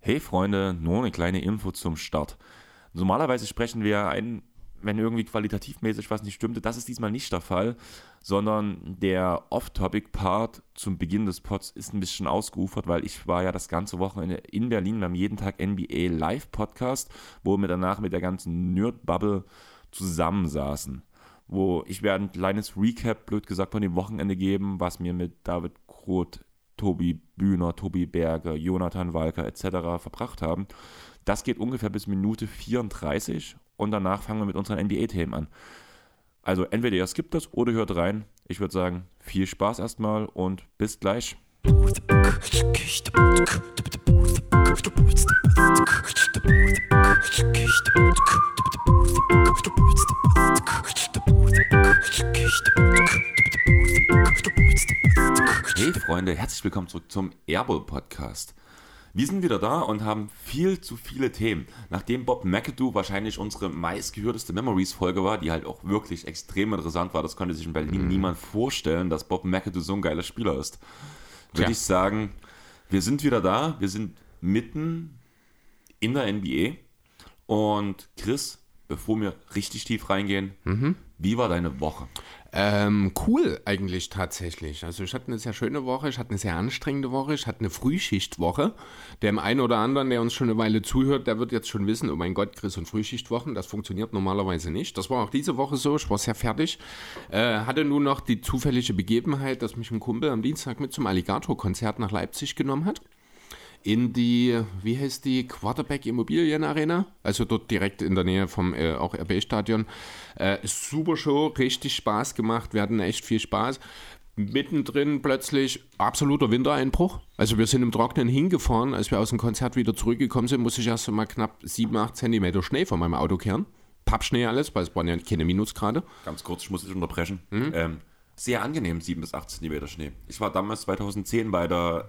Hey Freunde, nur eine kleine Info zum Start. Normalerweise sprechen wir ein, wenn irgendwie qualitativmäßig was nicht stimmte. Das ist diesmal nicht der Fall, sondern der Off-Topic-Part zum Beginn des Pods ist ein bisschen ausgeufert, weil ich war ja das ganze Wochenende in Berlin. Wir haben jeden Tag NBA Live-Podcast, wo wir danach mit der ganzen Nerd-Bubble zusammensaßen. Ich werde ein kleines Recap, blöd gesagt, von dem Wochenende geben, was mir mit David Groth, Tobi Bühner, Tobi Berger, Jonathan Walker etc. verbracht haben. Das geht ungefähr bis Minute 34 und danach fangen wir mit unseren NBA-Themen an. Also entweder ihr skippt das oder hört rein. Ich würde sagen, viel Spaß erstmal und bis gleich. Hey Freunde, herzlich willkommen zurück zum Airball Podcast. Wir sind wieder da und haben viel zu viele Themen. Nachdem Bob McAdoo wahrscheinlich unsere meistgehörteste Memories-Folge war, die halt auch wirklich extrem interessant war, das konnte sich in Berlin niemand vorstellen, dass Bob McAdoo so ein geiler Spieler ist, würde ich sagen, wir sind wieder da, wir sind mitten in der NBA und Chris, bevor wir richtig tief reingehen, wie war deine Woche? Cool eigentlich tatsächlich. Also ich hatte eine sehr schöne Woche, ich hatte eine sehr anstrengende Woche, ich hatte eine Frühschichtwoche. Dem einen oder anderen, der uns schon eine Weile zuhört, der wird jetzt schon wissen, oh mein Gott, Chris und Frühschichtwochen, das funktioniert normalerweise nicht. Das war auch diese Woche so, ich war sehr fertig. Hatte nun noch die zufällige Begebenheit, dass mich ein Kumpel am Dienstag mit zum Alligator-Konzert nach Leipzig genommen hat. In die, wie heißt die, Quarterback Immobilien Arena, also dort direkt in der Nähe vom auch RB-Stadion. Super Show, richtig Spaß gemacht, wir hatten echt viel Spaß. Mittendrin plötzlich absoluter Wintereinbruch. Also wir sind im Trockenen hingefahren, als wir aus dem Konzert wieder zurückgekommen sind, musste ich erst mal knapp 7-8 Zentimeter Schnee von meinem Auto kehren. Pappschnee alles, weil es waren ja keine Minusgrade. Ganz kurz, ich muss dich unterbrechen. Sehr angenehm, 7 bis 8 Zentimeter Schnee. Ich war damals 2010 bei der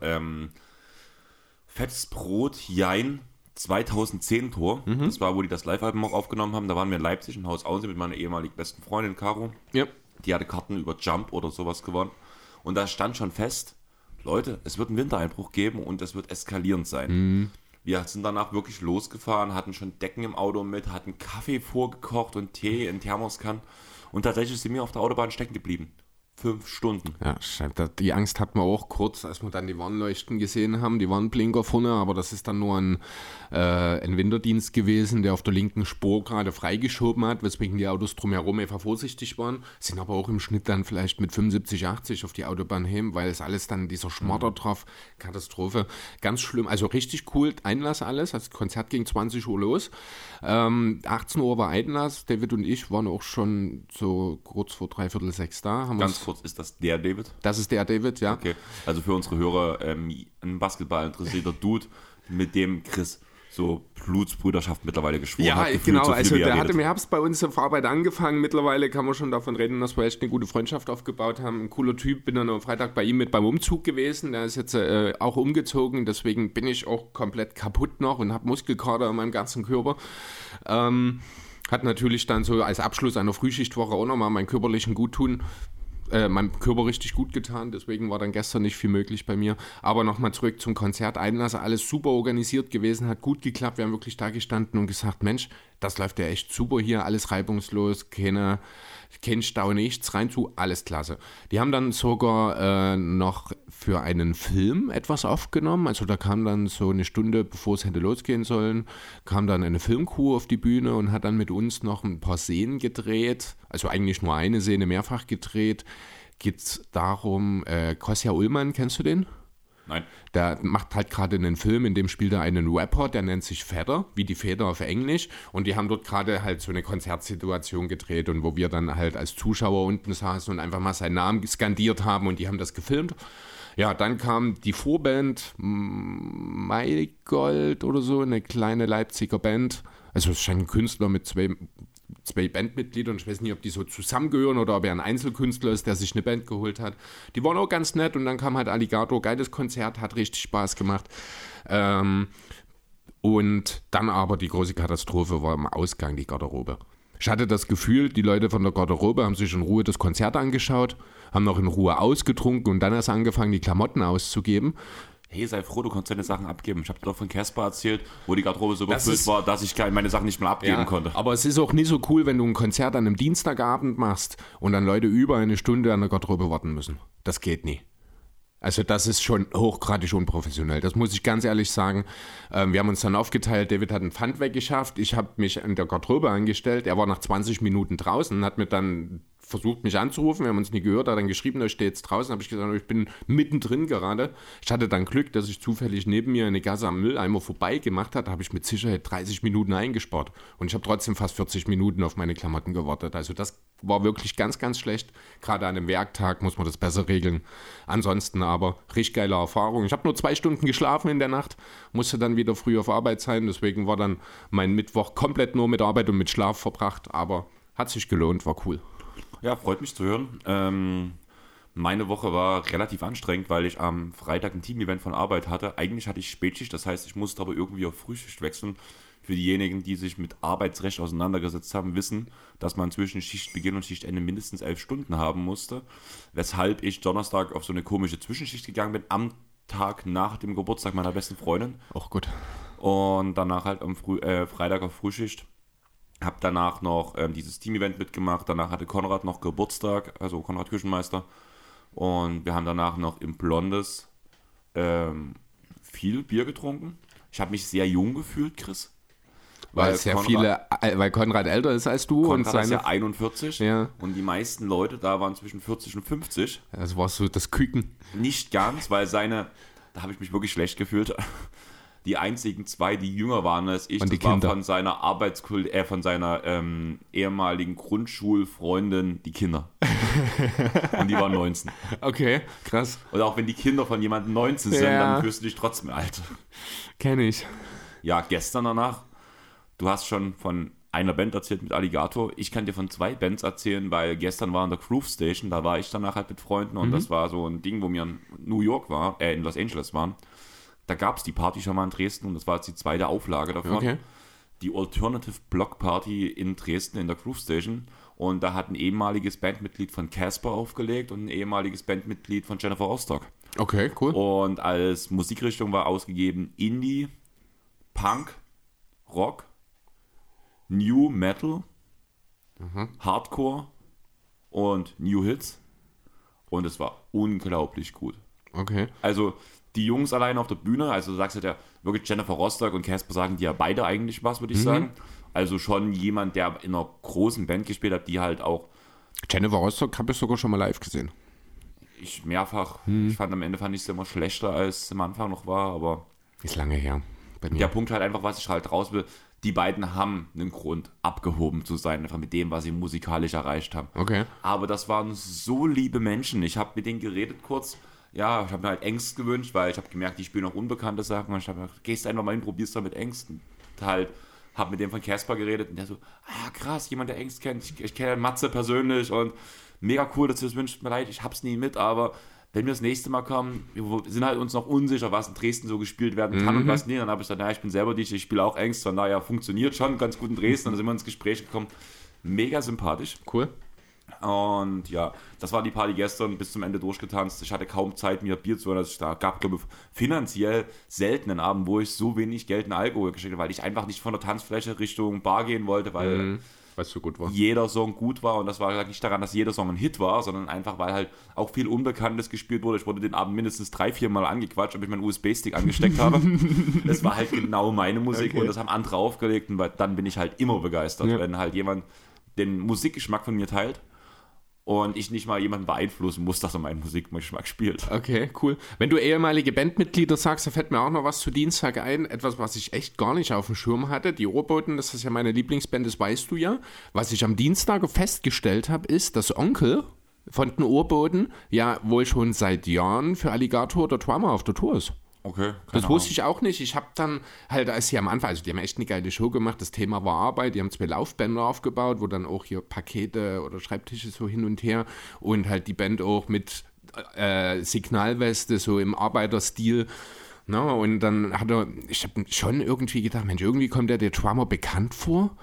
Fettes Brot, Jein, 2010 Tour. Das war, wo die das Live-Album auch aufgenommen haben. Da waren wir in Leipzig, in Haus Aussee mit meiner ehemaligen besten Freundin Caro. Ja. Die hatte Karten über Jump oder sowas gewonnen. Und da stand schon fest, Leute, es wird einen Wintereinbruch geben und es wird eskalierend sein. Wir sind danach wirklich losgefahren, hatten schon Decken im Auto mit, hatten Kaffee vorgekocht und Tee in Thermoskannen. Und tatsächlich sind wir auf der Autobahn stecken geblieben. 5 Stunden. Ja, die Angst hatten wir auch kurz, als wir dann die Warnleuchten gesehen haben, die Warnblinker vorne, aber das ist dann nur ein Winterdienst gewesen, der auf der linken Spur gerade freigeschoben hat, weswegen die Autos drumherum einfach vorsichtig waren, sind aber auch im Schnitt dann vielleicht mit 75, 80 auf die Autobahn hin, weil es alles dann dieser Schmotter drauf, Katastrophe, ganz schlimm, also richtig cool, Einlass alles, das Konzert ging 20 Uhr los, 18 Uhr war Einlass, David und ich waren auch schon so kurz vor 5:45 da. Ganz kurz, ist das der David? Das ist der David, ja. Okay, also für unsere Hörer, ein Basketball interessierter Dude, mit dem Chris so Blutsbrüderschaft mittlerweile geschworen hat. Ja, genau, so also der hat im Herbst bei uns auf Arbeit angefangen. Mittlerweile kann man schon davon reden, dass wir echt eine gute Freundschaft aufgebaut haben. Ein cooler Typ, bin dann am Freitag bei ihm mit beim Umzug gewesen. Der ist jetzt auch umgezogen, deswegen bin ich auch komplett kaputt noch und habe Muskelkater in meinem ganzen Körper. Hat natürlich dann so als Abschluss einer Frühschichtwoche auch nochmal meinen körperlichen Guttun meinem Körper richtig gut getan, deswegen war dann gestern nicht viel möglich bei mir. Aber nochmal zurück zum Konzert, Einlass, alles super organisiert gewesen, hat gut geklappt. Wir haben wirklich da gestanden und gesagt, Mensch, das läuft ja echt super hier, alles reibungslos, kein Stau, nichts, rein zu, alles klasse. Die haben dann sogar noch für einen Film etwas aufgenommen, also da kam dann so eine Stunde, bevor es hätte losgehen sollen, kam dann eine Filmcrew auf die Bühne und hat dann mit uns noch ein paar Szenen gedreht, also eigentlich nur eine Szene mehrfach gedreht. Geht es darum, Kostja Ullmann, kennst du den? Nein. Der macht halt gerade einen Film, in dem spielt er einen Rapper, der nennt sich Fedder, wie die Feder auf Englisch. Und die haben dort gerade halt so eine Konzertsituation gedreht und wo wir dann halt als Zuschauer unten saßen und einfach mal seinen Namen skandiert haben und die haben das gefilmt. Ja, dann kam die Vorband, Maygold oder so, eine kleine Leipziger Band. Also es scheint ein Künstler mit zwei Bandmitgliedern, ich weiß nicht, ob die so zusammengehören oder ob er ein Einzelkünstler ist, der sich eine Band geholt hat. Die waren auch ganz nett und dann kam halt Alligator, geiles Konzert, hat richtig Spaß gemacht. Und dann aber die große Katastrophe war im Ausgang die Garderobe. Ich hatte das Gefühl, die Leute von der Garderobe haben sich in Ruhe das Konzert angeschaut, haben noch in Ruhe ausgetrunken und dann erst angefangen, die Klamotten auszugeben. hey, sei froh, du kannst deine Sachen abgeben. Ich habe dir doch von Casper erzählt, wo die Garderobe so überfüllt war, dass ich meine Sachen nicht mehr abgeben konnte. Aber es ist auch nicht so cool, wenn du ein Konzert an einem Dienstagabend machst und dann Leute über eine Stunde an der Garderobe warten müssen. Das geht nie. Also das ist schon hochgradig unprofessionell, das muss ich ganz ehrlich sagen. Wir haben uns dann aufgeteilt, David hat ein Pfand weggeschafft, ich habe mich an der Garderobe angestellt, er war nach 20 Minuten draußen, hat mir dann versucht, mich anzurufen, wir haben uns nie gehört, hat dann geschrieben, er steht jetzt draußen, habe ich gesagt, ich bin mittendrin gerade. Ich hatte dann Glück, dass ich zufällig neben mir eine Gasse am Mülleimer vorbei gemacht hat, da habe ich mit Sicherheit 30 Minuten eingespart und ich habe trotzdem fast 40 Minuten auf meine Klamotten gewartet. Also das war wirklich ganz, ganz schlecht. Gerade an einem Werktag muss man das besser regeln. Ansonsten aber richtig geile Erfahrung. Ich habe nur 2 Stunden geschlafen in der Nacht, musste dann wieder früh auf Arbeit sein, deswegen war dann mein Mittwoch komplett nur mit Arbeit und mit Schlaf verbracht, aber hat sich gelohnt, war cool. Ja, freut mich zu hören. Meine Woche war relativ anstrengend, weil ich am Freitag ein Team-Event von Arbeit hatte. Eigentlich hatte ich Spätschicht, das heißt, ich musste aber irgendwie auf Frühschicht wechseln. Für diejenigen, die sich mit Arbeitsrecht auseinandergesetzt haben, wissen, dass man zwischen Schichtbeginn und Schichtende mindestens 11 Stunden haben musste. Weshalb ich Donnerstag auf so eine komische Zwischenschicht gegangen bin, am Tag nach dem Geburtstag meiner besten Freundin. Auch gut. Und danach halt am Freitag auf Frühschicht. Hab danach noch dieses Team-Event mitgemacht. Danach hatte Konrad noch Geburtstag, also Konrad Küchenmeister. Und wir haben danach noch im Blondes viel Bier getrunken. Ich habe mich sehr jung gefühlt, Chris. Weil Konrad älter ist als du. Konrad ist ja 41 ja. Und die meisten Leute da waren zwischen 40 und 50. Das war so das Küken. Nicht ganz, weil da habe ich mich wirklich schlecht gefühlt. Die einzigen 2, die jünger waren als ich, und das war von seiner von seiner ehemaligen Grundschulfreundin, die Kinder. Und die waren 19. Okay, krass. Und auch wenn die Kinder von jemandem 19 sind, dann fühlst du dich trotzdem alt. Kenn ich. Ja, gestern danach, du hast schon von einer Band erzählt mit Alligator. Ich kann dir von 2 Bands erzählen, weil gestern war in der Groove Station, da war ich danach halt mit Freunden und das war so ein Ding, wo wir in New York in Los Angeles waren. Da gab es die Party schon mal in Dresden und das war jetzt die 2. Auflage davon. Okay. Die Alternative Block Party in Dresden in der Groove Station. Und da hat ein ehemaliges Bandmitglied von Casper aufgelegt und ein ehemaliges Bandmitglied von Jennifer Rostock. Okay, cool. Und als Musikrichtung war ausgegeben Indie, Punk, Rock, New Metal, Hardcore und New Hits. Und es war unglaublich gut. Okay. Also die Jungs alleine auf der Bühne, also du sagst ja wirklich Jennifer Rostock und Casper sagen die ja beide eigentlich was, würde ich sagen. Also schon jemand, der in einer großen Band gespielt hat, die halt auch... Jennifer Rostock habe ich sogar schon mal live gesehen. Ich mehrfach. Ich fand am Ende fand ich es immer schlechter, als es am Anfang noch war, aber... Ist lange her bei mir. Der Punkt halt einfach, was ich halt raus will, die beiden haben einen Grund, abgehoben zu sein, einfach mit dem, was sie musikalisch erreicht haben. Okay. Aber das waren so liebe Menschen. Ich habe mit denen geredet kurz... Ja, ich habe mir halt Ängste gewünscht, weil ich habe gemerkt, die spielen auch unbekannte Sachen und ich habe gedacht, gehst einfach mal hin, probierst da mit Ängsten. Halt, habe mit dem von Casper geredet und der so, krass, jemand, der Ängste kennt, ich kenne Matze persönlich und mega cool, dass du das wünschst, tut mir leid, ich hab's nie mit, aber wenn wir das nächste Mal kommen, wir sind halt uns noch unsicher, was in Dresden so gespielt werden kann und was nicht, dann habe ich gesagt, ich bin selber DJ, ich spiele auch Ängste, von daher funktioniert schon ganz gut in Dresden, dann sind wir ins Gespräch gekommen, mega sympathisch. Cool. Und ja, das war die Party gestern, bis zum Ende durchgetanzt. Ich hatte kaum Zeit, mir Bier zu holen. Also da gab, glaube ich, finanziell selten einen Abend, wo ich so wenig Geld in Alkohol geschickt habe, weil ich einfach nicht von der Tanzfläche Richtung Bar gehen wollte, weil so gut war. Jeder Song gut war. Und das war halt nicht daran, dass jeder Song ein Hit war, sondern einfach, weil halt auch viel Unbekanntes gespielt wurde. Ich wurde den Abend mindestens 3-4 Mal angequatscht, ob ich meinen USB-Stick angesteckt habe. Das war halt genau meine Musik und das haben andere aufgelegt. Und dann bin ich halt immer begeistert, wenn halt jemand den Musikgeschmack von mir teilt. Und ich nicht mal jemanden beeinflussen muss, dass er meinen Musikgeschmack spielt. Okay, cool. Wenn du ehemalige Bandmitglieder sagst, da fällt mir auch noch was zu Dienstag ein. Etwas, was ich echt gar nicht auf dem Schirm hatte. Die Ohrboten, das ist ja meine Lieblingsband, das weißt du ja. Was ich am Dienstag festgestellt habe, ist, dass Onkel von den Ohrboten ja wohl schon seit Jahren für Alligator oder Drummer auf der Tour ist. Okay. Das wusste ich auch nicht. Ich habe dann halt, als sie am Anfang, also die haben echt eine geile Show gemacht, das Thema war Arbeit, die haben 2 Laufbänder aufgebaut, wo dann auch hier Pakete oder Schreibtische so hin und her und halt die Band auch mit Signalweste, so im Arbeiterstil. Na, und dann ich habe schon irgendwie gedacht, Mensch, irgendwie kommt der Drummer bekannt vor,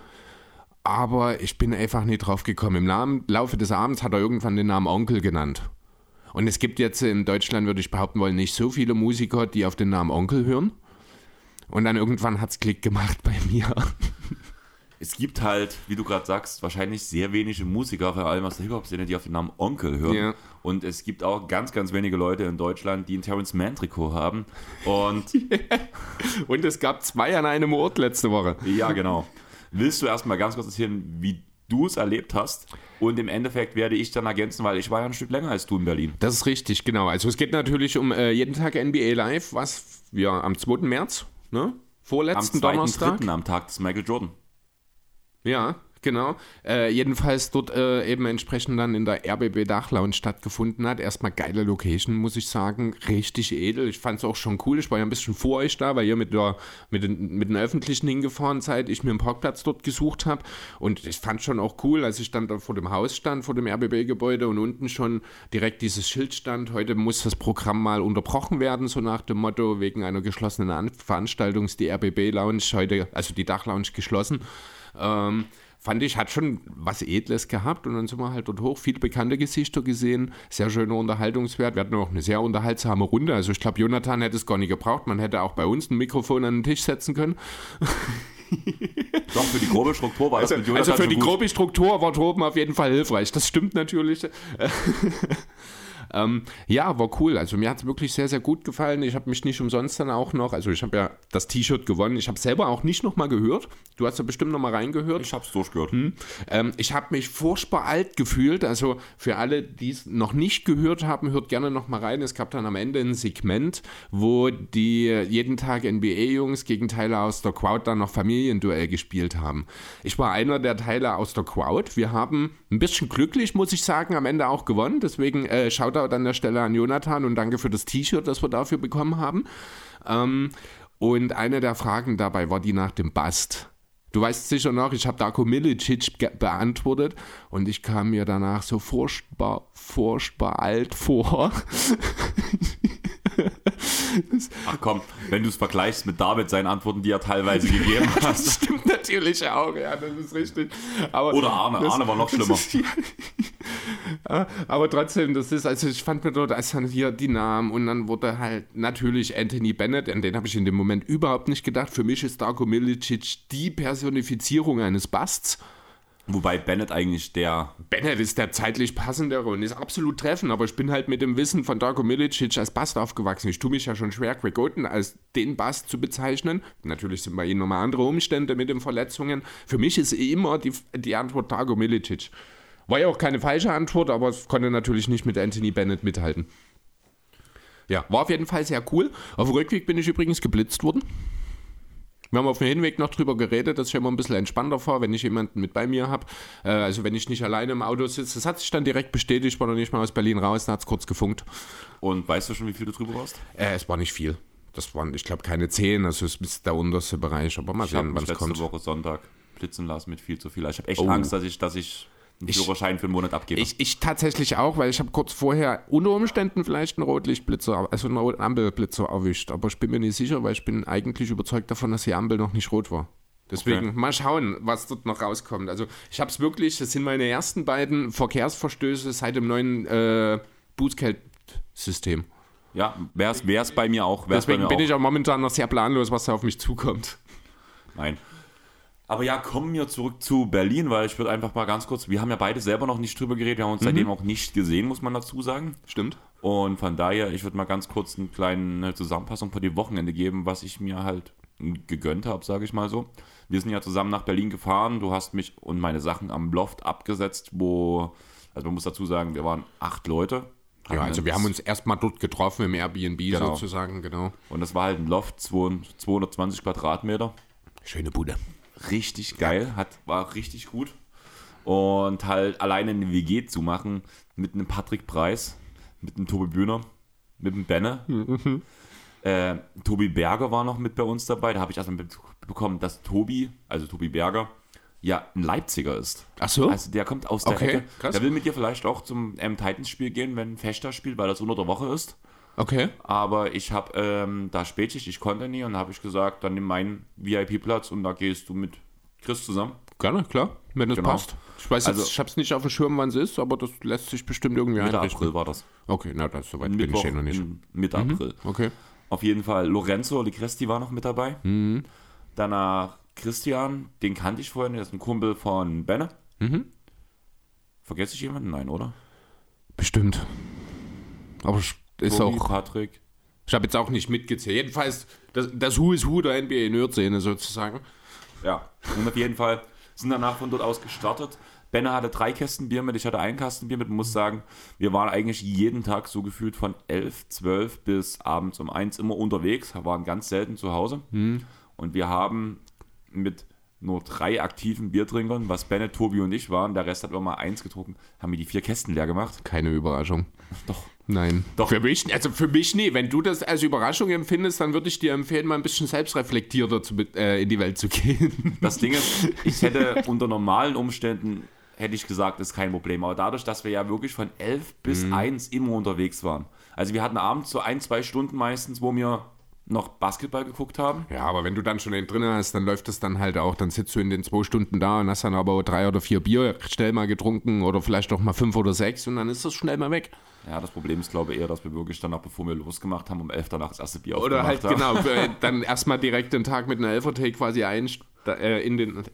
aber ich bin einfach nicht drauf gekommen. Im Laufe des Abends hat er irgendwann den Namen Onkel genannt. Und es gibt jetzt in Deutschland, würde ich behaupten wollen, nicht so viele Musiker, die auf den Namen Onkel hören. Und dann irgendwann hat es Klick gemacht bei mir. Es gibt halt, wie du gerade sagst, wahrscheinlich sehr wenige Musiker, vor allem aus der Hip-Hop-Szene, die auf den Namen Onkel hören. Ja. Und es gibt auch ganz, ganz wenige Leute in Deutschland, die ein Terrence Mann-Trikot haben. Und Und es gab 2 an einem Ort letzte Woche. ja, genau. Willst du erstmal ganz kurz erzählen, wie du es erlebt hast? Und im Endeffekt werde ich dann ergänzen, weil ich war ja ein Stück länger als du in Berlin. Das ist richtig, genau. Also es geht natürlich um jeden Tag NBA Live, was wir am 2. März, ne? Vorletzten Donnerstag. Am Tag des Michael Jordan. Ja, genau. Jedenfalls dort eben entsprechend dann in der RBB Dachlounge stattgefunden hat. Erstmal geile Location, muss ich sagen. Richtig edel. Ich fand es auch schon cool. Ich war ja ein bisschen vor euch da, weil ihr mit den Öffentlichen hingefahren seid, ich mir einen Parkplatz dort gesucht habe. Und ich fand schon auch cool, als ich dann da vor dem Haus stand, vor dem RBB-Gebäude und unten schon direkt dieses Schild stand. Heute muss das Programm mal unterbrochen werden, so nach dem Motto, wegen einer geschlossenen Veranstaltung ist die RBB-Lounge heute, also die Dachlounge, geschlossen. Fand ich, hat schon was Edles gehabt und dann sind wir halt dort hoch, viele bekannte Gesichter gesehen, sehr schöner Unterhaltungswert, wir hatten auch eine sehr unterhaltsame Runde, also ich glaube, Jonathan hätte es gar nicht gebraucht, man hätte auch bei uns ein Mikrofon an den Tisch setzen können. Doch, für die grobe Struktur war das mit Jonathan Also für die schon gut. grobe Struktur war Toben auf jeden Fall hilfreich, das stimmt natürlich. Ja, war cool. Also mir hat es wirklich sehr, sehr gut gefallen. Ich habe mich nicht umsonst dann auch noch, also ich habe ja das T-Shirt gewonnen. Ich habe selber auch nicht nochmal gehört. Du hast ja bestimmt nochmal reingehört. Ich habe es durchgehört. Ich habe mich furchtbar alt gefühlt. Also für alle, die es noch nicht gehört haben, hört gerne nochmal rein. Es gab dann am Ende ein Segment, wo die jeden Tag NBA-Jungs gegen Teile aus der Crowd dann noch Familienduell gespielt haben. Ich war einer der Teile aus der Crowd. Wir haben ein bisschen glücklich, muss ich sagen, am Ende auch gewonnen. Deswegen Shoutout an der Stelle an Jonathan und danke für das T-Shirt, das wir dafür bekommen haben. Und eine der Fragen dabei war die nach dem Bast. Du weißt sicher noch, ich habe Darko Milicic beantwortet und ich kam mir danach so furchtbar alt vor. Ach komm, wenn du es vergleichst mit David, seinen Antworten, die er teilweise gegeben hat. Das stimmt natürlich auch, ja, das ist richtig. Aber oder Arne war noch schlimmer. Ja, aber trotzdem, das ist, also ich fand mir dort als dann hier die Namen und dann wurde halt natürlich Anthony Bennett, an den habe ich in dem Moment überhaupt nicht gedacht. Für mich ist Darko Milicic die Personifizierung eines Basts. Wobei Bennett eigentlich Bennett ist der zeitlich passendere und ist absolut treffend, aber ich bin halt mit dem Wissen von Darko Milicic als Bast aufgewachsen. Ich tue mich ja schon schwer, Greg Oden als den Bast zu bezeichnen. Natürlich sind bei ihm nochmal andere Umstände mit den Verletzungen. Für mich ist immer die Antwort Darko Milicic. War ja auch keine falsche Antwort, aber es konnte natürlich nicht mit Anthony Bennett mithalten. Ja, war auf jeden Fall sehr cool. Auf dem Rückweg bin ich übrigens geblitzt worden. Wir haben auf dem Hinweg noch drüber geredet, dass ich immer ein bisschen entspannter fahre, wenn ich jemanden mit bei mir habe. Also wenn ich nicht alleine im Auto sitze. Das hat sich dann direkt bestätigt, ich war noch nicht mal aus Berlin raus, da hat es kurz gefunkt. Und weißt du schon, wie viel du drüber warst? Es war nicht viel. Das waren, ich glaube, keine 10, also es ist der unterste Bereich. Aber mal sehen, wann es kommt. Ich habe letzte Woche Sonntag blitzen lassen mit viel zu viel. Ich habe echt Angst, dass ich einen Führerschein für einen Monat abgebe. Ich tatsächlich auch, weil ich habe kurz vorher unter Umständen vielleicht einen Rotlichtblitzer, also einen Ampelblitzer erwischt. Aber ich bin mir nicht sicher, weil ich bin eigentlich überzeugt davon, dass die Ampel noch nicht rot war. Deswegen mal schauen, was dort noch rauskommt. Also ich habe es wirklich, das sind meine ersten beiden Verkehrsverstöße seit dem neuen Bußgeldsystem. Ja, wäre es bei mir auch. Deswegen bin ich auch momentan noch sehr planlos, was da auf mich zukommt. Nein. Aber ja, kommen wir zurück zu Berlin, weil ich würde einfach mal ganz kurz, wir haben ja beide selber noch nicht drüber geredet, wir haben uns seitdem auch nicht gesehen, muss man dazu sagen. Stimmt. Und von daher, ich würde mal ganz kurz eine kleine Zusammenfassung von dem Wochenende geben, was ich mir halt gegönnt habe, sage ich mal so. Wir sind ja zusammen nach Berlin gefahren, du hast mich und meine Sachen am Loft abgesetzt, also man muss dazu sagen, wir waren 8 Leute. Ja, also wir haben uns erstmal dort getroffen im Airbnb sozusagen, genau. Und das war halt ein Loft, 220 Quadratmeter. Schöne Bude. Richtig geil, war richtig gut. Und halt alleine eine WG zu machen mit einem Patrick Preis, mit einem Tobi Bühner, mit einem Benne. Tobi Berger war noch mit bei uns dabei. Da habe ich erstmal mitbekommen, dass Tobi Berger, ja ein Leipziger ist. Ach so? Also der kommt aus der Ecke. Krass. Der will mit dir vielleicht auch zum Titans-Spiel gehen, wenn Fechter spielt, weil das unter der Woche ist. Okay. Aber ich habe da Spätschicht, ich konnte nie und da habe ich gesagt, dann nimm meinen VIP-Platz und da gehst du mit Chris zusammen. Gerne, klar, wenn das Genau. passt. Ich weiß Also- jetzt, ich habe es nicht auf dem Schirm, wann es ist, aber das lässt sich bestimmt irgendwie Mitte einrichten. April war das. Okay, na, das soweit bin Mittwoch ich noch nicht. Mitte April. Okay. Auf jeden Fall Lorenzo Ligresti war noch mit dabei. Danach Christian, den kannte ich vorhin, der ist ein Kumpel von Benne. Vergesse ich jemanden? Nein, oder? Bestimmt. Aber ist Tobi, auch. Patrick. Ich habe jetzt auch nicht mitgezählt. Jedenfalls das Who is Who der NBA-Nerd-Szene sozusagen. Ja, und auf jeden Fall sind danach von dort aus gestartet. Benne hatte 3 Kästen Bier mit, ich hatte 1 Kasten Bier mit. Ich muss sagen, wir waren eigentlich jeden Tag so gefühlt von 11, 12 bis abends um 1 immer unterwegs, waren ganz selten zu Hause. Und wir haben mit nur 3 aktiven Biertrinkern, was Benne, Tobi und ich waren, der Rest hat immer mal 1 getrunken, haben wir die 4 Kästen leer gemacht. Keine Überraschung. Doch. Nein. Doch. Für mich nie. Wenn du das als Überraschung empfindest, dann würde ich dir empfehlen, mal ein bisschen selbstreflektierter in die Welt zu gehen. Das Ding ist, ich hätte unter normalen Umständen, hätte ich gesagt, ist kein Problem. Aber dadurch, dass wir ja wirklich von 11 bis 1 immer unterwegs waren. Also wir hatten abends so 1, 2 Stunden meistens, wo wir noch Basketball geguckt haben. Ja, aber wenn du dann schon den drin hast, dann läuft das dann halt auch. Dann sitzt du in den 2 Stunden da und hast dann aber 3 oder 4 Bier schnell mal getrunken oder vielleicht auch mal 5 oder 6 und dann ist das schnell mal weg. Ja, das Problem ist, glaube ich, eher, dass wir wirklich danach, bevor wir losgemacht haben, um 11 danach das erste Bier Oder halt aufgemacht haben. genau, dann erstmal direkt den Tag mit einem Elfertee quasi in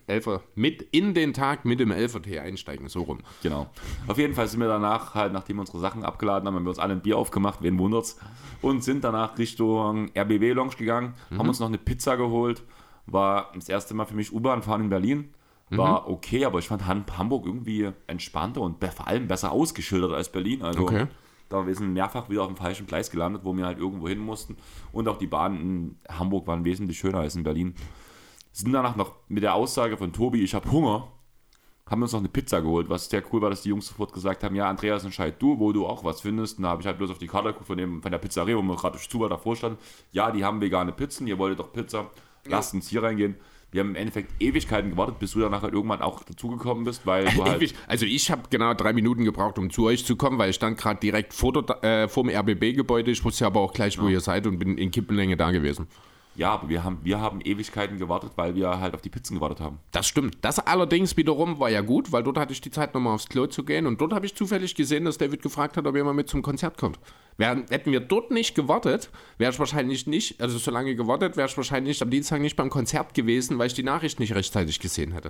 den Tag mit dem Elfertee einsteigen, so rum. Genau. Auf jeden Fall sind wir danach, halt nachdem wir unsere Sachen abgeladen haben, haben wir uns alle ein Bier aufgemacht, wen wundert's, und sind danach Richtung RBB-Lounge gegangen, haben uns noch eine Pizza geholt, war das erste Mal für mich U-Bahn fahren in Berlin, war okay, aber ich fand Hamburg irgendwie entspannter und vor allem besser ausgeschildert als Berlin, also Okay. da wir sind mehrfach wieder auf dem falschen Gleis gelandet, wo wir halt irgendwo hin mussten, und auch die Bahnen in Hamburg waren wesentlich schöner als in Berlin. Sind danach noch mit der Aussage von Tobi, ich habe Hunger, haben wir uns noch eine Pizza geholt, was sehr cool war, dass die Jungs sofort gesagt haben, ja, Andreas, entscheid du, wo du auch was findest. Und da habe ich halt bloß auf die Karte geguckt von der Pizzeria, wo wir gerade durch Zufall davor standen. Ja, die haben vegane Pizzen, ihr wolltet doch Pizza, lasst uns hier reingehen. Wir haben im Endeffekt Ewigkeiten gewartet, bis du danach halt irgendwann auch dazugekommen bist, weil du halt... Also ich habe genau 3 Minuten gebraucht, um zu euch zu kommen, weil ich stand gerade direkt vor dem RBB-Gebäude. Ich wusste aber auch gleich, wo ihr seid und bin in Kippenlänge da gewesen. Ja, aber wir haben Ewigkeiten gewartet, weil wir halt auf die Pizzen gewartet haben. Das stimmt. Das allerdings wiederum war ja gut, weil dort hatte ich die Zeit, nochmal aufs Klo zu gehen. Und dort habe ich zufällig gesehen, dass David gefragt hat, ob er mal mit zum Konzert kommt. Hätten wir dort nicht gewartet, wäre ich wahrscheinlich nicht, also so lange gewartet, wäre ich wahrscheinlich am Dienstag nicht beim Konzert gewesen, weil ich die Nachricht nicht rechtzeitig gesehen hätte.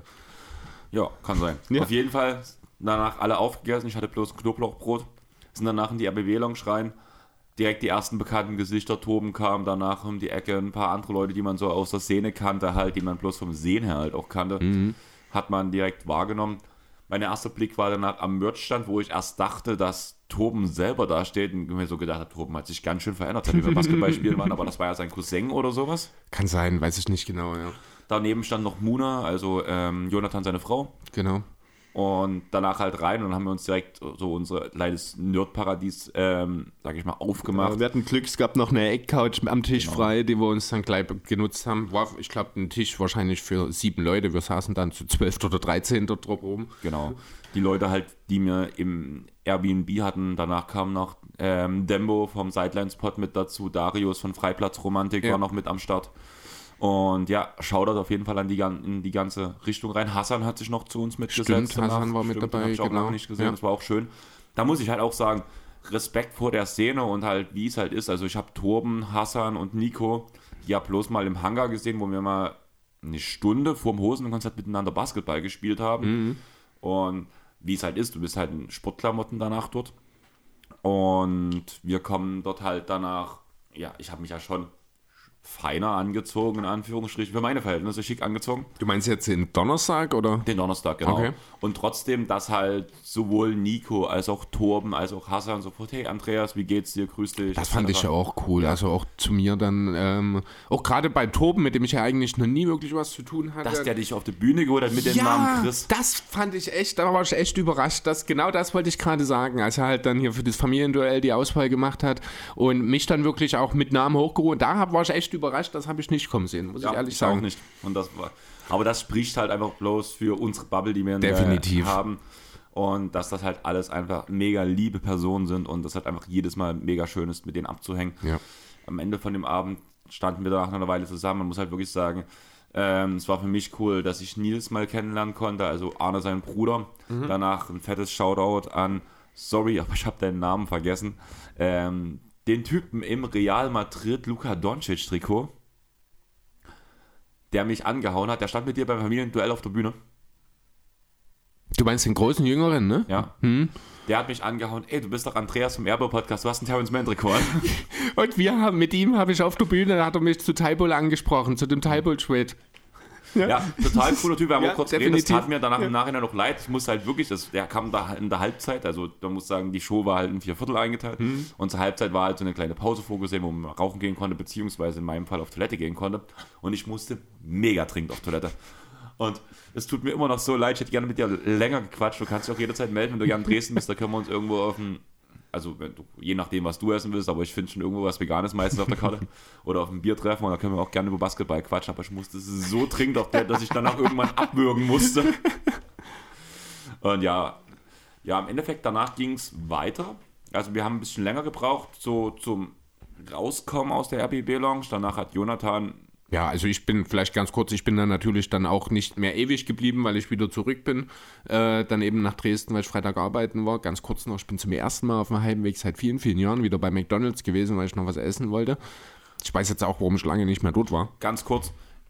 Ja, kann sein. Ja. Auf jeden Fall danach alle aufgegessen. Ich hatte bloß ein Knoblauchbrot. Sind danach in die RBB-Lounge rein. Direkt die ersten bekannten Gesichter, Toben kam danach um die Ecke, ein paar andere Leute, die man so aus der Szene kannte, halt, die man bloß vom Sehen her halt auch kannte, hat man direkt wahrgenommen. Mein erster Blick war danach am Merchstand, wo ich erst dachte, dass Toben selber da steht und mir so gedacht habe, Toben hat sich ganz schön verändert, seitdem wir Basketball spielen waren, aber das war ja sein Cousin oder sowas. Kann sein, weiß ich nicht genau, ja. Daneben stand noch Muna, also Jonathan, seine Frau. Genau. Und danach halt rein und dann haben wir uns direkt so unser kleines Nerd-Paradies, sag ich mal, aufgemacht. Wir hatten Glücks, es gab noch eine Eckcouch am Tisch frei, die wir uns dann gleich genutzt haben. War, ich glaube, ein Tisch wahrscheinlich für 7 Leute. Wir saßen dann zu 12 oder 13 dort drauf oben. Genau. Die Leute halt, die wir im Airbnb hatten, danach kam noch Dembo vom Sideline-Spot mit dazu, Darius von Freiplatz-Romantik war noch mit am Start. Und ja, Shoutout auf jeden Fall in die ganze Richtung rein. Hassan hat sich noch zu uns mitgesetzt. Stimmt, Hassan war mit dabei, Hab ich auch genau. noch nicht gesehen, Ja. das war auch schön. Da muss ich halt auch sagen, Respekt vor der Szene und halt, wie es halt ist. Also ich habe Torben, Hassan und Nico ja bloß mal im Hangar gesehen, wo wir mal eine Stunde vorm Hosenkonzert miteinander Basketball gespielt haben. Und wie es halt ist, du bist halt in Sportklamotten danach dort. Und wir kommen dort halt danach, ja, ich habe mich ja schon feiner angezogen, in Anführungsstrichen, für meine Verhältnisse schick angezogen. Du meinst jetzt den Donnerstag, oder? Den Donnerstag, genau. Okay. Und trotzdem, dass halt sowohl Nico als auch Torben, als auch Hassan sofort, hey Andreas, wie geht's dir, grüß dich. Das fand ich ja auch cool. Also auch zu mir dann, auch gerade bei Torben, mit dem ich ja eigentlich noch nie wirklich was zu tun hatte. Dass der dich auf die Bühne geholt hat mit dem Namen Chris. Das fand ich echt, da war ich echt überrascht. Genau das wollte ich gerade sagen, als er halt dann hier für das Familienduell die Auswahl gemacht hat und mich dann wirklich auch mit Namen hochgeholt. Da war ich echt überrascht, das habe ich nicht kommen sehen, muss ich ehrlich sagen. Auch nicht. Und aber das spricht halt einfach bloß für unsere Bubble, die wir Definitiv haben. Und dass das halt alles einfach mega liebe Personen sind und das halt einfach jedes Mal mega schön ist, mit denen abzuhängen. Ja. Am Ende von dem Abend standen wir danach noch eine Weile zusammen. Man muss halt wirklich sagen, Es war für mich cool, dass ich Nils mal kennenlernen konnte, also Arne, sein Bruder. Danach ein fettes Shoutout an, sorry, aber ich habe deinen Namen vergessen, den Typen im Real Madrid Luka Doncic Trikot, der mich angehauen hat. Der stand mit dir beim Familienduell auf der Bühne. Du meinst den großen Jüngeren, ne? Ja. Der hat mich angehauen. Ey, du bist doch Andreas vom Erbe-Podcast, du hast einen Terrence Mann-Trikot an. Und mit ihm habe ich auf der Bühne, da hat er mich zu Tybull angesprochen, zu dem Tybull-Trade. Ja, total cooler Typ. Wir haben auch kurz geredet. Das tat mir danach Ja. im Nachhinein noch leid. Ich musste halt wirklich, der kam da in der Halbzeit, also da muss ich sagen, die Show war halt in 4/4 eingeteilt. Und zur Halbzeit war halt so eine kleine Pause vorgesehen, wo man rauchen gehen konnte, beziehungsweise in meinem Fall auf Toilette gehen konnte. Und ich musste mega dringend auf Toilette. Und es tut mir immer noch so leid, ich hätte gerne mit dir länger gequatscht. Du kannst dich auch jederzeit melden, wenn du gerne in Dresden bist, da können wir uns irgendwo auf ein, also je nachdem, was du essen willst, aber ich finde schon irgendwo was Veganes meistens auf der Karte. Oder auf ein Bier treffen und da können wir auch gerne über Basketball quatschen, aber ich musste so dringend auf Toilette, dass ich danach irgendwann abwürgen musste. Und ja, im Endeffekt danach ging es weiter. Also wir haben ein bisschen länger gebraucht, so zum Rauskommen aus der RBB-Lounge. Danach hat Jonathan... Ja, also ich bin dann natürlich dann auch nicht mehr ewig geblieben, weil ich wieder zurück bin, dann eben nach Dresden, weil ich Freitag arbeiten war. Ganz kurz noch, ich bin zum ersten Mal auf dem Heimweg seit vielen, vielen Jahren wieder bei McDonald's gewesen, weil ich noch was essen wollte. Ich weiß jetzt auch, warum ich lange nicht mehr dort war. Ganz kurz,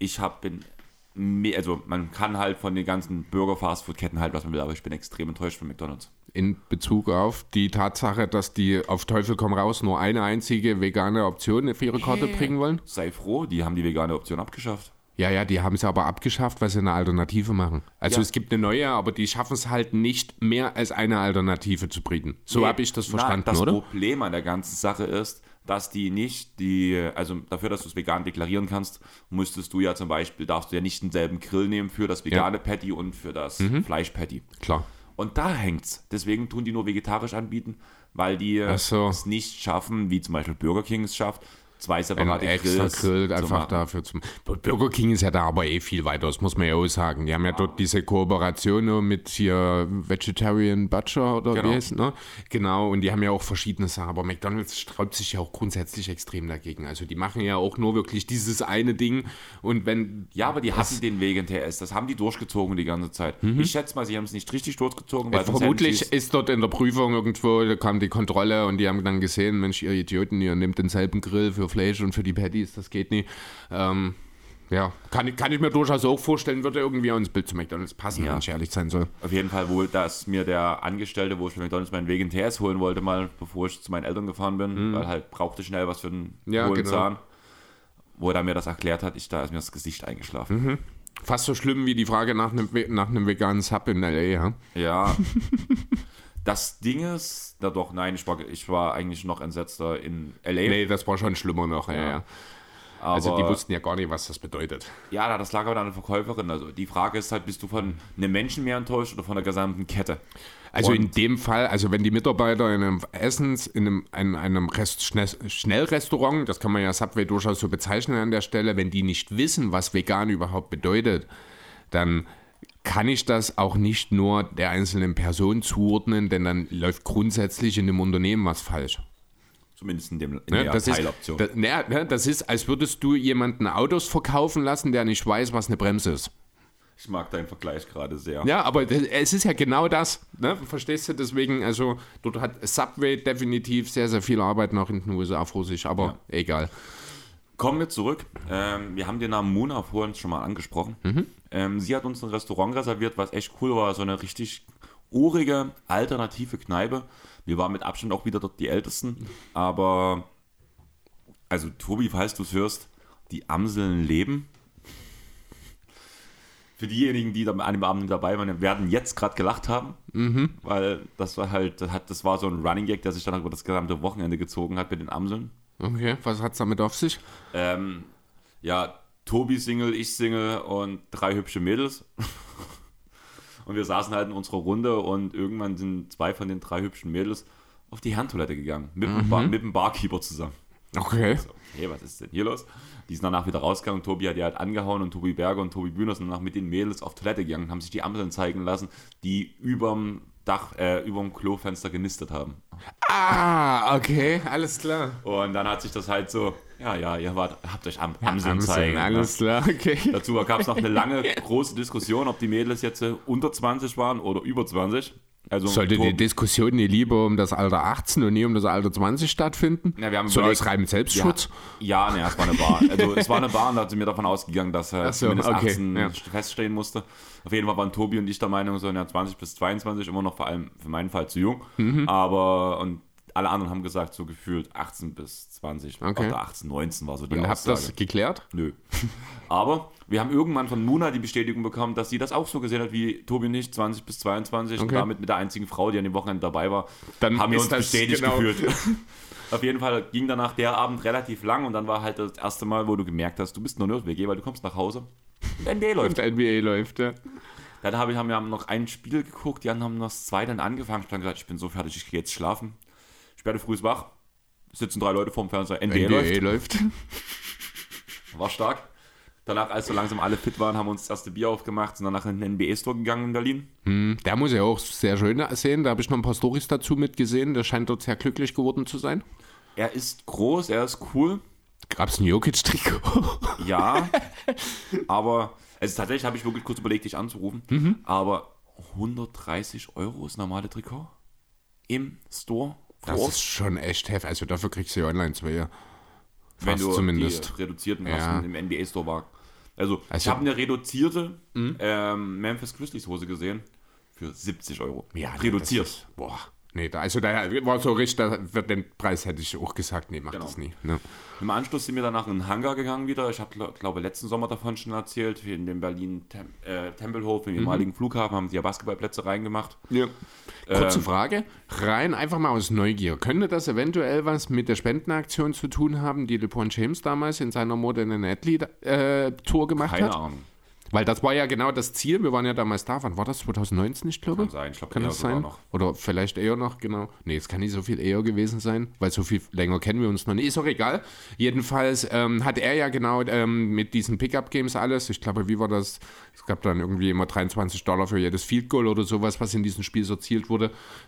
also man kann halt von den ganzen Burger-Fastfood-Ketten halt, was man will, aber ich bin extrem enttäuscht von McDonald's. In Bezug auf die Tatsache, dass die auf Teufel komm raus nur eine einzige vegane Option für ihre Karte bringen wollen? Sei froh, die haben die vegane Option abgeschafft. Ja, die haben sie aber abgeschafft, weil sie eine Alternative machen. Also es gibt eine neue, aber die schaffen es halt nicht, mehr als eine Alternative zu bieten. So habe ich das verstanden, das oder? Das Problem an der ganzen Sache ist, dass die nicht also dafür, dass du es vegan deklarieren kannst, darfst du ja nicht denselben Grill nehmen für das vegane Patty und für das Fleisch-Patty. Klar. Und da hängt's. Deswegen tun die nur vegetarisch anbieten, weil die es nicht schaffen, wie zum Beispiel Burger King es schafft, 2 separate Grills Grill einfach dafür zum. Burger King ist ja da aber viel weiter, das muss man ja auch sagen. Die haben ja dort diese Kooperation nur mit hier Vegetarian Butcher oder wie heißt, ne? Genau, und die haben ja auch verschiedene Sachen, aber McDonald's sträubt sich ja auch grundsätzlich extrem dagegen. Also die machen ja auch nur wirklich dieses eine Ding und wenn... Ja, aber die hatten den Weg in TS, das haben die durchgezogen die ganze Zeit. Ich schätze mal, sie haben es nicht richtig durchgezogen. Weil vermutlich ist dort in der Prüfung irgendwo, da kam die Kontrolle und die haben dann gesehen, Mensch, ihr Idioten, ihr nehmt denselben Grill für Fleisch und für die Patties, das geht nicht. Kann ich mir durchaus auch vorstellen, würde irgendwie auch ins Bild zu McDonald's passen, wenn ich ehrlich sein soll. Auf jeden Fall wohl, dass mir der Angestellte, wo ich für McDonald's meinen Weg in TS holen wollte, mal bevor ich zu meinen Eltern gefahren bin, weil halt brauchte schnell was für einen hohen Zahn, wo er mir das erklärt hat, da ist mir das Gesicht eingeschlafen. Fast so schlimm wie die Frage nach einem veganen Sub in L.A., ja? Ja. Das Ding ist, ich war eigentlich noch entsetzter in L.A. Nee, das war schon schlimmer noch, ja. Also die wussten ja gar nicht, was das bedeutet. Ja, das lag aber an der Verkäuferin. Also die Frage ist halt, bist du von einem Menschen mehr enttäuscht oder von der gesamten Kette? Also in dem Fall, also wenn die Mitarbeiter in einem Schnellrestaurant, das kann man ja Subway durchaus so bezeichnen an der Stelle, wenn die nicht wissen, was vegan überhaupt bedeutet, dann kann ich das auch nicht nur der einzelnen Person zuordnen, denn dann läuft grundsätzlich in dem Unternehmen was falsch. Zumindest in der Teiloption. Das ist, als würdest du jemanden Autos verkaufen lassen, der nicht weiß, was eine Bremse ist. Ich mag deinen Vergleich gerade sehr. Ja, aber es ist ja genau das. Ne? Verstehst du? Deswegen, also dort hat Subway definitiv sehr, sehr viel Arbeit noch in den USA vor sich, aber egal. Kommen wir zurück. Wir haben den Namen Mona vorhin schon mal angesprochen. Sie hat uns ein Restaurant reserviert, was echt cool war. So eine richtig urige, alternative Kneipe. Wir waren mit Abstand auch wieder dort die Ältesten. Aber, also Tobi, falls du es hörst, die Amseln leben. Für diejenigen, die an dem Abend dabei waren, werden jetzt gerade gelacht haben. Weil das war so ein Running Gag, der sich dann über das gesamte Wochenende gezogen hat mit den Amseln. Okay, was hat es damit auf sich? Tobi Single, ich Single und 3 hübsche Mädels. Und wir saßen halt in unserer Runde und irgendwann sind 2 von den 3 hübschen Mädels auf die Herrentoilette gegangen. Mit dem Barkeeper zusammen. Okay. So, hey, was ist denn hier los? Die sind danach wieder rausgegangen und Tobi hat die halt angehauen und Tobi Berger und Tobi Bühner sind danach mit den Mädels auf Toilette gegangen und haben sich die Amseln zeigen lassen, die überm Klofenster genistet haben. Ah, okay, alles klar. Und dann hat sich das halt so, Ja, habt euch Amseln zeigen. Alles klar, okay. Dazu gab es noch eine lange, große Diskussion, ob die Mädels jetzt unter 20 waren oder über 20. Also sollte die Diskussion nie lieber um das Alter 18 und nie um das Alter 20 stattfinden? Ja, wir haben so aus reinem Selbstschutz? Ja, es war eine Bar. Also es war eine Bar und da sind wir davon ausgegangen, dass zumindest 18 feststehen musste. Auf jeden Fall waren Tobi und ich der Meinung, so 20 bis 22 immer noch vor allem für meinen Fall zu jung. Aber und alle anderen haben gesagt, so gefühlt 18 bis 20 oder 18, 19 war so die Aussage. Und habt ihr das geklärt? Nö. Aber wir haben irgendwann von Muna die Bestätigung bekommen, dass sie das auch so gesehen hat wie Tobi und ich, 20 bis 22. Und damit mit der einzigen Frau, die an dem Wochenende dabei war, dann haben wir uns bestätigt gefühlt. Auf jeden Fall ging danach der Abend relativ lang und dann war halt das erste Mal, wo du gemerkt hast, du bist nur Nerd-WG, weil du kommst nach Hause und NBA läuft. Und NBA läuft, ja. Dann haben wir noch ein Spiel geguckt, die anderen haben noch das zweite dann angefangen. Ich habe gesagt, ich bin so fertig, ich gehe jetzt schlafen. Ich werde früh wach, sitzen 3 Leute vorm Fernseher, NBA läuft. War stark. Danach, als so langsam alle fit waren, haben wir uns das erste Bier aufgemacht, sind danach in den NBA-Store gegangen in Berlin. Der muss ja auch sehr schön sehen, da habe ich noch ein paar Storys dazu mitgesehen, der scheint dort sehr glücklich geworden zu sein. Er ist groß, er ist cool. Gab es ein Jokic-Trikot? Ja, aber tatsächlich habe ich wirklich kurz überlegt, dich anzurufen, aber 130 € ist normale Trikot im Store. Das ist schon echt heftig. Also dafür kriegst du ja online 2. Wenn du zumindest die reduzierten hast im NBA-Store war. Also ich habe eine reduzierte Memphis Grizzlies Hose gesehen für 70 €. Ja, reduziert. Boah. Nee, da war so richtig, den Preis hätte ich auch gesagt, nee, mach das nie. Ne? Im Anschluss sind wir danach in den Hangar gegangen wieder. Ich habe, glaube letzten Sommer davon schon erzählt. In dem Berlin Tempelhof, im ehemaligen Flughafen, haben sie ja Basketballplätze reingemacht. Ja. Kurze Frage, rein einfach mal aus Neugier. Könnte das eventuell was mit der Spendenaktion zu tun haben, die LeBron James damals in seiner Modern Athlete-Tour gemacht hat? Keine Ahnung. Weil das war ja genau das Ziel. Wir waren ja damals da. Wann war das? 2019, ich glaube? Kann sein. Ich glaube, kann das sein? Noch. Oder vielleicht eher noch, genau. Nee, es kann nicht so viel eher gewesen sein, weil so viel länger kennen wir uns noch nicht. Ist auch egal. Jedenfalls hat er ja genau mit diesen Pickup-Games alles. Ich glaube, wie war das? Es gab dann irgendwie immer $23 für jedes Field Goal oder sowas, was in diesem Spiel erzielt wurde.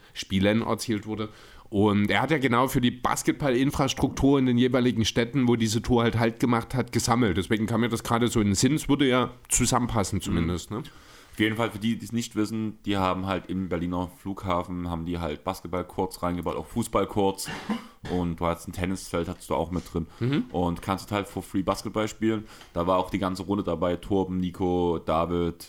Und er hat ja genau für die Basketballinfrastruktur in den jeweiligen Städten, wo diese Tour halt gemacht hat, gesammelt. Deswegen kam mir das gerade so in den Sinn. Es würde ja zusammenpassen zumindest. Ne? Auf jeden Fall, für die es nicht wissen, die haben halt im Berliner Flughafen, haben die halt Basketballcourts reingebaut, auch Fußballcourts. Und du hast ein Tennisfeld, hattest du auch mit drin. Und kannst halt for free Basketball spielen. Da war auch die ganze Runde dabei, Torben, Nico, David,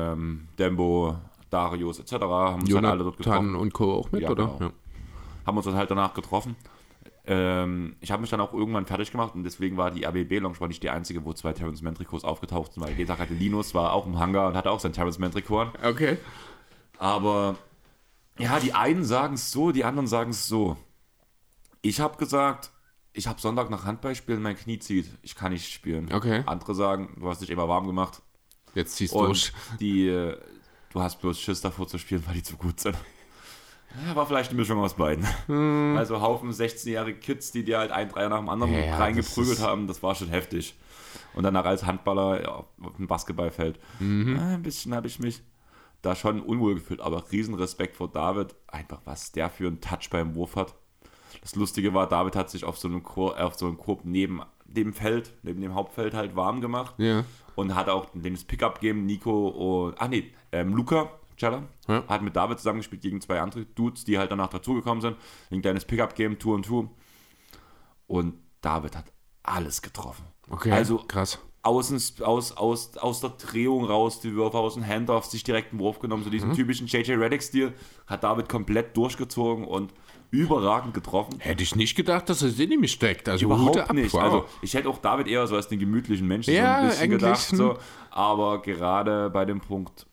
Dembo, Darius etc. Haben uns dann alle dort getroffen. Und Co. auch mit, oder? Genau. Ja. Haben uns dann halt danach getroffen. Ich habe mich dann auch irgendwann fertig gemacht und deswegen war die RBB-Lounge nicht die einzige, wo 2 Terrence Mann-Trikots aufgetaucht sind, weil jeden Tag hatte Linus, war auch im Hangar und hatte auch sein Terrence Mann-Trikot an. Okay. Aber ja, die einen sagen es so, die anderen sagen es so. Ich habe gesagt, ich habe Sonntag nach Handball spielen, mein Knie zieht, ich kann nicht spielen. Okay. Andere sagen, du hast dich immer warm gemacht. Jetzt ziehst du durch. Du hast bloß Schiss davor zu spielen, weil die zu gut sind. Ja, war vielleicht eine Mischung aus beiden. Also Haufen 16-jährige Kids, die dir halt ein Dreier nach dem anderen reingeprügelt haben, das war schon heftig. Und danach als Handballer auf dem Basketballfeld. Ein bisschen habe ich mich da schon unwohl gefühlt, aber riesen Respekt vor David. Einfach, was der für einen Touch beim Wurf hat. Das Lustige war, David hat sich auf so einem Korb neben dem Feld, neben dem Hauptfeld halt warm gemacht. Ja. Und hat auch das Pickup-Game Nico und, Luca hat mit David zusammengespielt gegen 2 andere Dudes, die halt danach dazugekommen sind. Ein kleines Pickup-Game, 2-on-2. Und David hat alles getroffen. Okay, also krass. Aus der Drehung raus, die Würfe aus dem Handoff, sich direkt einen Wurf genommen, so diesen typischen JJ Redick-Stil, hat David komplett durchgezogen und überragend getroffen. Hätte ich nicht gedacht, dass es in ihm steckt. Also überhaupt nicht. Wow. Also ich hätte auch David eher so als den gemütlichen Menschen so ein bisschen gedacht. So. Aber gerade bei dem Punkt,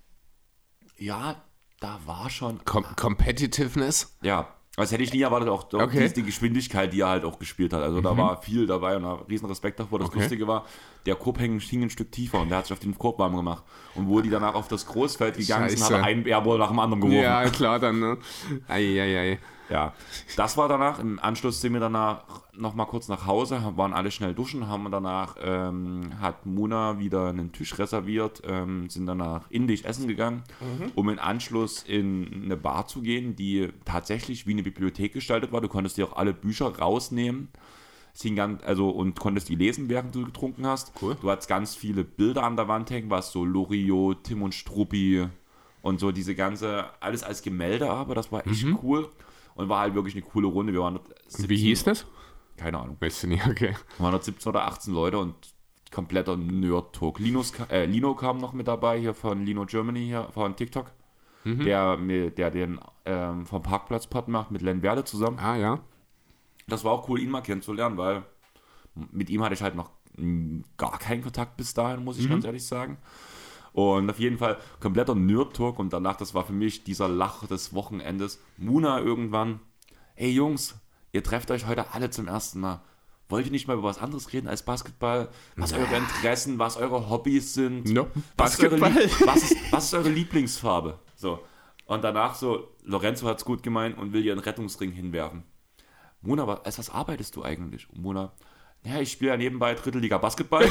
ja, da war schon... Competitiveness? Ja, das hätte ich nie erwartet. Auch die Geschwindigkeit, die er halt auch gespielt hat. Also da war viel dabei und riesen Respekt davor. Das Lustige war, der Korb hing ein Stück tiefer und der hat sich auf den Korb warm gemacht. Und wo die danach auf das Großfeld gegangen sind, hat er einen Airball nach dem anderen geworfen. Ja, klar dann, ne? Ei. Ja, das war danach. Im Anschluss sind wir danach noch mal kurz nach Hause, waren alle schnell duschen, haben danach, hat Muna wieder einen Tisch reserviert, sind danach indisch essen gegangen, um im Anschluss in eine Bar zu gehen, die tatsächlich wie eine Bibliothek gestaltet war. Du konntest dir auch alle Bücher rausnehmen. Es hing und konntest die lesen, während du getrunken hast. Cool. Du hattest ganz viele Bilder an der Wand hängen, was so Loriot, Tim und Struppi und so diese ganze, alles als Gemälde, aber das war echt cool und war halt wirklich eine coole Runde. Wir waren dort 17, Wie hieß das? Keine Ahnung. Weißt du nicht, okay. Wir waren dort 17 oder 18 Leute und kompletter Nerd-Talk. Lino kam noch mit dabei, hier von Lino Germany, hier von TikTok, der den vom Parkplatzpart macht mit Len Werde zusammen. Ah, ja. Das war auch cool, ihn mal kennenzulernen, weil mit ihm hatte ich halt noch gar keinen Kontakt bis dahin, muss ich ganz ehrlich sagen. Und auf jeden Fall kompletter Nerd-Talk und danach, das war für mich dieser Lach des Wochenendes. Muna irgendwann, ey Jungs, ihr trefft euch heute alle zum ersten Mal. Wollt ihr nicht mal über was anderes reden als Basketball? Was eure Interessen, was eure Hobbys sind? No, Was Basketball. was ist eure Lieblingsfarbe? So. Und danach so, Lorenzo hat es gut gemeint und will ihr einen Rettungsring hinwerfen. Mona, als was arbeitest du eigentlich? Und Mona, ja, ich spiele ja nebenbei Drittliga Basketball.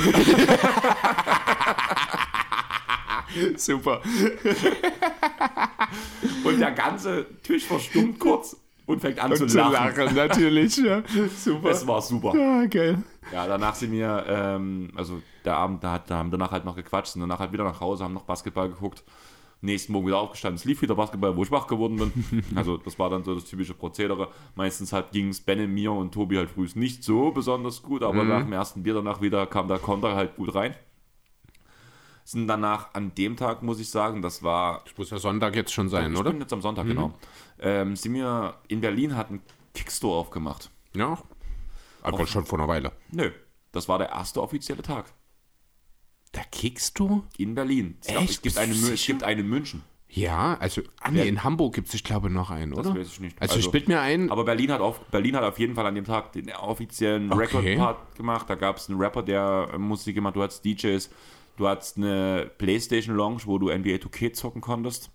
Super. Und der ganze Tisch verstummt kurz und fängt an zu lachen. Natürlich, ja. Super. Es war super. Ja, geil. Ja, danach sind wir, also der Abend, da haben danach halt noch gequatscht und danach halt wieder nach Hause, haben noch Basketball geguckt. Nächsten Morgen wieder aufgestanden, es lief wieder Basketball, wo ich wach geworden bin. Also das war dann so das typische Prozedere. Meistens halt ging es Benne, mir und Tobi halt früh nicht so besonders gut, aber nach dem ersten Bier danach wieder kam der Konter halt gut rein. Sind danach an dem Tag, muss ich sagen, das war... Das muss ja Sonntag jetzt schon sein, ich oder? bin jetzt am Sonntag, genau. Sind wir in Berlin, hat ein Kickstore aufgemacht. Ja. Aber schon vor einer Weile. Nö, das war der erste offizielle Tag. Da kickst du? In Berlin. Echt? Es gibt einen in München. Ja, also, nee, in Hamburg gibt es, ich glaube, noch einen, oder? Das weiß ich nicht. Also ich bild mir ein... Aber Berlin hat auf jeden Fall an dem Tag den offiziellen Okay. Record-Part gemacht. Da gab es einen Rapper, der Musik gemacht hat. Du hattest DJs, du hattest eine Playstation-Lounge, wo du NBA 2K zocken konntest.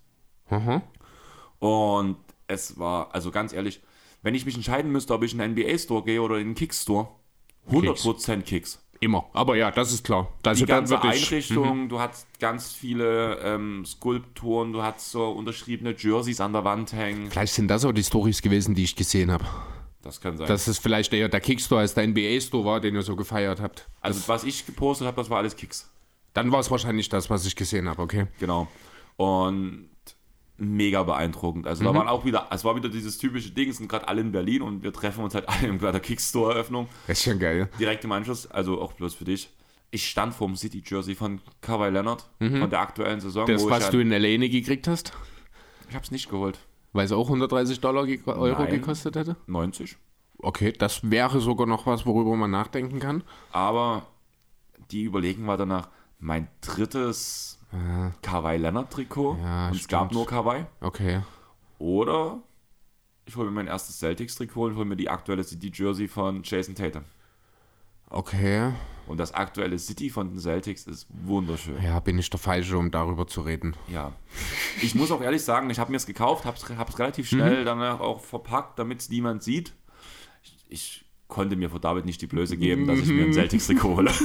Und es war, also ganz ehrlich, wenn ich mich entscheiden müsste, ob ich in einen NBA-Store gehe oder in einen Kick-Store, 100% Kicks. Immer. Aber ja, das ist klar. Also Die ganze dann Einrichtung, du hattest ganz viele Skulpturen, du hattest so unterschriebene Jerseys an der Wand hängen. Vielleicht sind das auch die Storys gewesen, die ich gesehen habe. Das kann sein. Dass es vielleicht eher der Kickstore als der NBA-Store war, den ihr so gefeiert habt. Also was ich gepostet habe, das war alles Kicks. Dann war es wahrscheinlich das, was ich gesehen habe, okay. Genau. Und mega beeindruckend. Also da waren auch wieder, es war wieder dieses typische Ding, es sind gerade alle in Berlin und wir treffen uns halt alle in der Kickstore-Eröffnung. Das ist schon geil. Direkt im Anschluss, also auch bloß für dich. Ich stand vorm City-Jersey von Kawhi Leonard von der aktuellen Saison. Das, was du in L.A. nie gekriegt hast? Ich habe es nicht geholt. Weil es auch $130 Euro Nein. gekostet hätte? 90. Okay, das wäre sogar noch was, worüber man nachdenken kann. Aber die überlegen war danach, mein drittes Kawhi Leonard Trikot. Ja, und es gab nur Kawhi. Okay. Oder ich hole mir mein erstes Celtics Trikot und hole mir die aktuelle City Jersey von Jason Tatum. Okay. Und das aktuelle City von den Celtics ist wunderschön. Ja, bin ich der Falsche, um darüber zu reden. Ja. Ich muss auch ehrlich sagen, ich habe mir es gekauft, habe es relativ schnell danach auch verpackt, damit es niemand sieht. Ich konnte mir vor David nicht die Blöße geben, dass ich mir ein Celtics-Trikot hole.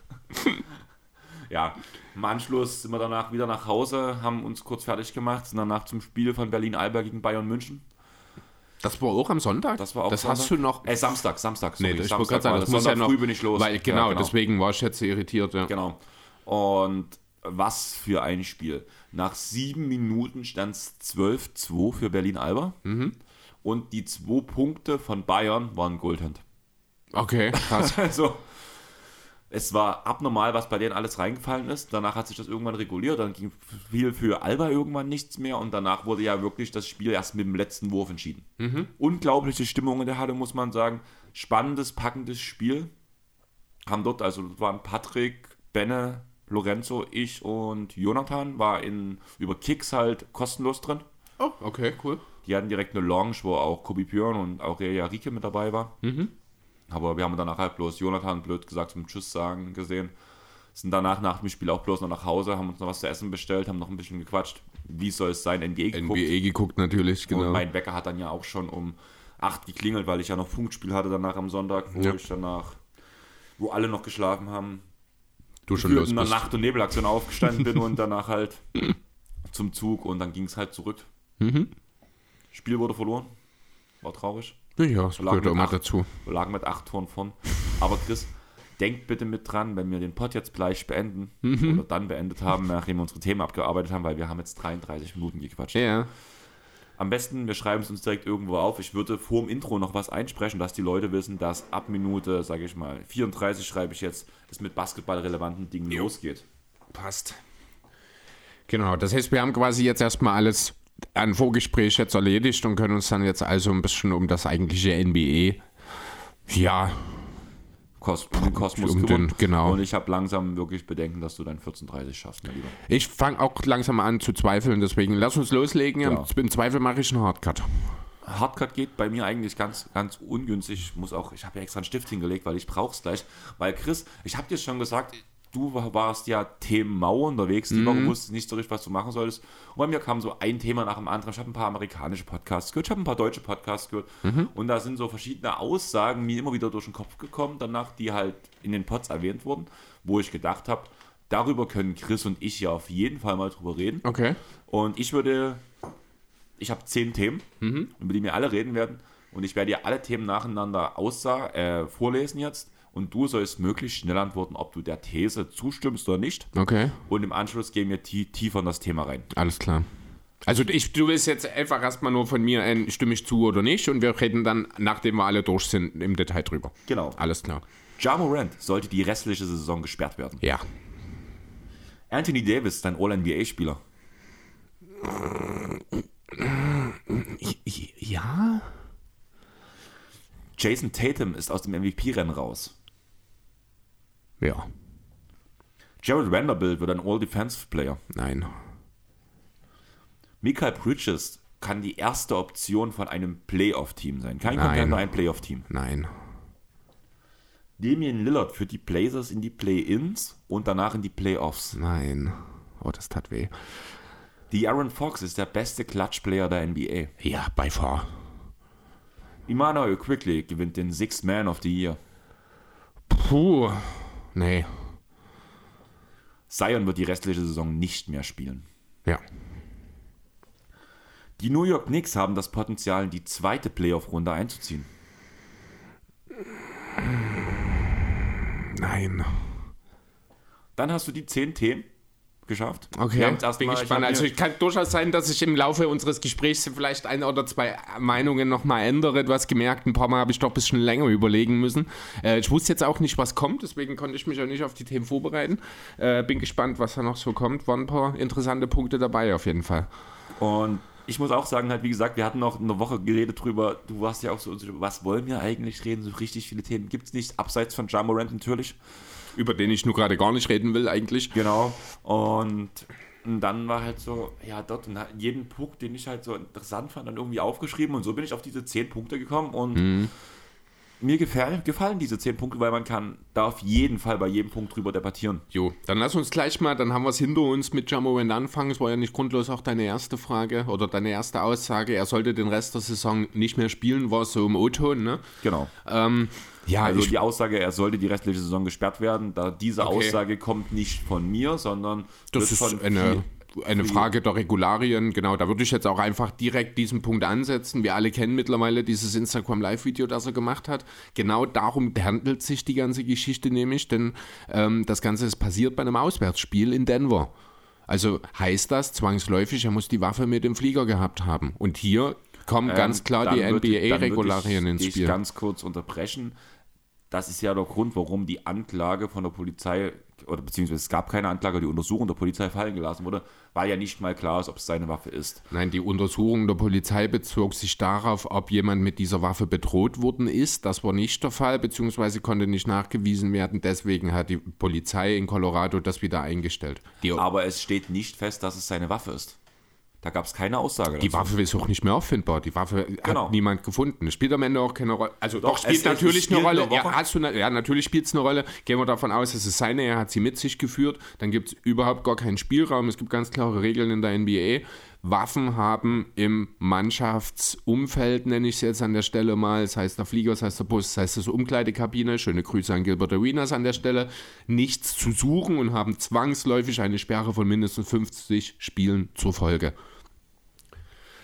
Ja, im Anschluss sind wir danach wieder nach Hause, haben uns kurz fertig gemacht, sind danach zum Spiel von Berlin-Alba gegen Bayern München. Das war auch am Sonntag? Das war auch das Sonntag. hast du noch... Samstag. Nee, Sorry, ich wollte Samstag gerade sagen, war das muss ja noch... früh bin ich los. Weil, genau, Ja, deswegen war ich jetzt irritiert. Ja. Genau. Und was für ein Spiel. Nach 7 Minuten stand es 12-2 für Berlin-Alba. Und die 2 Punkte von Bayern waren Goldhand. Okay, krass. Also, es war abnormal, was bei denen alles reingefallen ist. Danach hat sich das irgendwann reguliert. Dann ging viel für Alba irgendwann nichts mehr. Und danach wurde ja wirklich das Spiel erst mit dem letzten Wurf entschieden. Unglaubliche Stimmung in der Halle, muss man sagen. Spannendes, packendes Spiel. Haben dort, also waren Patrick, Benne, Lorenzo, ich und Jonathan, war über Kicks halt kostenlos drin. Oh, okay, cool. Die hatten direkt eine Lounge, wo auch Kobi Björn und Aurelia Rieke mit dabei war. Aber wir haben danach halt bloß Jonathan, blöd gesagt, zum Tschüss sagen gesehen. Sind danach nach dem Spiel auch bloß noch nach Hause, haben uns noch was zu essen bestellt, haben noch ein bisschen gequatscht. Wie soll es sein? NBA geguckt. NBA geguckt natürlich, genau. Und mein Wecker hat dann ja auch schon um 8 geklingelt, weil ich ja noch Punktspiel hatte danach am Sonntag, wo alle noch geschlafen haben. Du schon los in einer bist. Nacht- und Nebelaktion aufgestanden bin und danach halt zum Zug und dann ging es halt zurück. Spiel wurde verloren. War traurig. Ja, das gehört auch mal dazu. Wir lagen mit 8 Toren vorn. Aber Chris, denkt bitte mit dran, wenn wir den Pod jetzt gleich beenden oder dann beendet haben, nachdem wir unsere Themen abgearbeitet haben, weil wir haben jetzt 33 Minuten gequatscht. Ja. Am besten, wir schreiben es uns direkt irgendwo auf. Ich würde vor dem Intro noch was einsprechen, dass die Leute wissen, dass ab Minute, sage ich mal, 34 schreibe ich jetzt, es mit basketballrelevanten Dingen losgeht. Passt. Genau, das heißt, wir haben quasi jetzt erstmal alles an Vorgespräch jetzt erledigt und können uns dann jetzt also ein bisschen um das eigentliche NBA, Den Kosmos kümmern. Genau. Und ich habe langsam wirklich Bedenken, dass du dein 14:30 schaffst, mein Lieber. Ich fange auch langsam an zu zweifeln, deswegen lass uns loslegen. Ja. Im Zweifel mache ich einen Hardcut. Hardcut geht bei mir eigentlich ganz, ganz ungünstig. Ich habe ja extra einen Stift hingelegt, weil ich brauche es gleich. Weil Chris, ich habe dir schon gesagt, du warst ja Themenmau unterwegs, die Woche wusstest nicht so richtig, was du machen solltest. Und bei mir kam so ein Thema nach dem anderen. Ich habe ein paar amerikanische Podcasts gehört, ich habe ein paar deutsche Podcasts gehört. Und da sind so verschiedene Aussagen mir immer wieder durch den Kopf gekommen, danach, die halt in den Pods erwähnt wurden, wo ich gedacht habe, darüber können Chris und ich ja auf jeden Fall mal drüber reden. Okay. Und ich habe 10 Themen, über die wir alle reden werden. Und ich werde dir alle Themen nacheinander vorlesen jetzt. Und du sollst möglichst schnell antworten, ob du der These zustimmst oder nicht. Okay. Und im Anschluss gehen wir tiefer in das Thema rein. Alles klar. Also du willst jetzt einfach erstmal nur von mir ein, stimme ich zu oder nicht, und wir reden dann, nachdem wir alle durch sind, im Detail drüber. Genau. Alles klar. Ja Morant sollte die restliche Saison gesperrt werden. Ja. Anthony Davis ist ein All-NBA-Spieler. Ja? Jason Tatum ist aus dem MVP-Rennen raus. Ja. Jared Vanderbilt wird ein All-Defensive-Player. Nein. Mikal Bridges kann die erste Option von einem Playoff-Team sein. Kein Nein. Contender, ein Playoff-Team. Nein. Damian Lillard führt die Blazers in die Play-Ins und danach in die Playoffs. Nein. Oh, das tat weh. De'Aaron Fox ist der beste Clutch-Player der NBA. Ja, by far. Immanuel Quickley gewinnt den Sixth Man of the Year. Puh. Nee. Zion wird die restliche Saison nicht mehr spielen. Ja. Die New York Knicks haben das Potenzial, in die zweite Playoff-Runde einzuziehen. Nein. Dann hast du die 10 Themen geschafft. Okay, Wir haben jetzt bin gespannt. Also es kann durchaus sein, dass ich im Laufe unseres Gesprächs vielleicht 1 oder 2 Meinungen nochmal ändere. Du hast gemerkt, ein paar Mal habe ich doch ein bisschen länger überlegen müssen. Ich wusste jetzt auch nicht, was kommt, deswegen konnte ich mich auch nicht auf die Themen vorbereiten. Bin gespannt, was da noch so kommt. Waren ein paar interessante Punkte dabei auf jeden Fall. Und ich muss auch sagen, halt, wie gesagt, wir hatten noch eine Woche geredet drüber, du warst ja auch so, was wollen wir eigentlich reden, so richtig viele Themen gibt es nicht, abseits von Ja Morant natürlich. Über den ich nur gerade gar nicht reden will eigentlich. Genau, und dann war halt so, ja dort, und jeden Punkt, den ich halt so interessant fand, dann irgendwie aufgeschrieben, und so bin ich auf diese 10 Punkte gekommen, und mir gefallen diese 10 Punkte, weil man kann da auf jeden Fall bei jedem Punkt drüber debattieren. Jo, dann lass uns gleich mal, dann haben wir es hinter uns mit Ja Morant anfangen. Es war ja nicht grundlos auch deine erste Frage oder deine erste Aussage. Er sollte den Rest der Saison nicht mehr spielen, war so im O-Ton, ne? Genau. Ja, also die Aussage, er sollte die restliche Saison gesperrt werden, da diese Aussage kommt nicht von mir, sondern das ist von eine Frage der Regularien, genau, da würde ich jetzt auch einfach direkt diesen Punkt ansetzen. Wir alle kennen mittlerweile dieses Instagram-Live-Video, das er gemacht hat. Genau darum handelt sich die ganze Geschichte nämlich, denn das Ganze ist passiert bei einem Auswärtsspiel in Denver. Also heißt das zwangsläufig, er muss die Waffe mit dem Flieger gehabt haben. Und hier kommen ganz klar die NBA-Regularien ins Spiel. Ich ganz kurz unterbrechen. Das ist ja der Grund, warum die Anklage von der Polizei, oder beziehungsweise es gab keine Anklage, die Untersuchung der Polizei fallen gelassen wurde, weil ja nicht mal klar ist, ob es seine Waffe ist. Nein, die Untersuchung der Polizei bezog sich darauf, ob jemand mit dieser Waffe bedroht worden ist. Das war nicht der Fall, beziehungsweise konnte nicht nachgewiesen werden. Deswegen hat die Polizei in Colorado das wieder eingestellt. Aber es steht nicht fest, dass es seine Waffe ist. Da gab es keine Aussage dazu. Die Waffe ist auch nicht mehr auffindbar. Die Waffe hat niemand gefunden. Es spielt am Ende auch keine Rolle. Also doch, spielt natürlich eine Rolle. Ja, natürlich spielt es eine Rolle. Gehen wir davon aus, es ist seine, er hat sie mit sich geführt. Dann gibt es überhaupt gar keinen Spielraum. Es gibt ganz klare Regeln in der NBA. Waffen haben im Mannschaftsumfeld, nenne ich es jetzt an der Stelle mal, das heißt der Flieger, das heißt der Bus, das heißt das Umkleidekabine, schöne Grüße an Gilbert Arenas an der Stelle, nichts zu suchen und haben zwangsläufig eine Sperre von mindestens 50 Spielen zur Folge.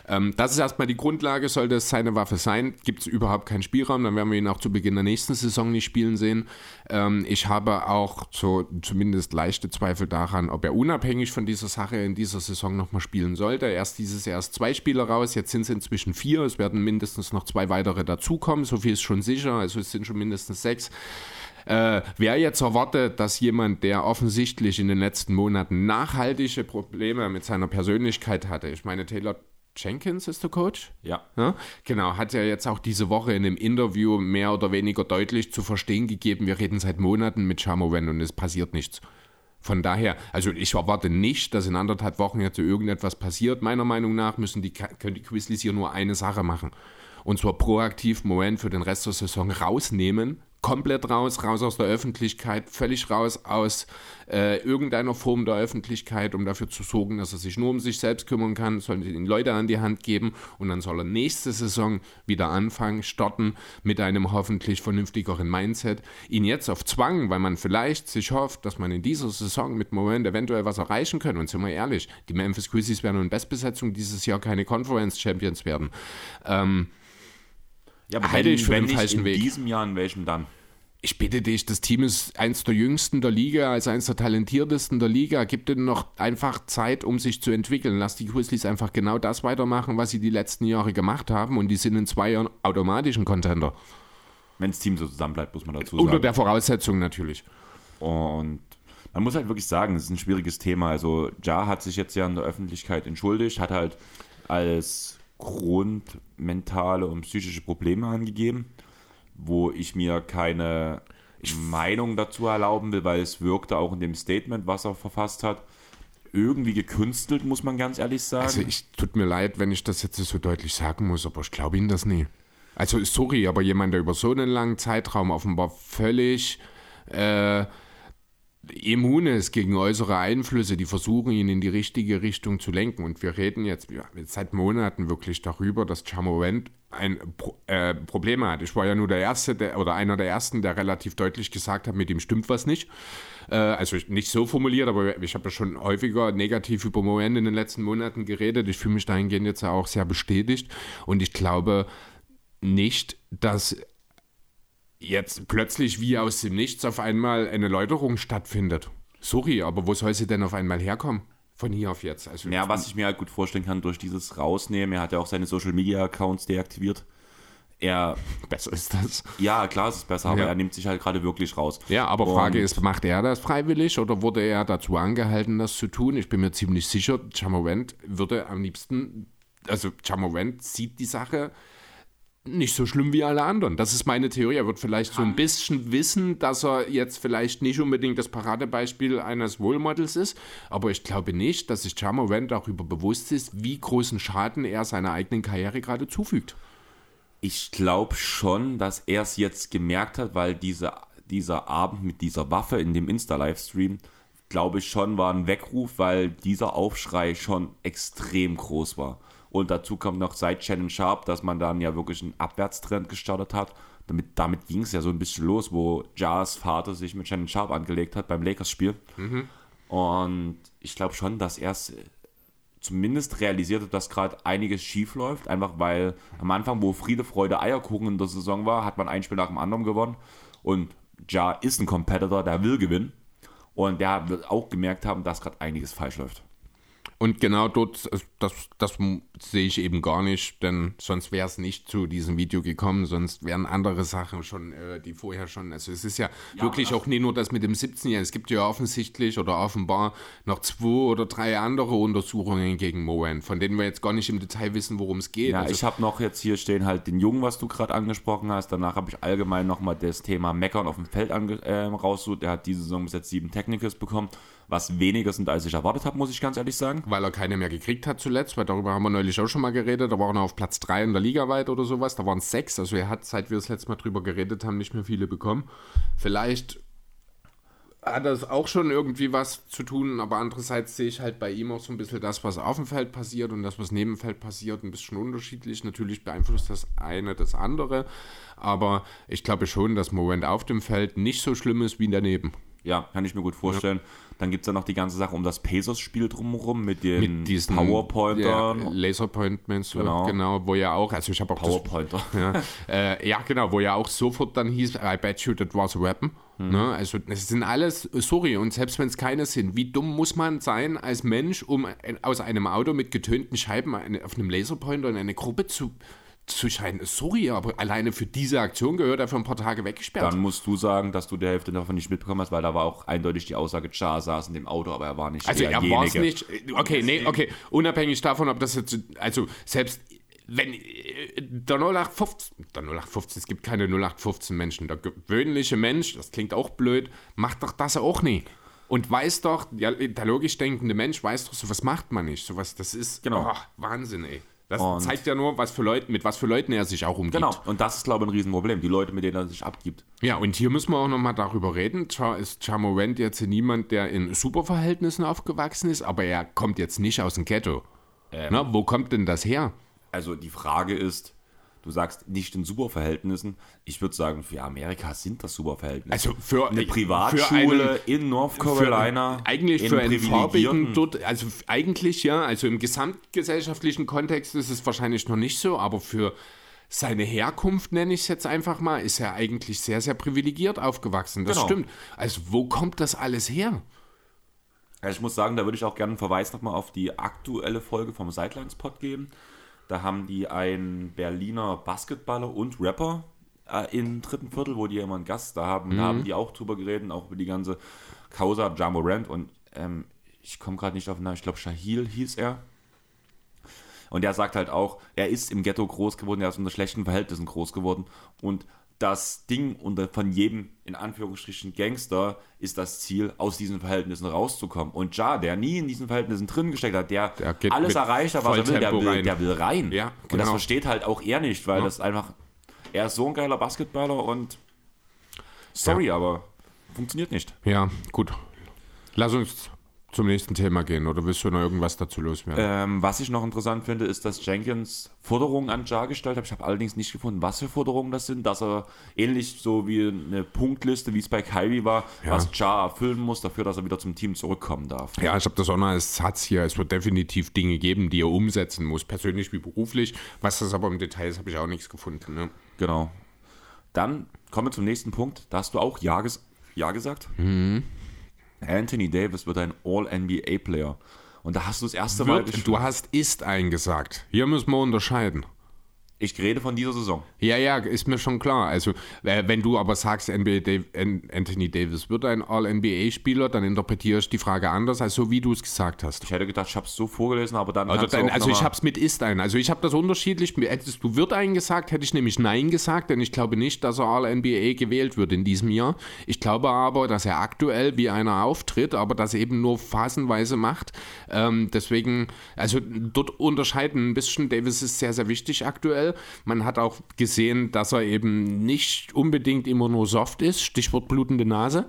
Das ist erstmal die Grundlage, sollte es seine Waffe sein, gibt es überhaupt keinen Spielraum, dann werden wir ihn auch zu Beginn der nächsten Saison nicht spielen sehen. Ich habe auch so zumindest leichte Zweifel daran, ob er unabhängig von dieser Sache in dieser Saison nochmal spielen sollte. Dieses Jahr erst 2 Spieler raus, jetzt sind es inzwischen 4, es werden mindestens noch 2 weitere dazukommen, so viel ist schon sicher, also es sind schon mindestens 6. Wer jetzt erwartet, dass jemand, der offensichtlich in den letzten Monaten nachhaltige Probleme mit seiner Persönlichkeit hatte, ich meine Taylor Jenkins ist der Coach? Ja. Genau, hat ja jetzt auch diese Woche in einem Interview mehr oder weniger deutlich zu verstehen gegeben, wir reden seit Monaten mit Ja Morant und es passiert nichts. Von daher, also ich erwarte nicht, dass in 1,5 Wochen jetzt irgendetwas passiert. Meiner Meinung nach können die Grizzlies hier nur eine Sache machen. Und zwar proaktiv Morant für den Rest der Saison rausnehmen, komplett raus aus der Öffentlichkeit, völlig raus aus irgendeiner Form der Öffentlichkeit, um dafür zu sorgen, dass er sich nur um sich selbst kümmern kann, sollen ihn Leute an die Hand geben und dann soll er nächste Saison wieder anfangen, starten mit einem hoffentlich vernünftigeren Mindset. Ihn jetzt auf Zwang, weil man vielleicht sich hofft, dass man in dieser Saison mit Morant eventuell was erreichen kann, und sind wir ehrlich, die Memphis Grizzlies werden in Bestbesetzung dieses Jahr keine Conference Champions werden. Ja, aber halte ich für den falschen Weg. In diesem Jahr, in welchem dann? Ich bitte dich, das Team ist eins der jüngsten der Liga, also eins der talentiertesten der Liga. Gib denen noch einfach Zeit, um sich zu entwickeln. Lass die Grizzlies einfach genau das weitermachen, was sie die letzten Jahre gemacht haben, und die sind in 2 Jahren automatisch ein Contender. Wenn das Team so zusammenbleibt, muss man dazu sagen. Unter der Voraussetzung natürlich. Und man muss halt wirklich sagen, es ist ein schwieriges Thema. Also Ja hat sich jetzt ja in der Öffentlichkeit entschuldigt, hat halt als Grund mentale und psychische Probleme angegeben, wo ich mir keine Meinung dazu erlauben will, weil es wirkte auch in dem Statement, was er verfasst hat, irgendwie gekünstelt, muss man ganz ehrlich sagen. Also tut mir leid, wenn ich das jetzt so deutlich sagen muss, aber ich glaube Ihnen das nie. Also sorry, aber jemand, der über so einen langen Zeitraum offenbar völlig immun ist gegen äußere Einflüsse, die versuchen, ihn in die richtige Richtung zu lenken. Und wir reden jetzt seit Monaten wirklich darüber, dass Ja Morant ein Problem hat. Ich war ja nur einer der Ersten, der relativ deutlich gesagt hat, mit ihm stimmt was nicht. Also nicht so formuliert, aber ich habe ja schon häufiger negativ über Morant in den letzten Monaten geredet. Ich fühle mich dahingehend jetzt auch sehr bestätigt. Und ich glaube nicht, dass jetzt plötzlich wie aus dem Nichts auf einmal eine Läuterung stattfindet. Sorry, aber wo soll sie denn auf einmal herkommen? Von hier auf jetzt. Also ja, was ich mir halt gut vorstellen kann, durch dieses Rausnehmen, er hat ja auch seine Social-Media-Accounts deaktiviert. Besser ist das. Ja, klar, es ist besser, aber er nimmt sich halt gerade wirklich raus. Ja, aber Frage ist, macht er das freiwillig oder wurde er dazu angehalten, das zu tun? Ich bin mir ziemlich sicher, Ja Morant würde am liebsten, also Ja Morant sieht die Sache nicht so schlimm wie alle anderen. Das ist meine Theorie. Er wird vielleicht so ein bisschen wissen, dass er jetzt vielleicht nicht unbedingt das Paradebeispiel eines Role-Models ist, aber ich glaube nicht, dass sich Ja Morant darüber bewusst ist, wie großen Schaden er seiner eigenen Karriere gerade zufügt. Ich glaube schon, dass er es jetzt gemerkt hat, weil dieser Abend mit dieser Waffe in dem Insta-Livestream, glaube ich schon, war ein Weckruf, weil dieser Aufschrei schon extrem groß war. Und dazu kommt noch seit Shannon Sharpe, dass man dann ja wirklich einen Abwärtstrend gestartet hat. Damit ging es ja so ein bisschen los, wo Ja's Vater sich mit Shannon Sharpe angelegt hat beim Lakers-Spiel. Mhm. Und ich glaube schon, dass er es zumindest realisiert hat, dass gerade einiges schief läuft. Einfach weil am Anfang, wo Friede, Freude, Eierkuchen in der Saison war, hat man ein Spiel nach dem anderen gewonnen. Und Ja ist ein Competitor, der will gewinnen. Und der wird auch gemerkt haben, dass gerade einiges falsch läuft. Und genau dort, das sehe ich eben gar nicht, denn sonst wäre es nicht zu diesem Video gekommen, sonst wären andere Sachen schon, die vorher schon, also es ist ja wirklich auch nicht nur das mit dem 17-Jährigen, es gibt ja offensichtlich oder offenbar noch 2 oder 3 andere Untersuchungen gegen Morant, von denen wir jetzt gar nicht im Detail wissen, worum es geht. Ja, also, ich habe noch jetzt hier stehen halt den Jungen, was du gerade angesprochen hast, danach habe ich allgemein nochmal das Thema Meckern auf dem Feld rausgesucht, er hat diese Saison bis jetzt 7 Technicals bekommen, was weniger sind, als ich erwartet habe, muss ich ganz ehrlich sagen. Weil er keine mehr gekriegt hat zuletzt, weil darüber haben wir neulich auch schon mal geredet, da waren er auf Platz 3 in der Liga weit oder sowas, da waren es 6, also er hat, seit wir das letzte Mal drüber geredet haben, nicht mehr viele bekommen. Vielleicht hat das auch schon irgendwie was zu tun, aber andererseits sehe ich halt bei ihm auch so ein bisschen das, was auf dem Feld passiert und das, was neben dem Feld passiert, ein bisschen unterschiedlich. Natürlich beeinflusst das eine das andere, aber ich glaube schon, dass Morant auf dem Feld nicht so schlimm ist wie daneben. Ja, kann ich mir gut vorstellen. Ja. Dann gibt es ja noch die ganze Sache um das Pacers-Spiel drumherum mit den Powerpointern. Ja, Laserpoint meinst du? Genau, wo ja auch, also ich habe auch Powerpointer. Ja, genau, wo ja auch sofort dann hieß, I bet you that was a weapon. Ne? Also es sind alles, sorry, und selbst wenn es keine sind, wie dumm muss man sein als Mensch, um aus einem Auto mit getönten Scheiben auf einem Laserpointer in eine Gruppe zu scheinen. Sorry, aber alleine für diese Aktion gehört er für ein paar Tage weggesperrt. Dann musst du sagen, dass du die Hälfte davon nicht mitbekommen hast, weil da war auch eindeutig die Aussage, Ja saß in dem Auto, aber er war nicht derjenige. Also er war es nicht. Okay, unabhängig davon, ob das jetzt, also selbst wenn der 0815, es gibt keine 0815 Menschen, der gewöhnliche Mensch, das klingt auch blöd, macht doch das auch nie. Und weiß doch, ja, der logisch denkende Mensch weiß doch, sowas macht man nicht. Sowas, das ist Wahnsinn, ey. Das zeigt ja nur, mit was für Leuten er sich auch umgibt. Genau, und das ist, glaube ich, ein Riesenproblem, die Leute, mit denen er sich abgibt. Ja, und hier müssen wir auch nochmal darüber reden. Ist Ja Morant jetzt niemand, der in Superverhältnissen aufgewachsen ist, aber er kommt jetzt nicht aus dem Ghetto. Wo kommt denn das her? Also die Frage ist, du sagst nicht in Superverhältnissen. Ich würde sagen, für Amerika sind das Superverhältnisse. Also für eine Privatschule in North Carolina. Eigentlich für einen Farbigen dort, also eigentlich ja, also im gesamtgesellschaftlichen Kontext ist es wahrscheinlich noch nicht so, aber für seine Herkunft, nenne ich es jetzt einfach mal, ist er eigentlich sehr, sehr privilegiert aufgewachsen. Das stimmt. Also wo kommt das alles her? Also ich muss sagen, da würde ich auch gerne einen Verweis nochmal auf die aktuelle Folge vom Sidelines-Pod geben. Da haben die einen Berliner Basketballer und Rapper im dritten Viertel, wo die immer einen Gast da haben. Da haben die auch drüber geredet, auch über die ganze Causa Ja Morant. Und ich komme gerade nicht auf den Namen, ich glaube Shahil hieß er. Und der sagt halt auch, er ist im Ghetto groß geworden, er ist unter schlechten Verhältnissen groß geworden. Und das Ding von jedem, in Anführungsstrichen, Gangster ist das Ziel, aus diesen Verhältnissen rauszukommen. Und Ja, der nie in diesen Verhältnissen drin gesteckt hat, der alles erreicht hat, was er will, der will rein. Ja, genau. Und das versteht halt auch er nicht, weil das einfach, er ist so ein geiler Basketballer und sorry, aber funktioniert nicht. Ja, gut. Lass uns zum nächsten Thema gehen, oder willst du noch irgendwas dazu loswerden? Was ich noch interessant finde, ist, dass Jenkins Forderungen an Ja gestellt hat. Ich habe allerdings nicht gefunden, was für Forderungen das sind, dass er ähnlich so wie eine Punktliste, wie es bei Kyrie war, was Ja erfüllen muss, dafür, dass er wieder zum Team zurückkommen darf. Ja, ich habe das auch noch als Satz hier. Es wird definitiv Dinge geben, die er umsetzen muss, persönlich wie beruflich. Was das aber im Detail ist, habe ich auch nichts gefunden. Ne? Genau. Dann kommen wir zum nächsten Punkt. Da hast du auch Ja gesagt. Mhm. Anthony Davis wird ein All-NBA-Player. Und da hast du das erste Mal... Du hast ist eingesagt. Hier müssen wir unterscheiden. Ich rede von dieser Saison. Ja, ist mir schon klar. Also, wenn du aber sagst, Anthony Davis wird ein All-NBA-Spieler, dann interpretierst du die Frage anders, als so wie du es gesagt hast. Ich hätte gedacht, ich habe es so vorgelesen, aber dann... Also ich habe es mit ist ein. Also ich habe das unterschiedlich... Hättest du wird ein gesagt, hätte ich nämlich Nein gesagt, denn ich glaube nicht, dass er All-NBA gewählt wird in diesem Jahr. Ich glaube aber, dass er aktuell wie einer auftritt, aber das eben nur phasenweise macht. Deswegen, also dort unterscheiden ein bisschen. Davis ist sehr, sehr wichtig aktuell. Man hat auch gesehen, dass er eben nicht unbedingt immer nur soft ist, Stichwort blutende Nase.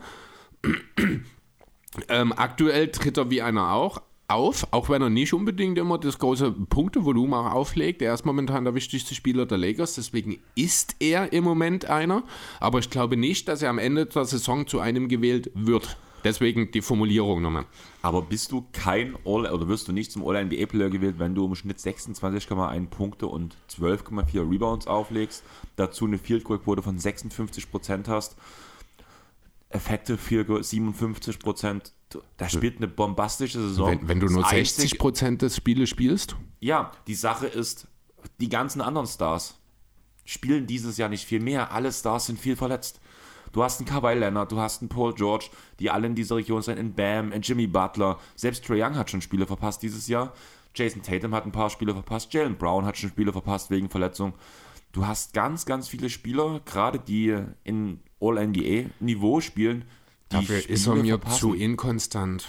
Aktuell tritt er wie einer auch auf, auch wenn er nicht unbedingt immer das große Punktevolumen auch auflegt. Er ist momentan der wichtigste Spieler der Lakers, deswegen ist er im Moment einer. Aber ich glaube nicht, dass er am Ende der Saison zu einem gewählt wird. Deswegen die Formulierung nochmal. Aber bist du wirst du nicht zum All-NBA-Player gewählt, wenn du im Schnitt 26,1 Punkte und 12,4 Rebounds auflegst, dazu eine Field-Goal-Quote von 56% hast, Effective Field Goal 57%, da spielt eine bombastische Saison. Wenn du nur 60% des Spieles spielst? Ja, die Sache ist, die ganzen anderen Stars spielen dieses Jahr nicht viel mehr. Alle Stars sind viel verletzt. Du hast einen Kawhi Leonard, du hast einen Paul George, die alle in dieser Region sind, in Bam, in Jimmy Butler. Selbst Trae Young hat schon Spiele verpasst dieses Jahr. Jason Tatum hat ein paar Spiele verpasst. Jalen Brown hat schon Spiele verpasst wegen Verletzung. Du hast ganz, ganz viele Spieler, gerade die in All-NBA-Niveau spielen. Dafür ist er mir zu inkonstant.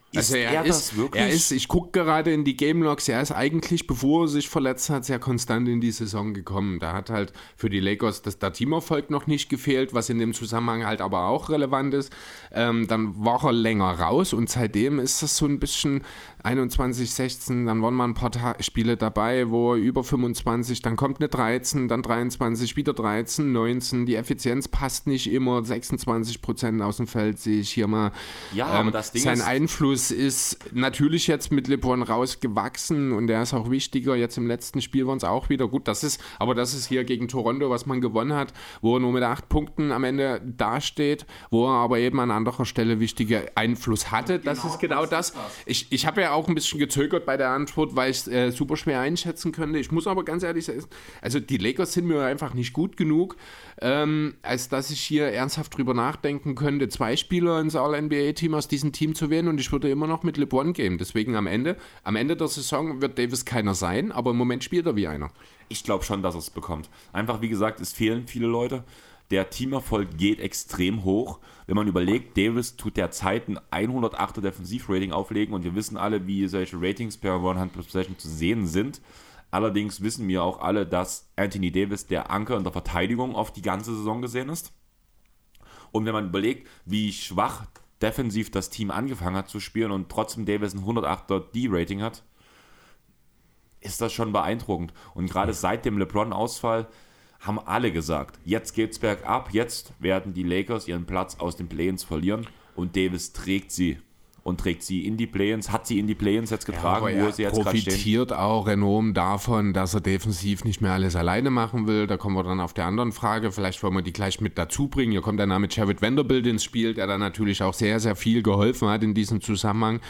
Also er ist, ich gucke gerade in die Game Logs, er ist eigentlich, bevor er sich verletzt hat, sehr konstant in die Saison gekommen. Da hat halt für die Lakers der Teamerfolg noch nicht gefehlt, was in dem Zusammenhang halt aber auch relevant ist. Dann war er länger raus und seitdem ist das so ein bisschen 21, 16, dann waren mal ein paar Spiele dabei, wo er über 25, dann kommt eine 13, dann 23, wieder 13, 19, die Effizienz passt nicht immer, 26% aus dem Feld sehe ich hier mal. Ja, aber das Ding sein ist... Einfluss ist natürlich jetzt mit LeBron rausgewachsen und der ist auch wichtiger. Jetzt im letzten Spiel waren es auch wieder gut. Das ist hier gegen Toronto, was man gewonnen hat, wo er nur mit 8 Punkten am Ende dasteht, wo er aber eben an anderer Stelle wichtiger Einfluss hatte. Das ist genau das. Ich habe ja auch ein bisschen gezögert bei der Antwort, weil ich es super schwer einschätzen könnte. Ich muss aber ganz ehrlich sagen, also die Lakers sind mir einfach nicht gut genug, als dass ich hier ernsthaft drüber nachdenken könnte, 2 Spieler ins All-NBA-Team aus diesem Team zu wählen und ich würde immer noch mit LeBron gehen. Deswegen am Ende der Saison wird Davis keiner sein, aber im Moment spielt er wie einer. Ich glaube schon, dass er es bekommt. Einfach, wie gesagt, es fehlen viele Leute. Der Teamerfolg geht extrem hoch. Wenn man überlegt, Davis tut derzeit ein 108er Defensivrating auflegen und wir wissen alle, wie solche Ratings per One-Hand-Possession zu sehen sind. Allerdings wissen wir auch alle, dass Anthony Davis der Anker in der Verteidigung auf die ganze Saison gesehen ist. Und wenn man überlegt, wie schwach defensiv das Team angefangen hat zu spielen und trotzdem Davis ein 108er D-Rating hat, ist das schon beeindruckend. Und gerade seit dem LeBron-Ausfall haben alle gesagt, jetzt geht's bergab, jetzt werden die Lakers ihren Platz aus den Play-ins verlieren und Davis trägt sie in die Play-ins, hat sie in die Play-ins jetzt getragen, wo sie jetzt gerade stehen. Er profitiert auch enorm davon, dass er defensiv nicht mehr alles alleine machen will. Da kommen wir dann auf der anderen Frage, vielleicht wollen wir die gleich mit dazu bringen. Hier kommt der Name Jared Vanderbilt ins Spiel, der da natürlich auch sehr, sehr viel geholfen hat in diesem Zusammenhang.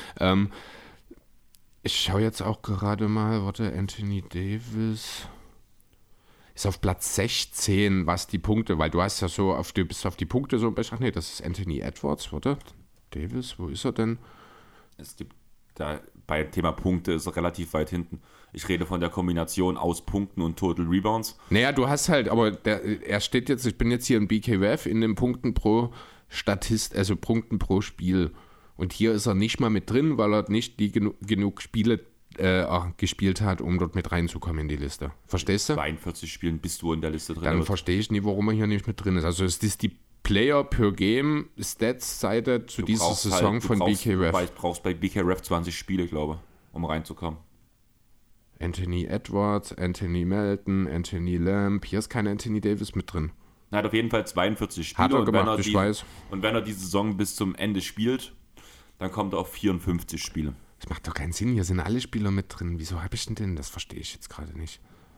Ich schaue jetzt auch gerade mal, Anthony Davis ist auf Platz 16, was die Punkte, weil du hast ja so, bist auf die Punkte so, ach nee, das ist Anthony Edwards, oder? Davis, wo ist er denn? Es gibt da beim Thema Punkte ist er relativ weit hinten. Ich rede von der Kombination aus Punkten und Total Rebounds. Naja, du hast halt, aber er steht jetzt, ich bin jetzt hier im BKWF in den Punkten pro also Punkten pro Spiel. Und hier ist er nicht mal mit drin, weil er nicht genug Spiele gespielt hat, um dort mit reinzukommen in die Liste. Verstehst du? 42 Spielen bist du in der Liste drin. Dann verstehe ich nie, warum er hier nicht mit drin ist. Also es ist die Player per Game Stats-Seite zu dieser Saison von BKRef. Du brauchst bei BKRef 20 Spiele, glaube ich, um reinzukommen. Anthony Edwards, Anthony Melton, Anthony Lamb. Hier ist kein Anthony Davis mit drin. Er hat auf jeden Fall 42 Spiele. Hat er gemacht, ich weiß. Und wenn er die Saison bis zum Ende spielt, dann kommt er auf 54 Spiele. Das macht doch keinen Sinn. Hier sind alle Spieler mit drin. Wieso habe ich denn? Das verstehe ich jetzt gerade nicht.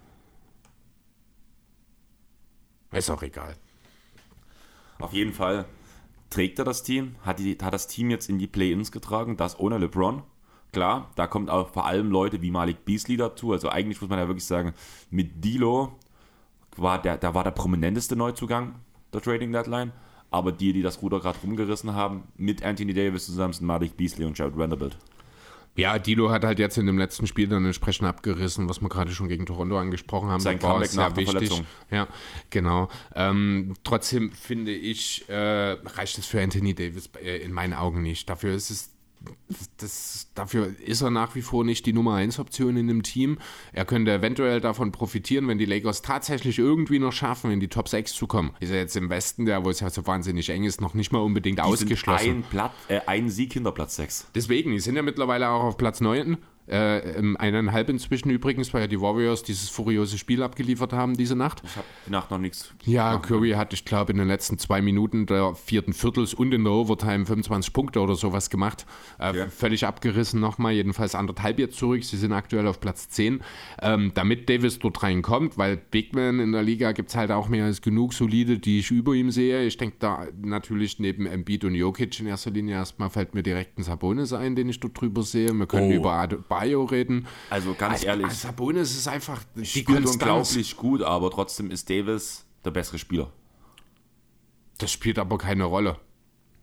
Ist auch egal. Auf jeden Fall trägt er das Team, hat das Team jetzt in die Play-Ins getragen, das ohne LeBron. Klar, da kommt auch vor allem Leute wie Malik Beasley dazu. Also eigentlich muss man ja wirklich sagen, mit D'Lo war der prominenteste Neuzugang der Trading Deadline. Aber die das Ruder gerade rumgerissen haben, mit Anthony Davis zusammen sind Malik Beasley und Jared Vanderbilt. Ja, D'Lo hat halt jetzt in dem letzten Spiel dann entsprechend abgerissen, was wir gerade schon gegen Toronto angesprochen haben. Sein Comeback nach der Verletzung. Ja, genau. Trotzdem finde ich, reicht es für Anthony Davis in meinen Augen nicht. Dafür ist er nach wie vor nicht die Nummer 1 Option in dem Team. Er könnte eventuell davon profitieren, wenn die Lakers tatsächlich irgendwie noch schaffen, in die Top 6 zu kommen. Ist er jetzt im Westen, wo es ja so wahnsinnig eng ist, noch nicht mal unbedingt ausgeschlossen. Ein Sieg hinter Platz 6. Deswegen, die sind ja mittlerweile auch auf Platz 9. 1,5 inzwischen übrigens, weil ja die Warriors dieses furiose Spiel abgeliefert haben diese Nacht. Ich habe die Nacht noch nichts. Ja, Curry hat, ich glaube, in den letzten 2 Minuten der 4. Viertels und in der Overtime 25 Punkte oder sowas gemacht. Okay. Völlig abgerissen nochmal, jedenfalls 1,5 jetzt zurück. Sie sind aktuell auf Platz 10. Damit Davis dort reinkommt, weil Bigman in der Liga gibt es halt auch mehr als genug solide, die ich über ihm sehe. Ich denke da natürlich neben Embiid und Jokic in erster Linie erstmal fällt mir direkt ein Sabonis ein, den ich dort drüber sehe. Wir können über Bio reden. Also ganz ehrlich, Sabonis ist einfach die spielt unglaublich gut, aber trotzdem ist Davis der bessere Spieler. Das spielt aber keine Rolle.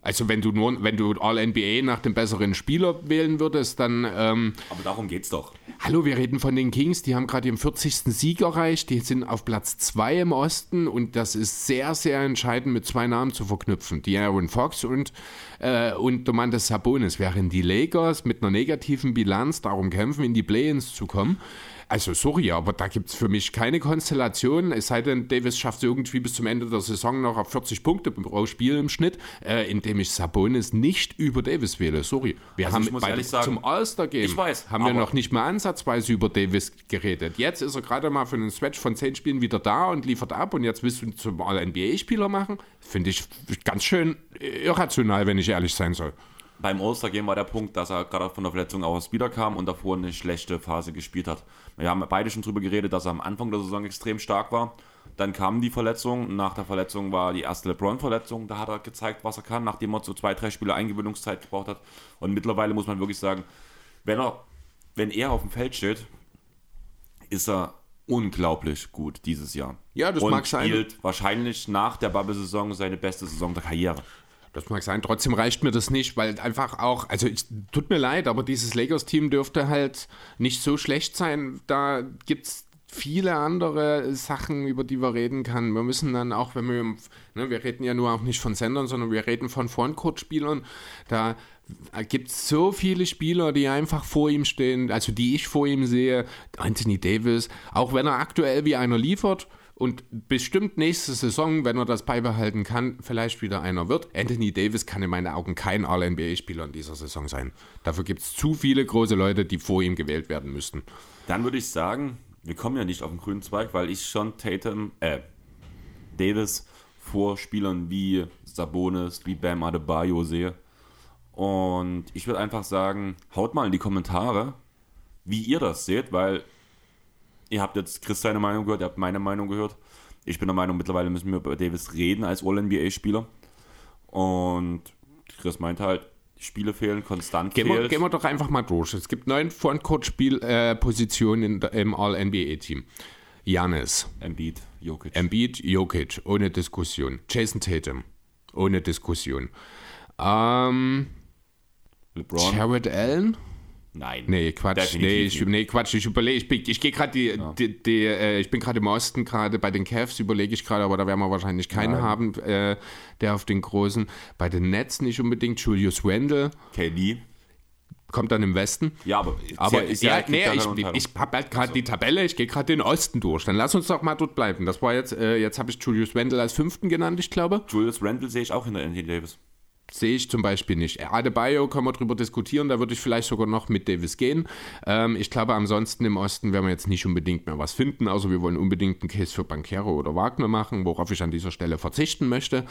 Also wenn du All-NBA nach dem besseren Spieler wählen würdest, dann... Aber darum geht's doch. Hallo, wir reden von den Kings, die haben gerade ihren 40. Sieg erreicht, die sind auf Platz 2 im Osten und das ist sehr, sehr entscheidend mit 2 Namen zu verknüpfen. De'Aaron Fox und Domantas Sabonis, während die Lakers mit einer negativen Bilanz darum kämpfen, in die Play-ins zu kommen. Also sorry, aber da gibt es für mich keine Konstellation, es sei denn, Davis schafft es irgendwie bis zum Ende der Saison noch auf 40 Punkte pro Spiel im Schnitt, indem ich Sabonis nicht über Davis wähle. Sorry, wir haben zum All-Star-Game haben wir noch nicht mal ansatzweise über Davis geredet. Jetzt ist er gerade mal für einen Stretch von 10 Spielen wieder da und liefert ab und jetzt willst du ihn zum All-NBA-Spieler machen? Finde ich ganz schön irrational, wenn ich ehrlich sein soll. Beim All-Star-Game war der Punkt, dass er gerade von der Verletzung aus wiederkam und davor eine schlechte Phase gespielt hat. Wir haben beide schon drüber geredet, dass er am Anfang der Saison extrem stark war. Dann kam die Verletzung. Nach der Verletzung war die erste LeBron-Verletzung. Da hat er gezeigt, was er kann, nachdem er so 2-3 Spiele Eingewöhnungszeit gebraucht hat. Und mittlerweile muss man wirklich sagen, wenn er auf dem Feld steht, ist er unglaublich gut dieses Jahr. Ja, das mag sein. Und spielt wahrscheinlich nach der Bubble-Saison seine beste Saison der Karriere. Das mag sein, trotzdem reicht mir das nicht, weil einfach auch, also tut mir leid, aber dieses Lakers-Team dürfte halt nicht so schlecht sein. Da gibt es viele andere Sachen, über die wir reden können. Wir müssen dann auch, wenn wir reden ja nur auch nicht von Sendern, sondern wir reden von Frontcourt-Spielern, da gibt es so viele Spieler, die einfach vor ihm stehen, also die ich vor ihm sehe. Anthony Davis, auch wenn er aktuell wie einer liefert, und bestimmt nächste Saison, wenn er das beibehalten kann, vielleicht wieder einer wird. Anthony Davis kann in meinen Augen kein All-NBA-Spieler in dieser Saison sein. Dafür gibt es zu viele große Leute, die vor ihm gewählt werden müssten. Dann würde ich sagen, wir kommen ja nicht auf den grünen Zweig, weil ich schon Davis vor Spielern wie Sabonis, wie Bam Adebayo sehe. Und ich würde einfach sagen, haut mal in die Kommentare, wie ihr das seht, weil ihr habt jetzt Chris seine Meinung gehört, ihr habt meine Meinung gehört. Ich bin der Meinung, mittlerweile müssen wir über Davis reden als All-NBA-Spieler. Und Chris meint halt, Spiele fehlen, konstant Gehen wir doch einfach mal durch. Es gibt 9 Frontcourt-Positionen im All-NBA-Team. Giannis. Embiid, Jokic, ohne Diskussion. Jason Tatum, ohne Diskussion. LeBron. Jared Allen? Nein. Nee, Quatsch. Ich überlege, ich gehe gerade ich bin gerade im Osten, gerade bei den Cavs überlege ich gerade, aber da werden wir wahrscheinlich keinen haben, der auf den großen, bei den Nets nicht unbedingt, Julius Randle. KD. Kommt dann im Westen. Ja, aber ich habe halt gerade die Tabelle, ich gehe gerade den Osten durch. Dann lass uns doch mal dort bleiben. Das war jetzt habe ich Julius Randle als 5. genannt, ich glaube. Julius Randle sehe ich auch hinter Anthony Davis. Sehe ich zum Beispiel nicht. Adebayo können wir drüber diskutieren, da würde ich vielleicht sogar noch mit Davis gehen. Ich glaube, ansonsten im Osten werden wir jetzt nicht unbedingt mehr was finden, außer wir wollen unbedingt einen Case für Banchero oder Wagner machen, worauf ich an dieser Stelle verzichten möchte.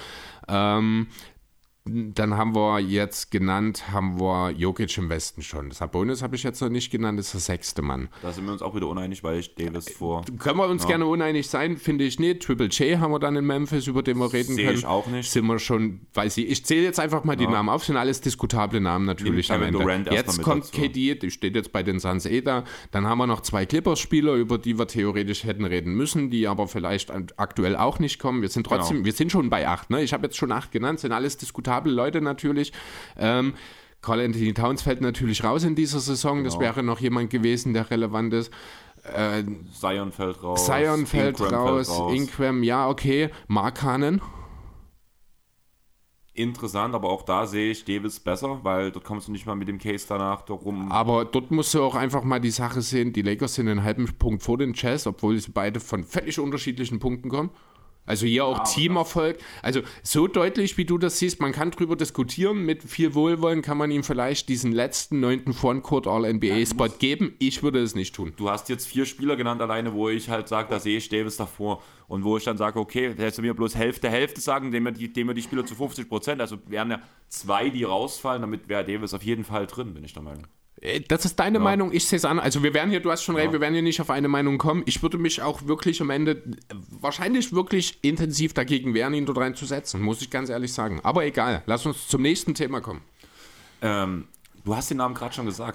Dann haben wir jetzt genannt, Jokic im Westen schon. Sabonis habe ich jetzt noch nicht genannt, ist der 6. Mann. Da sind wir uns auch wieder uneinig, weil ich Davis vor... Können wir uns gerne uneinig sein, finde ich nicht. Triple J haben wir dann in Memphis, über den wir reden können. Sehe ich auch nicht. Sind wir schon, ich zähle jetzt einfach mal die Namen auf, sind alles diskutable Namen natürlich am Ende. Jetzt kommt KD, die steht jetzt bei den Suns da. Dann haben wir noch 2 Clippers-Spieler, über die wir theoretisch hätten reden müssen, die aber vielleicht aktuell auch nicht kommen. Wir sind trotzdem, wir sind schon bei 8. Ne? Ich habe jetzt schon 8 genannt, sind alles diskutable Leute natürlich. Karl Anthony Towns fällt natürlich raus in dieser Saison. Genau. Das wäre noch jemand gewesen, der relevant ist. Zion fällt raus. Ingram, ja, okay. Markkanen. Interessant, aber auch da sehe ich Davis besser, weil dort kommst du nicht mal mit dem Case danach rum. Aber dort musst du auch einfach mal die Sache sehen, die Lakers sind einen halben Punkt vor den Jazz, obwohl sie beide von völlig unterschiedlichen Punkten kommen. Also hier auch Teamerfolg. Also so deutlich, wie du das siehst, man kann drüber diskutieren. Mit viel Wohlwollen kann man ihm vielleicht diesen letzten 9. Frontcourt All-NBA-Spot geben. Ich würde es nicht tun. Du hast jetzt 4 Spieler genannt alleine, wo ich halt sage, da sehe ich Davis davor. Und wo ich dann sage, okay, hättest du mir bloß Hälfte sagen, indem wir die Spieler zu 50%, also wären ja 2, die rausfallen, damit wäre Davis auf jeden Fall drin, bin ich der Meinung. Das ist deine Meinung, ich sehe es an. Also wir werden hier, du hast schon recht, wir werden hier nicht auf eine Meinung kommen. Ich würde mich auch wirklich am Ende wahrscheinlich wirklich intensiv dagegen wehren, ihn dort reinzusetzen, muss ich ganz ehrlich sagen. Aber egal, lass uns zum nächsten Thema kommen. Du hast den Namen gerade schon gesagt.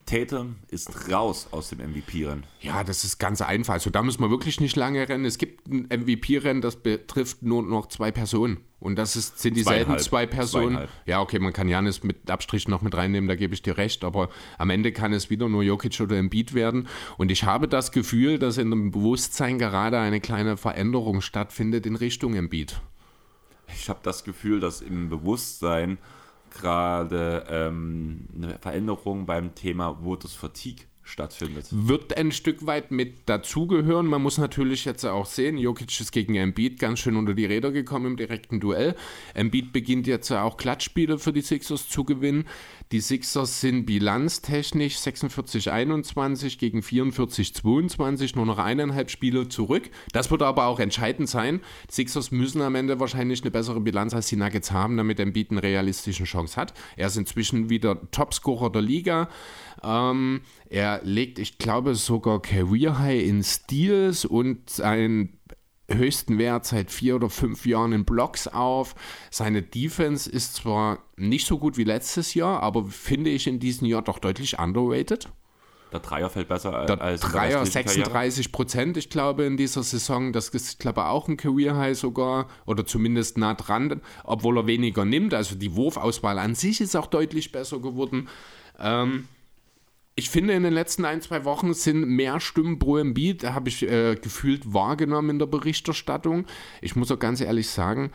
Tatum ist raus aus dem MVP-Rennen. Ja, das ist ganz einfach. Also da müssen wir wirklich nicht lange rennen. Es gibt ein MVP-Rennen, das betrifft nur noch 2 Personen. Und sind dieselben 2 Personen. Ja, okay, man kann Giannis mit Abstrich noch mit reinnehmen, da gebe ich dir recht. Aber am Ende kann es wieder nur Jokic oder Embiid werden. Und ich habe das Gefühl, dass in dem Bewusstsein gerade eine kleine Veränderung stattfindet in Richtung Embiid. Ich habe das Gefühl, dass im Bewusstsein gerade eine Veränderung beim Thema Voters Fatigue stattfindet. Wird ein Stück weit mit dazugehören. Man muss natürlich jetzt auch sehen, Jokic ist gegen Embiid ganz schön unter die Räder gekommen im direkten Duell. Embiid beginnt jetzt auch Klatschspiele für die Sixers zu gewinnen. Die Sixers sind bilanztechnisch 46-21 gegen 44-22, nur noch 1,5 Spiele zurück. Das wird aber auch entscheidend sein. Die Sixers müssen am Ende wahrscheinlich eine bessere Bilanz als die Nuggets haben, damit Embiid eine realistische Chance hat. Er ist inzwischen wieder Topscorer der Liga. Er legt, ich glaube, sogar Career High in Steals und seinen höchsten Wert seit 4 oder 5 Jahren in Blocks auf. Seine Defense ist zwar nicht so gut wie letztes Jahr, aber finde ich in diesem Jahr doch deutlich underrated. Der Dreier fällt besser als der Dreier 36%, ich glaube, in dieser Saison. Das ist, ich glaube, auch ein Career High sogar oder zumindest nah dran, obwohl er weniger nimmt. Also die Wurfauswahl an sich ist auch deutlich besser geworden. Ich finde, in den letzten 1-2 Wochen sind mehr Stimmen pro Embiid, habe ich gefühlt wahrgenommen in der Berichterstattung. Ich muss auch ganz ehrlich sagen,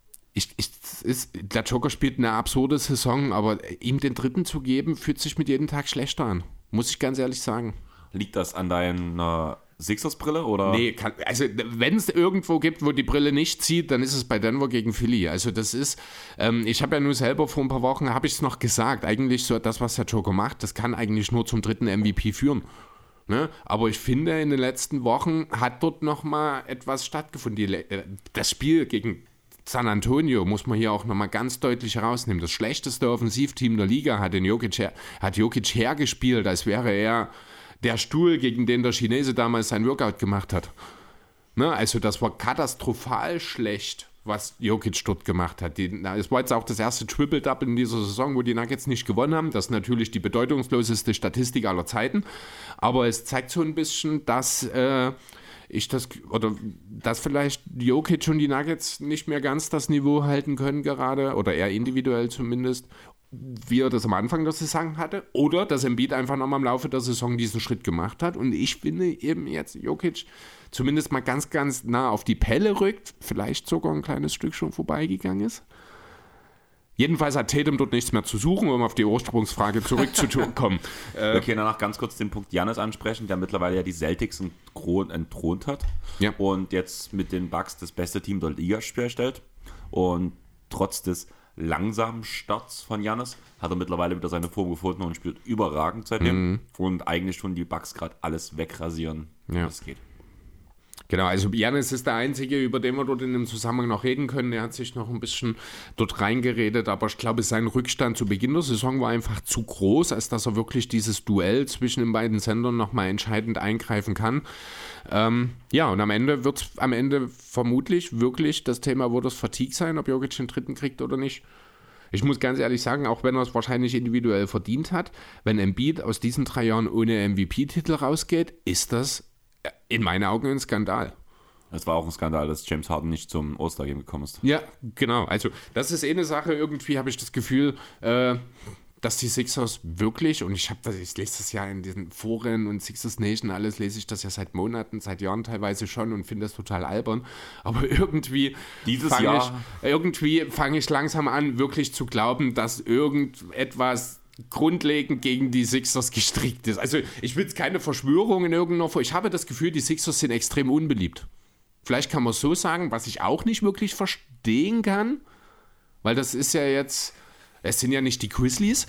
der Joker spielt eine absurde Saison, aber ihm den dritten zu geben, fühlt sich mit jedem Tag schlechter an. Muss ich ganz ehrlich sagen. Liegt das an deiner Sixers-Brille, oder? Nee, also wenn es irgendwo gibt, wo die Brille nicht zieht, dann ist es bei Denver gegen Philly. Also das ist, ich habe ja nur selber vor ein paar Wochen, habe ich es noch gesagt, eigentlich so das, was der Joker macht, das kann eigentlich nur zum dritten MVP führen. Ne? Aber ich finde, in den letzten Wochen hat dort nochmal etwas stattgefunden. Das Spiel gegen San Antonio muss man hier auch nochmal ganz deutlich herausnehmen. Das schlechteste Offensivteam der Liga hat Jokic hergespielt, als wäre er der Stuhl, gegen den der Chinese damals sein Workout gemacht hat. Ne? Also das war katastrophal schlecht, was Jokic dort gemacht hat. Es war jetzt auch das erste Triple-Double in dieser Saison, wo die Nuggets nicht gewonnen haben. Das ist natürlich die bedeutungsloseste Statistik aller Zeiten. Aber es zeigt so ein bisschen, dass dass vielleicht Jokic und die Nuggets nicht mehr ganz das Niveau halten können gerade, oder eher individuell zumindest, wie er das am Anfang der Saison hatte, oder dass Embiid einfach nochmal im Laufe der Saison diesen Schritt gemacht hat. Und ich finde eben jetzt Jokic zumindest mal ganz, ganz nah auf die Pelle rückt, vielleicht sogar ein kleines Stück schon vorbeigegangen ist. Jedenfalls hat Tatum dort nichts mehr zu suchen, um auf die Ursprungsfrage zurückzukommen. Wir können danach ganz kurz den Punkt Giannis ansprechen, der mittlerweile ja die Celtics entthront hat, ja, und jetzt mit den Bucks das beste Team der Liga stellt. Und trotz des langsamen Starts von Giannis hat er mittlerweile wieder seine Form gefunden und spielt überragend seitdem. Und eigentlich schon die Bucks gerade alles wegrasieren, was es geht. Genau, also Giannis ist der Einzige, über den wir dort in dem Zusammenhang noch reden können. Er hat sich noch ein bisschen dort reingeredet, aber ich glaube, sein Rückstand zu Beginn der Saison war einfach zu groß, als dass er wirklich dieses Duell zwischen den beiden Sendern nochmal entscheidend eingreifen kann. Ja, und am Ende wird es vermutlich wirklich das Thema Voters Fatigue sein, ob Jokic den dritten kriegt oder nicht. Ich muss ganz ehrlich sagen, auch wenn er es wahrscheinlich individuell verdient hat, wenn Embiid aus diesen 3 Jahren ohne MVP-Titel rausgeht, ist das in meinen Augen ein Skandal. Es war auch ein Skandal, dass James Harden nicht zum All-Star-Game gekommen ist. Ja, genau. Also das ist eine Sache, irgendwie habe ich das Gefühl, dass die Sixers wirklich, und ich lese das ja in diesen Foren und Sixers Nation, alles lese ich das ja seit Monaten, seit Jahren teilweise schon und finde das total albern, aber irgendwie fange ich langsam an, wirklich zu glauben, dass irgendetwas grundlegend gegen die Sixers gestrickt ist. Also ich will jetzt keine Verschwörung in irgendeiner Form. Ich habe das Gefühl, die Sixers sind extrem unbeliebt. Vielleicht kann man so sagen, was ich auch nicht wirklich verstehen kann, weil das ist ja jetzt, es sind ja nicht die Grizzlies.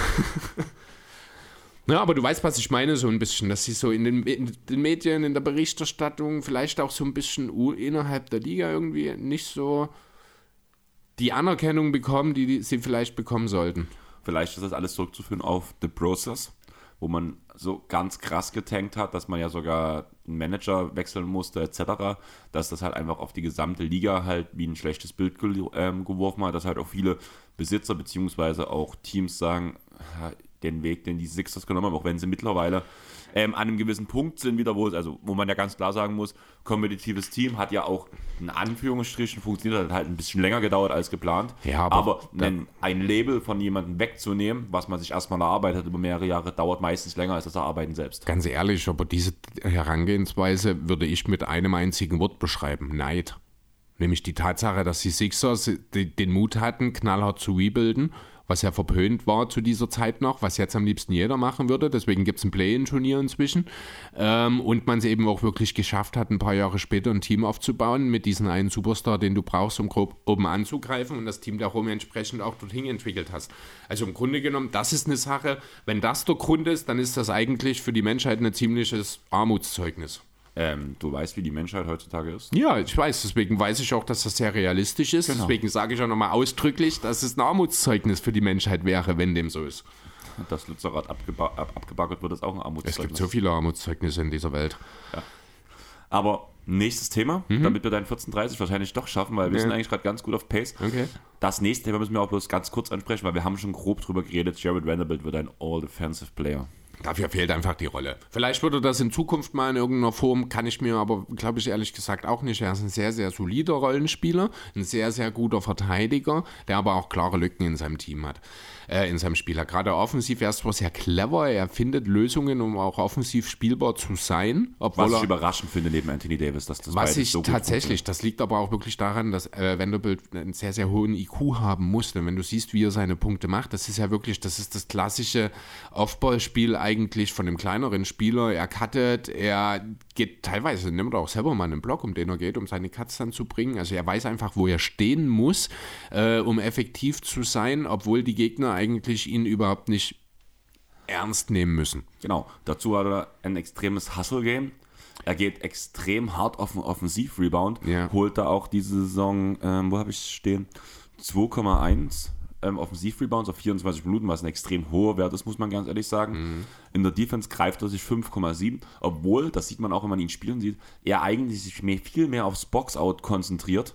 Ja, aber du weißt, was ich meine, so ein bisschen, dass sie so in den Medien, in der Berichterstattung, vielleicht auch so ein bisschen innerhalb der Liga irgendwie nicht so die Anerkennung bekommen, die sie vielleicht bekommen sollten. Vielleicht ist das alles zurückzuführen auf The Process, wo man so ganz krass getankt hat, dass man ja sogar einen Manager wechseln musste etc., dass das halt einfach auf die gesamte Liga halt wie ein schlechtes Bild geworfen hat, dass halt auch viele Besitzer bzw. auch Teams sagen, den Weg, den die Sixers genommen haben, auch wenn sie mittlerweile an einem gewissen Punkt sind wieder, wo man ja ganz klar sagen muss, kompetitives Team hat ja auch in Anführungsstrichen funktioniert, hat halt ein bisschen länger gedauert als geplant, Ja, aber ein Label von jemandem wegzunehmen, was man sich erstmal erarbeitet über mehrere Jahre, dauert meistens länger als das Erarbeiten selbst. Ganz ehrlich, aber diese Herangehensweise würde ich mit einem einzigen Wort beschreiben: Neid. Nämlich die Tatsache, dass die Sixers den Mut hatten, knallhart zu rebuilden, was ja verpönt war zu dieser Zeit noch, was jetzt am liebsten jeder machen würde. Deswegen gibt es ein Play-in-Turnier inzwischen. Und man es eben auch wirklich geschafft hat, ein paar Jahre später ein Team aufzubauen mit diesem einen Superstar, den du brauchst, um grob oben anzugreifen, und das Team darum entsprechend auch dorthin entwickelt hast. Also im Grunde genommen, das ist eine Sache, wenn das der Grund ist, dann ist das eigentlich für die Menschheit ein ziemliches Armutszeugnis. Du weißt, wie die Menschheit heutzutage ist? Ja, ich weiß. Deswegen weiß ich auch, dass das sehr realistisch ist. Genau. Deswegen sage ich auch nochmal ausdrücklich, dass es ein Armutszeugnis für die Menschheit wäre, wenn dem so ist. Dass Lützerath abgebaggert wird, ist auch ein Armutszeugnis. Es gibt so viele Armutszeugnisse in dieser Welt. Ja. Aber nächstes Thema, damit wir dein 14:30 wahrscheinlich doch schaffen, weil wir sind eigentlich gerade ganz gut auf Pace. Okay. Das nächste Thema müssen wir auch bloß ganz kurz ansprechen, weil wir haben schon grob drüber geredet. Jared Vanderbilt wird ein All-Defensive Player. Dafür fehlt einfach die Rolle. Vielleicht würde das in Zukunft mal in irgendeiner Form, kann ich mir aber, glaube ich, ehrlich gesagt auch nicht. Er ist ein sehr, sehr solider Rollenspieler, ein sehr, sehr guter Verteidiger, der aber auch klare Lücken in seinem Team hat, in seinem Spiel hat. Gerade offensiv, er ist zwar sehr clever, er findet Lösungen, um auch offensiv spielbar zu sein. Was ich überraschend finde neben Anthony Davis, dass das was beides ich so gut tatsächlich, das liegt aber auch wirklich daran, dass Vanderbilt einen sehr, sehr hohen IQ haben muss. Denn wenn du siehst, wie er seine Punkte macht, das ist ja wirklich, das ist das klassische Off-Ball-Spiel eigentlich von dem kleineren Spieler. Er cuttet, er geht teilweise, nimmt er auch selber mal einen Block, um den er geht, um seine Cuts dann zu bringen. Also er weiß einfach, wo er stehen muss, um effektiv zu sein, obwohl die Gegner eigentlich ihn überhaupt nicht ernst nehmen müssen. Genau, dazu hat er ein extremes Hustle-Game. Er geht extrem hart auf den Offensiv-Rebound, holt da auch diese Saison, wo habe ich stehen, 2,1 Offensiv-Rebounds auf 24 Minuten, was ein extrem hoher Wert ist, muss man ganz ehrlich sagen. In der Defense greift er sich 5,7, obwohl, das sieht man auch, wenn man ihn spielen sieht, er eigentlich sich viel mehr aufs Box-Out konzentriert.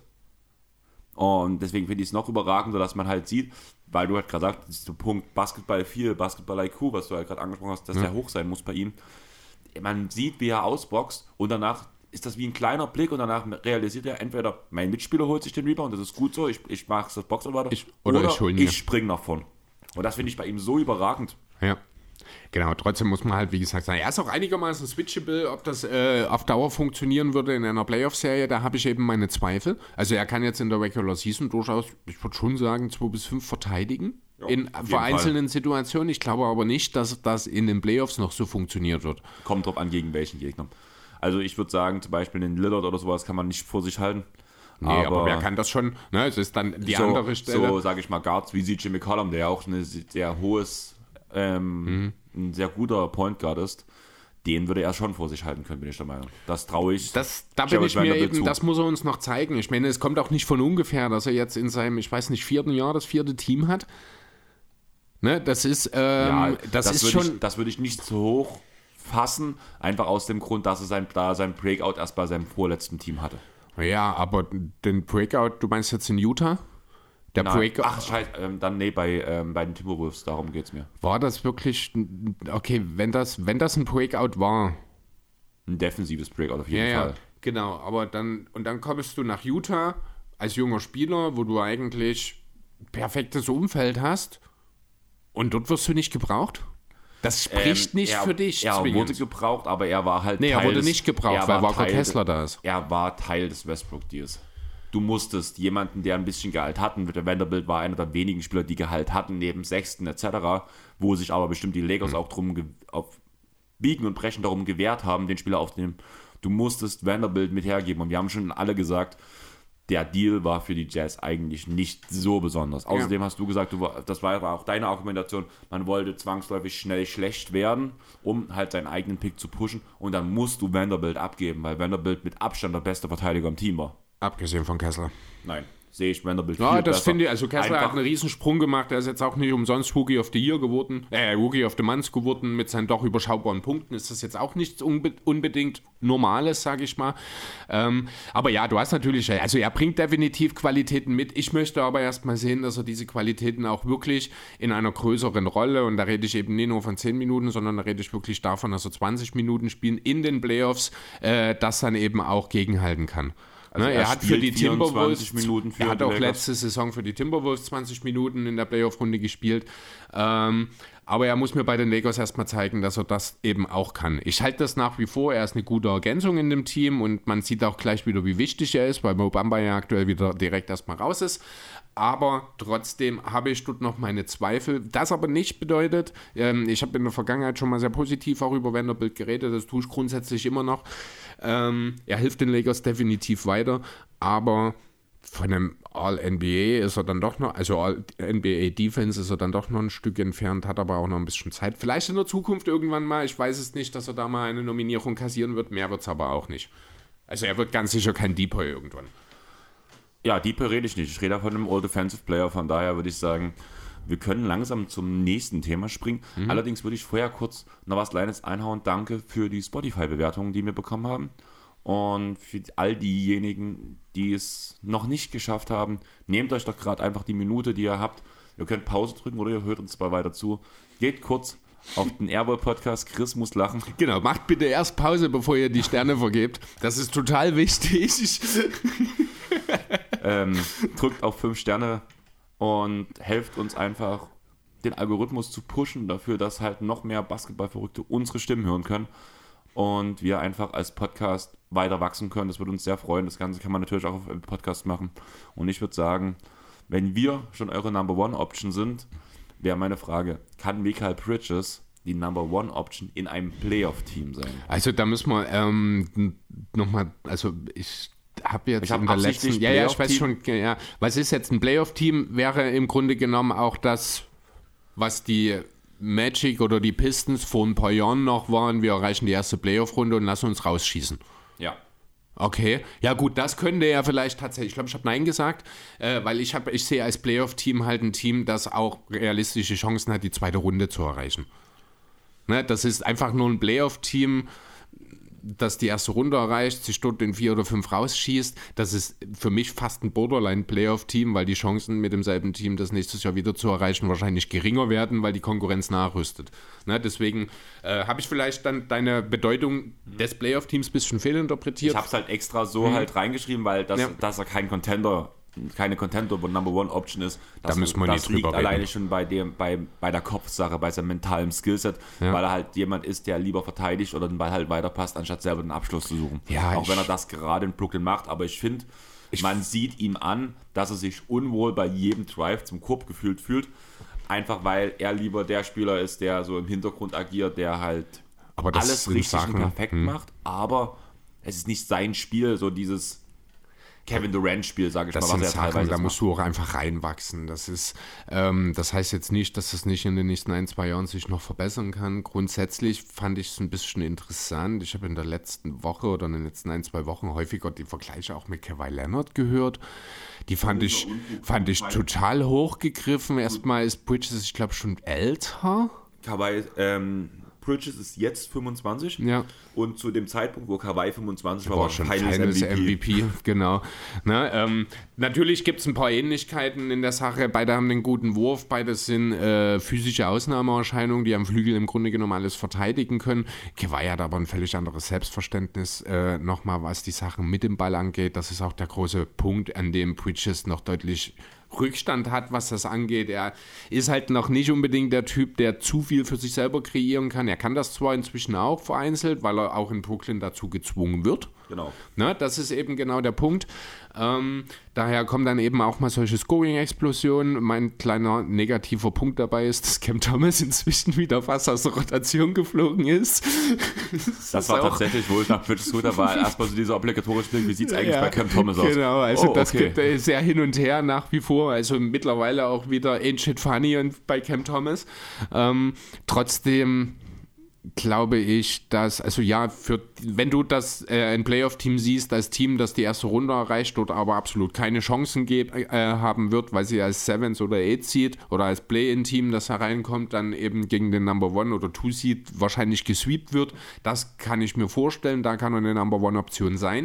Und deswegen finde ich es noch überragender, dass man halt sieht, weil du halt gerade sagst, das ist der Punkt Basketball viel, Basketball IQ, was du halt gerade angesprochen hast, dass der hoch sein muss bei ihm. Man sieht, wie er ausboxt, und danach ist das wie ein kleiner Blick, und danach realisiert er entweder, mein Mitspieler holt sich den Rebound, das ist gut so, ich mache das Boxen weiter, oder ich springe nach vorn. Und das finde ich bei ihm so überragend. Ja. Genau, trotzdem muss man halt, wie gesagt, sagen, er ist auch einigermaßen switchable, ob das auf Dauer funktionieren würde in einer Playoff-Serie, da habe ich eben meine Zweifel. Also er kann jetzt in der Regular Season durchaus, ich würde schon sagen, 2 bis 5 verteidigen in vereinzelten Situationen. Ich glaube aber nicht, dass das in den Playoffs noch so funktioniert wird. Kommt drauf an, gegen welchen Gegner. Also ich würde sagen, zum Beispiel den Lillard oder sowas kann man nicht vor sich halten. Nee, aber wer kann das schon? Ne, es ist dann die andere Stelle. So, sage ich mal, Guards wie CJ McCollum, der ja auch ein sehr hohes, ein sehr guter Point Guard ist, den würde er schon vor sich halten können, bin ich der Meinung. Das traue ich. Da bin ich mir eben, das muss er uns noch zeigen. Ich meine, es kommt auch nicht von ungefähr, dass er jetzt in seinem, ich weiß nicht, 4. Jahr das 4. Team hat. Ne, das ist, das würde ich nicht so hoch fassen, einfach aus dem Grund, dass er sein Breakout erst bei seinem vorletzten Team hatte. Ja, aber den Breakout, du meinst jetzt in Utah? Der Breakout. Ach, scheiße, dann nee, bei den Timberwolves, darum geht es mir. War das wirklich, okay, wenn das ein Breakout war. Ein defensives Breakout auf jeden Fall. Ja, genau, aber dann kommst du nach Utah als junger Spieler, wo du eigentlich perfektes Umfeld hast, und dort wirst du nicht gebraucht? Das spricht nicht für dich. Er wurde gebraucht, aber er war halt Teil er wurde nicht gebraucht, weil Walker Kessler da ist. Er war Teil des Westbrook-Deals. Du musstest jemanden, der ein bisschen Gehalt hatten, der Vanderbilt war einer der wenigen Spieler, die Gehalt hatten, neben Sexton etc., wo sich aber bestimmt die Lakers auch drum auf Biegen und Brechen darum gewehrt haben, den Spieler aufzunehmen. Du musstest Vanderbilt mit hergeben, und wir haben schon alle gesagt, der Deal war für die Jazz eigentlich nicht so besonders. Außerdem hast du gesagt, das war auch deine Argumentation, man wollte zwangsläufig schnell schlecht werden, um halt seinen eigenen Pick zu pushen, und dann musst du Vanderbilt abgeben, weil Vanderbilt mit Abstand der beste Verteidiger im Team war. Abgesehen von Kessler. Nein, sehe ich Vanderbilt Ja, viel das besser. finde ich, also Kessler Einfach- hat einen Riesensprung gemacht, er ist jetzt auch nicht umsonst Rookie of the Year geworden, Rookie of the Month geworden, mit seinen doch überschaubaren Punkten ist das jetzt auch nichts unbedingt Normales, sage ich mal. Aber ja, du hast natürlich, also er bringt definitiv Qualitäten mit, ich möchte aber erst mal sehen, dass er diese Qualitäten auch wirklich in einer größeren Rolle, und da rede ich eben nicht nur von 10 Minuten, sondern da rede ich wirklich davon, dass er 20 Minuten spielen in den Playoffs, das dann eben auch gegenhalten kann. Also Er hat für die 24 Timberwolves, Minuten für er hat die auch Lakers. letzte Saison für die Timberwolves 20 Minuten in der Playoff-Runde gespielt. Aber er muss mir bei den Lakers erstmal zeigen, dass er das eben auch kann. Ich halte das nach wie vor, er ist eine gute Ergänzung in dem Team und man sieht auch gleich wieder, wie wichtig er ist, weil Mo Bamba ja aktuell wieder direkt erstmal raus ist. Aber trotzdem habe ich dort noch meine Zweifel. Das aber nicht bedeutet, ich habe in der Vergangenheit schon mal sehr positiv auch über Vanderbilt geredet, das tue ich grundsätzlich immer noch. Er hilft den Lakers definitiv weiter, aber von einem All-NBA ist er dann doch noch, also All-NBA-Defense ist er dann doch noch ein Stück entfernt, hat aber auch noch ein bisschen Zeit. Vielleicht in der Zukunft irgendwann mal, ich weiß es nicht, dass er da mal eine Nominierung kassieren wird, mehr wird es aber auch nicht. Also er wird ganz sicher kein Deeper irgendwann. Ja, Deeper rede ich nicht. Ich rede von einem All-Defensive Player. Von daher würde ich sagen, wir können langsam zum nächsten Thema springen. Allerdings würde ich vorher kurz noch was Kleines einhauen. Danke für die Spotify-Bewertungen, die wir bekommen haben. Und für all diejenigen, die es noch nicht geschafft haben, nehmt euch doch gerade einfach die Minute, die ihr habt. Ihr könnt Pause drücken oder ihr hört uns mal weiter zu. Geht kurz auf den Airball-Podcast. Chris muss lachen. Genau, macht bitte erst Pause, bevor ihr die Sterne vergebt. Das ist total wichtig. Drückt auf 5 Sterne und helft uns einfach, den Algorithmus zu pushen, dafür, dass halt noch mehr Basketballverrückte unsere Stimmen hören können und wir einfach als Podcast weiter wachsen können. Das würde uns sehr freuen. Das Ganze kann man natürlich auch auf einem Podcast machen. Und ich würde sagen, wenn wir schon eure Number One Option sind, wäre meine Frage, kann Mikal Bridges die Number One Option in einem Playoff-Team sein? Also da müssen wir nochmal, also ich habe jetzt hab in der absichtlich letzten, ich weiß schon, ja, was ist jetzt ein Playoff-Team, wäre im Grunde genommen auch das, was die Magic oder die Pistons vor ein paar Jahren noch waren, wir erreichen die erste Playoff-Runde und lassen uns rausschießen. Ja. Okay, ja gut, das könnte ja vielleicht tatsächlich, ich glaube, ich habe Nein gesagt, weil ich sehe als Playoff-Team halt ein Team, das auch realistische Chancen hat, die zweite Runde zu erreichen. Ne, das ist einfach nur ein Playoff-Team, das die erste Runde erreicht, sich dort in 4 oder 5 rausschießt. Das ist für mich fast ein Borderline-Playoff-Team, weil die Chancen mit demselben Team das nächstes Jahr wieder zu erreichen wahrscheinlich geringer werden, weil die Konkurrenz nachrüstet. Ne, deswegen habe ich vielleicht dann deine Bedeutung des Playoff-Teams ein bisschen fehlinterpretiert. Ich habe es halt extra so halt reingeschrieben, weil dass er keine Contender Number One Option ist. Da müssen wir nicht liegt drüber reden. alleine schon bei der Kopfsache, bei seinem mentalen Skillset, weil er halt jemand ist, der lieber verteidigt oder den Ball halt weiterpasst, anstatt selber den Abschluss zu suchen. Ja, auch wenn er das gerade in Brooklyn macht, aber ich finde, man sieht ihm an, dass er sich unwohl bei jedem Drive zum Korb gefühlt fühlt, einfach weil er lieber der Spieler ist, der so im Hintergrund agiert, der halt Aber das alles sind richtig Sachen, und perfekt macht, aber es ist nicht sein Spiel, so dieses Kevin Durant-Spiel, sage ich Das mal, was sind er Sachen, teilweise da macht. musst du auch einfach reinwachsen. Das ist, das heißt jetzt nicht, dass es nicht in den nächsten 1-2 Jahren sich noch verbessern kann. Grundsätzlich fand ich es ein bisschen interessant. Ich habe in der letzten Woche oder in den letzten 1-2 Wochen häufiger die Vergleiche auch mit Kawhi Leonard gehört. Die fand ich total hochgegriffen. Erstmal ist Bridges, ich glaube, schon älter. Kawhi, Bridges ist jetzt 25 Ja. und zu dem Zeitpunkt, wo Kawhi 25 war, War war schon Finals MVP. Genau. Ne, natürlich gibt es ein paar Ähnlichkeiten in der Sache. Beide haben einen guten Wurf, beide sind physische Ausnahmeerscheinungen, die am Flügel im Grunde genommen alles verteidigen können. Kawhi hat aber ein völlig anderes Selbstverständnis nochmal, was die Sachen mit dem Ball angeht. Das ist auch der große Punkt, an dem Bridges noch deutlich Rückstand hat, was das angeht. Er ist halt noch nicht unbedingt der Typ, der zu viel für sich selber kreieren kann. Er kann das zwar inzwischen auch vereinzelt, weil er auch in Brooklyn dazu gezwungen wird. Genau. Ne, das ist eben genau der Punkt. Daher kommen dann eben auch mal solche Scoring-Explosionen. Mein kleiner negativer Punkt dabei ist, dass Cam Thomas inzwischen wieder fast aus der Rotation geflogen ist. Das war tatsächlich, wo ich nach Bridges Scooter war, erstmal so dieser obligatorische Blick, wie sieht es eigentlich bei Cam Thomas aus? Genau, also das okay. geht sehr hin und her nach wie vor. Also mittlerweile auch wieder Ain't Shit Funny bei Cam Thomas. Trotzdem glaube ich, dass, also ja, wenn du das ein Playoff-Team siehst, als Team, das die erste Runde erreicht, dort aber absolut keine Chancen haben wird, weil sie als Sevens oder Eight Seed oder als Play-In-Team, das hereinkommt, dann eben gegen den Number One oder Two Seed wahrscheinlich gesweept wird, das kann ich mir vorstellen, da kann eine Number One-Option sein.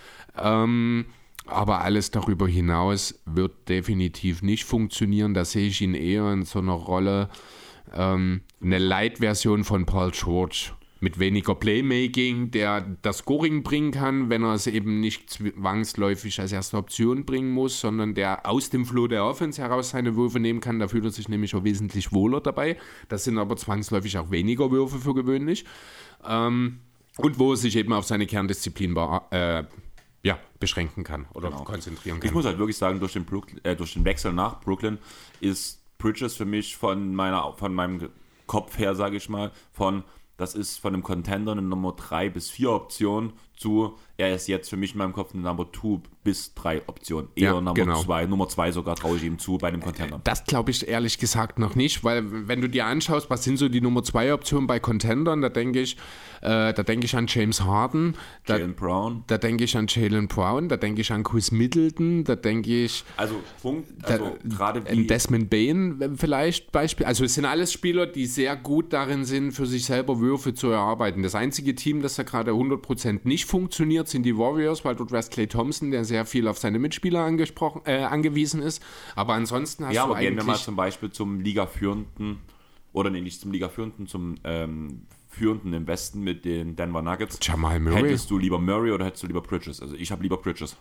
Aber alles darüber hinaus wird definitiv nicht funktionieren, da sehe ich ihn eher in so einer Rolle, eine Light-Version von Paul George mit weniger Playmaking, der das Scoring bringen kann, wenn er es eben nicht zwangsläufig als erste Option bringen muss, sondern der aus dem Flow der Offense heraus seine Würfe nehmen kann. Da fühlt er sich nämlich auch wesentlich wohler dabei. Das sind aber zwangsläufig auch weniger Würfe für gewöhnlich. Und wo er sich eben auf seine Kerndisziplin beschränken kann oder konzentrieren kann. Ich muss halt wirklich sagen, durch den Wechsel nach Brooklyn ist Bridges für mich von meinem Kopf her, sage ich mal, das ist von einem Contender eine Nummer 3 bis 4 Option zu, er ist jetzt für mich in meinem Kopf eine Number 2 bis 3 Option. Eher Nummer 2 sogar traue ich ihm zu bei einem Contender. Das glaube ich ehrlich gesagt noch nicht, weil wenn du dir anschaust, was sind so die Nummer 2 Optionen bei Contendern, da denke ich an James Harden, Jaylen Brown. Da denke ich an Jaylen Brown, da denke ich an Chris Middleton, da denke ich gerade wie Desmond Bane vielleicht Beispiel. Also es sind alles Spieler, die sehr gut darin sind, für sich selber Würfe zu erarbeiten. Das einzige Team, das da gerade 100% nicht funktioniert, sind die Warriors, weil dort Klay Thompson, der sehr viel auf seine Mitspieler angewiesen ist. Aber ansonsten hast du aber eigentlich... gehen wir mal zum Beispiel zum Ligaführenden, oder nee, nicht zum Ligaführenden, zum Führenden im Westen mit den Denver Nuggets. Jamal Murray. Hättest du lieber Murray oder hättest du lieber Bridges? Also ich habe lieber Bridges.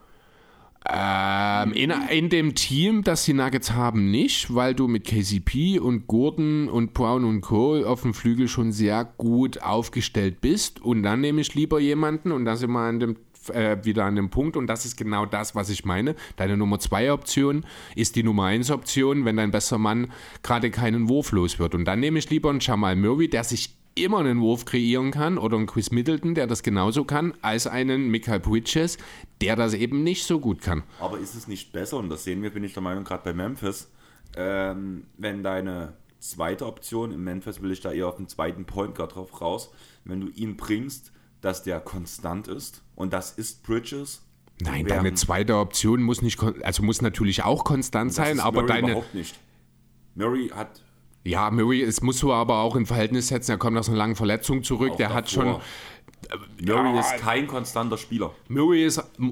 In dem Team, das die Nuggets haben, nicht, weil du mit KCP und Gordon und Brown und Co. auf dem Flügel schon sehr gut aufgestellt bist. Und dann nehme ich lieber jemanden, und da sind wir wieder an dem Punkt, und das ist genau das, was ich meine. Deine Nummer 2 Option ist die Nummer 1 Option, wenn dein bester Mann gerade keinen Wurf los wird. Und dann nehme ich lieber einen Jamal Murray, der sich immer einen Wurf kreieren kann, oder einen Chris Middleton, der das genauso kann, als einen Mikal Bridges, der das eben nicht so gut kann. Aber ist es nicht besser, und das sehen wir, bin ich der Meinung, gerade bei Memphis, wenn deine zweite Option, in Memphis will ich da eher auf den zweiten Point Guard drauf raus, wenn du ihn bringst, dass der konstant ist, und das ist Bridges. Nein, deine zweite Option muss natürlich auch konstant sein, aber Murray überhaupt nicht. Murray hat... Ja, Murray, es musst du aber auch in Verhältnis setzen, er kommt aus einer langen Verletzung zurück, der hat schon... Murray ist kein konstanter Spieler. Murray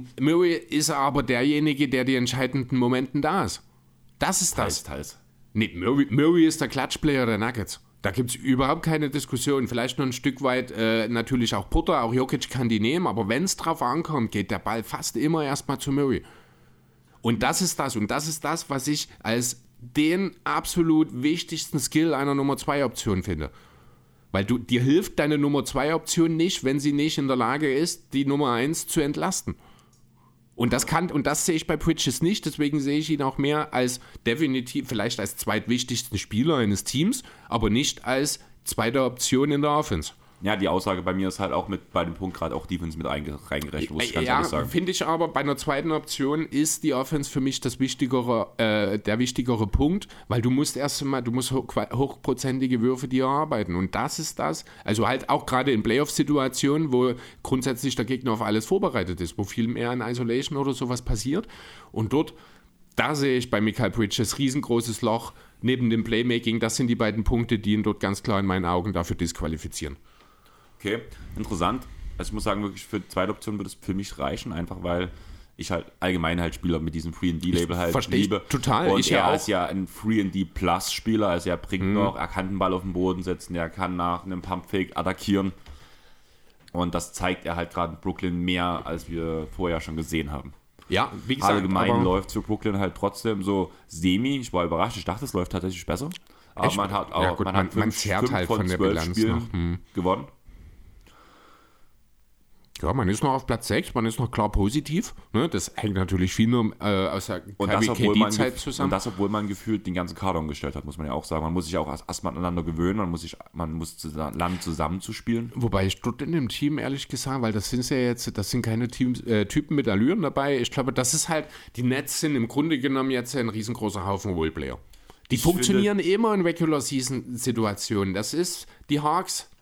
ist aber derjenige, der die entscheidenden Momenten da ist. Das ist das. Teils. Nee, Murray ist der Klatschplayer der Nuggets. Da gibt es überhaupt keine Diskussion. Vielleicht noch ein Stück weit natürlich auch Porter, auch Jokic kann die nehmen, aber wenn es drauf ankommt, geht der Ball fast immer erstmal zu Murray. Und das ist das, was ich als den absolut wichtigsten Skill einer Nummer 2 Option finde. Weil dir hilft deine Nummer 2 Option nicht, wenn sie nicht in der Lage ist, die Nummer 1 zu entlasten. Und das sehe ich bei Bridges nicht, deswegen sehe ich ihn auch mehr als definitiv, vielleicht als zweitwichtigsten Spieler eines Teams, aber nicht als zweite Option in der Offense. Ja, die Aussage bei mir ist halt auch bei dem Punkt gerade auch Defense mit reingerechnet, muss ich ganz ehrlich sagen. Finde ich aber, bei einer zweiten Option ist die Offense für mich der wichtigere Punkt, weil du musst hochprozentige Würfe dir erarbeiten, und das ist das, also halt auch gerade in Playoff-Situationen, wo grundsätzlich der Gegner auf alles vorbereitet ist, wo viel mehr in Isolation oder sowas passiert, und da sehe ich bei Mikal Bridges riesengroßes Loch neben dem Playmaking. Das sind die beiden Punkte, die ihn dort ganz klar in meinen Augen dafür disqualifizieren. Okay, interessant. Also ich muss sagen, wirklich für die zweite Option würde es für mich reichen, einfach weil ich halt allgemein halt Spieler mit diesem 3&D-Label halt liebe. Total. Und er ist ja ein 3&D-Plus-Spieler, also er bringt er kann den Ball auf den Boden setzen, er kann nach einem Pump-Fake attackieren, und das zeigt er halt gerade in Brooklyn mehr, als wir vorher schon gesehen haben. Ja, wie gesagt, allgemein läuft für Brooklyn halt trotzdem so semi. Ich war überrascht, ich dachte, es läuft tatsächlich besser. Aber echt? Man hat auch man zerrt halt von der Bilanz Spielen gewonnen. Ja, man ist noch auf Platz 6, man ist noch klar positiv. Ne? Das hängt natürlich viel nur aus der KD-Zeit zusammen. Und das, obwohl man gefühlt den ganzen Kader umgestellt hat, muss man ja auch sagen. Man muss sich auch erstmal aneinander gewöhnen, man muss lernen, zusammen zu spielen. Wobei ich dort in dem Team, ehrlich gesagt, weil das sind keine Typen mit Allüren dabei. Ich glaube, das ist halt, die Nets sind im Grunde genommen jetzt ein riesengroßer Haufen Roleplayer. Die funktionieren immer in Regular-Season-Situationen. Das ist die Hawks,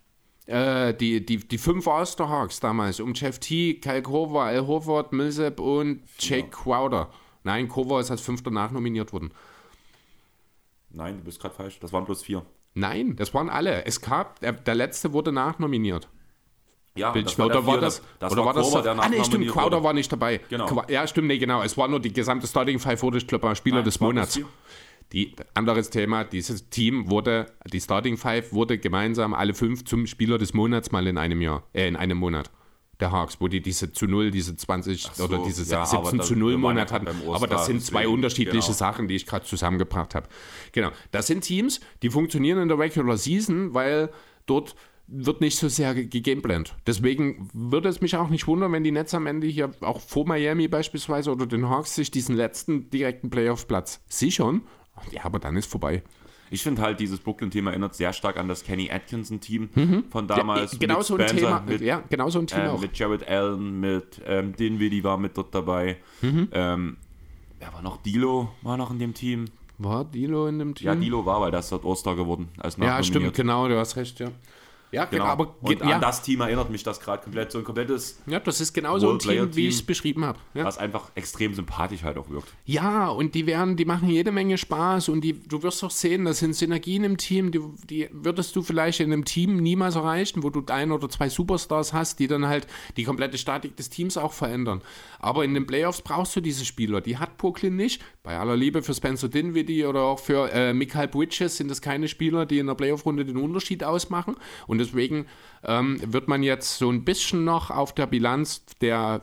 Die 5 All-Star-Hawks damals, um Jeff T., Kyle Korver, Al Horford, Millsap und Jake Crowder. Nein, Korver ist als 5. nachnominiert worden. Nein, du bist gerade falsch. Das waren bloß 4. Nein, das waren alle. Der letzte wurde nachnominiert. Ja, oder war das stimmt, Crowder war nicht dabei. Genau. Ja, stimmt, nee, genau. Es war nur die gesamte Starting Five wurde, ich glaube, Spieler des Monats. Anderes Thema, dieses Team die Starting Five wurde gemeinsam alle 5 zum Spieler des Monats mal in einem Monat. Der Hawks, wo die diese zu 0, diese 20 oder diese 17 zu 0 Monat hatten. Aber das sind zwei unterschiedliche Sachen, die ich gerade zusammengebracht habe. Genau, das sind Teams, die funktionieren in der Regular Season, weil dort wird nicht so sehr gegameplant. Deswegen würde es mich auch nicht wundern, wenn die Nets am Ende hier auch vor Miami beispielsweise oder den Hawks sich diesen letzten direkten Playoff-Platz sichern. Ja, aber dann ist vorbei. Ich finde halt, dieses Brooklyn-Thema erinnert sehr stark an das Kenny Atkinson-Team von damals. Ja, genau so ein Thema. Genau so ein Team auch. Mit Jared Allen, mit Dinwiddie war mit dort dabei. Wer war noch? Dilo war noch in dem Team. War Dilo in dem Team? Ja, Dilo war, weil das ist All-Star geworden. Ja, stimmt, genau, du hast recht, ja. Ja, genau. Aber an das Team erinnert mich das gerade komplett. So ein komplettes. Ja, das ist genau so ein Team, wie ich es beschrieben habe. Ja. Was einfach extrem sympathisch halt auch wirkt. Ja, und die machen jede Menge Spaß und du wirst auch sehen, das sind Synergien im Team, die würdest du vielleicht in einem Team niemals erreichen, wo du 1 oder 2 Superstars hast, die dann halt die komplette Statik des Teams auch verändern. Aber in den Playoffs brauchst du diese Spieler. Die hat Brooklyn nicht. Bei aller Liebe für Spencer Dinwiddie oder auch für Mikal Bridges sind das keine Spieler, die in der Playoff-Runde den Unterschied ausmachen. Und deswegen wird man jetzt so ein bisschen noch auf der Bilanz des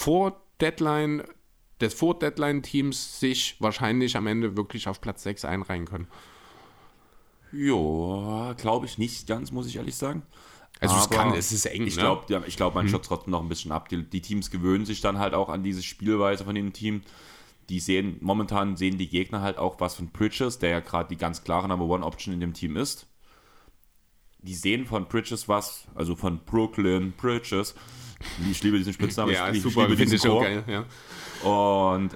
Vor-Deadline-Teams sich wahrscheinlich am Ende wirklich auf Platz 6 einreihen können. Ja, glaube ich nicht ganz, muss ich ehrlich sagen. Also es ist eng. Ich glaube, man schaut trotzdem noch ein bisschen ab. Die Teams gewöhnen sich dann halt auch an diese Spielweise von dem Team. Momentan sehen die Gegner halt auch was von Bridges, der ja gerade die ganz klare Number-One-Option in dem Team ist. Die sehen von Bridges was, also von Brooklyn Bridges. Ich liebe diesen Spitznamen. Ja, super, finde ich auch geil. Ja. Und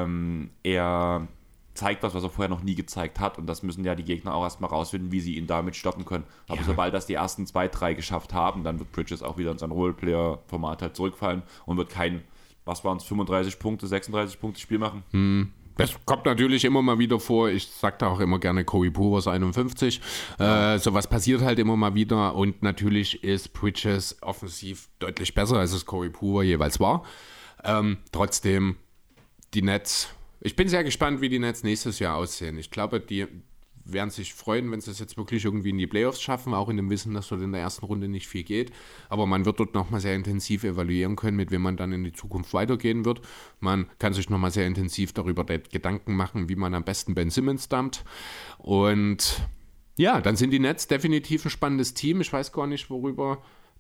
er zeigt was er vorher noch nie gezeigt hat. Und das müssen ja die Gegner auch erstmal rausfinden, wie sie ihn damit stoppen können. Aber sobald das die ersten 2, 3 geschafft haben, dann wird Bridges auch wieder in sein Roleplayer-Format halt zurückfallen und wird kein, 35 Punkte, 36 Punkte Spiel machen. Das kommt natürlich immer mal wieder vor. Ich sage da auch immer gerne Corey Pooler 51. Sowas passiert halt immer mal wieder. Und natürlich ist Bridges offensiv deutlich besser, als es Corey Pooler jeweils war. Trotzdem, die Nets. Ich bin sehr gespannt, wie die Nets nächstes Jahr aussehen. Ich glaube, die werden sich freuen, wenn sie es jetzt wirklich irgendwie in die Playoffs schaffen, auch in dem Wissen, dass dort in der ersten Runde nicht viel geht. Aber man wird dort nochmal sehr intensiv evaluieren können, mit wem man dann in die Zukunft weitergehen wird. Man kann sich nochmal sehr intensiv darüber Gedanken machen, wie man am besten Ben Simmons dumpt. Und ja, dann sind die Nets definitiv ein spannendes Team. Ich weiß gar nicht, über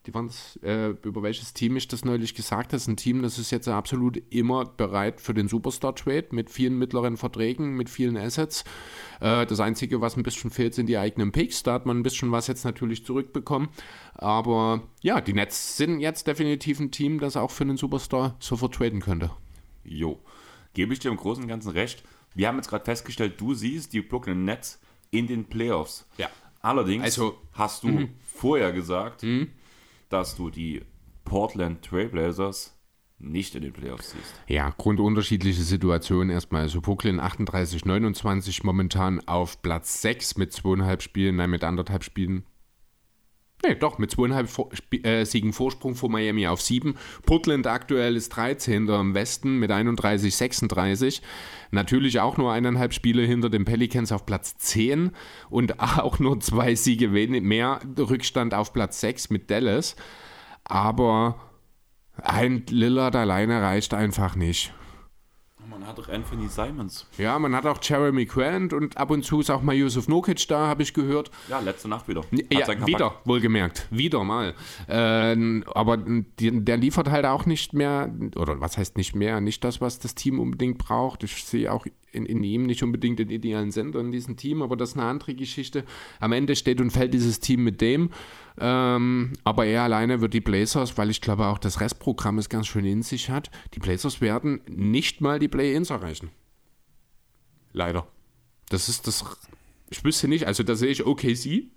welches Team ich das neulich gesagt habe. Das ist ein Team, das ist jetzt absolut immer bereit für den Superstar-Trade mit vielen mittleren Verträgen, mit vielen Assets. Das Einzige, was ein bisschen fehlt, sind die eigenen Picks. Da hat man ein bisschen was jetzt natürlich zurückbekommen. Aber ja, die Nets sind jetzt definitiv ein Team, das auch für einen Superstar sofort traden könnte. Jo, gebe ich dir im Großen und Ganzen recht. Wir haben jetzt gerade festgestellt, du siehst die Brooklyn Nets in den Playoffs. Ja. Allerdings hast du vorher gesagt, dass du die Portland Trailblazers nicht in den Playoffs siehst. Ja, grundunterschiedliche Situationen erstmal. Also Brooklyn 38-29 momentan auf Platz 6 mit 2,5 Spielen, mit 1,5 Spielen. Nee, doch, mit 2,5 Siegen Vorsprung vor Miami auf 7. Portland aktuell ist 13. im Westen mit 31-36. Natürlich auch nur 1,5 Spiele hinter den Pelicans auf Platz 10 und auch nur 2 Siege mehr Rückstand auf Platz 6 mit Dallas. Aber ein Lillard alleine reicht einfach nicht. Man hat doch Anthony Simons. Ja, man hat auch Jeremy Grant und ab und zu ist auch mal Yusuf Nurkic da, habe ich gehört. Ja, letzte Nacht wieder. Ja, wieder, wohlgemerkt. Wieder mal. Aber der liefert halt auch nicht mehr, oder was heißt nicht mehr, nicht das, was das Team unbedingt braucht. Ich sehe auch in ihm nicht unbedingt den idealen Sender in diesem Team, aber das ist eine andere Geschichte. Am Ende steht und fällt dieses Team mit dem. Aber er alleine wird die Blazers, weil ich glaube auch das Restprogramm es ganz schön in sich hat, die Blazers werden nicht mal die Play-Ins erreichen. Leider. Das ist das, ich wüsste nicht, also da sehe ich OKC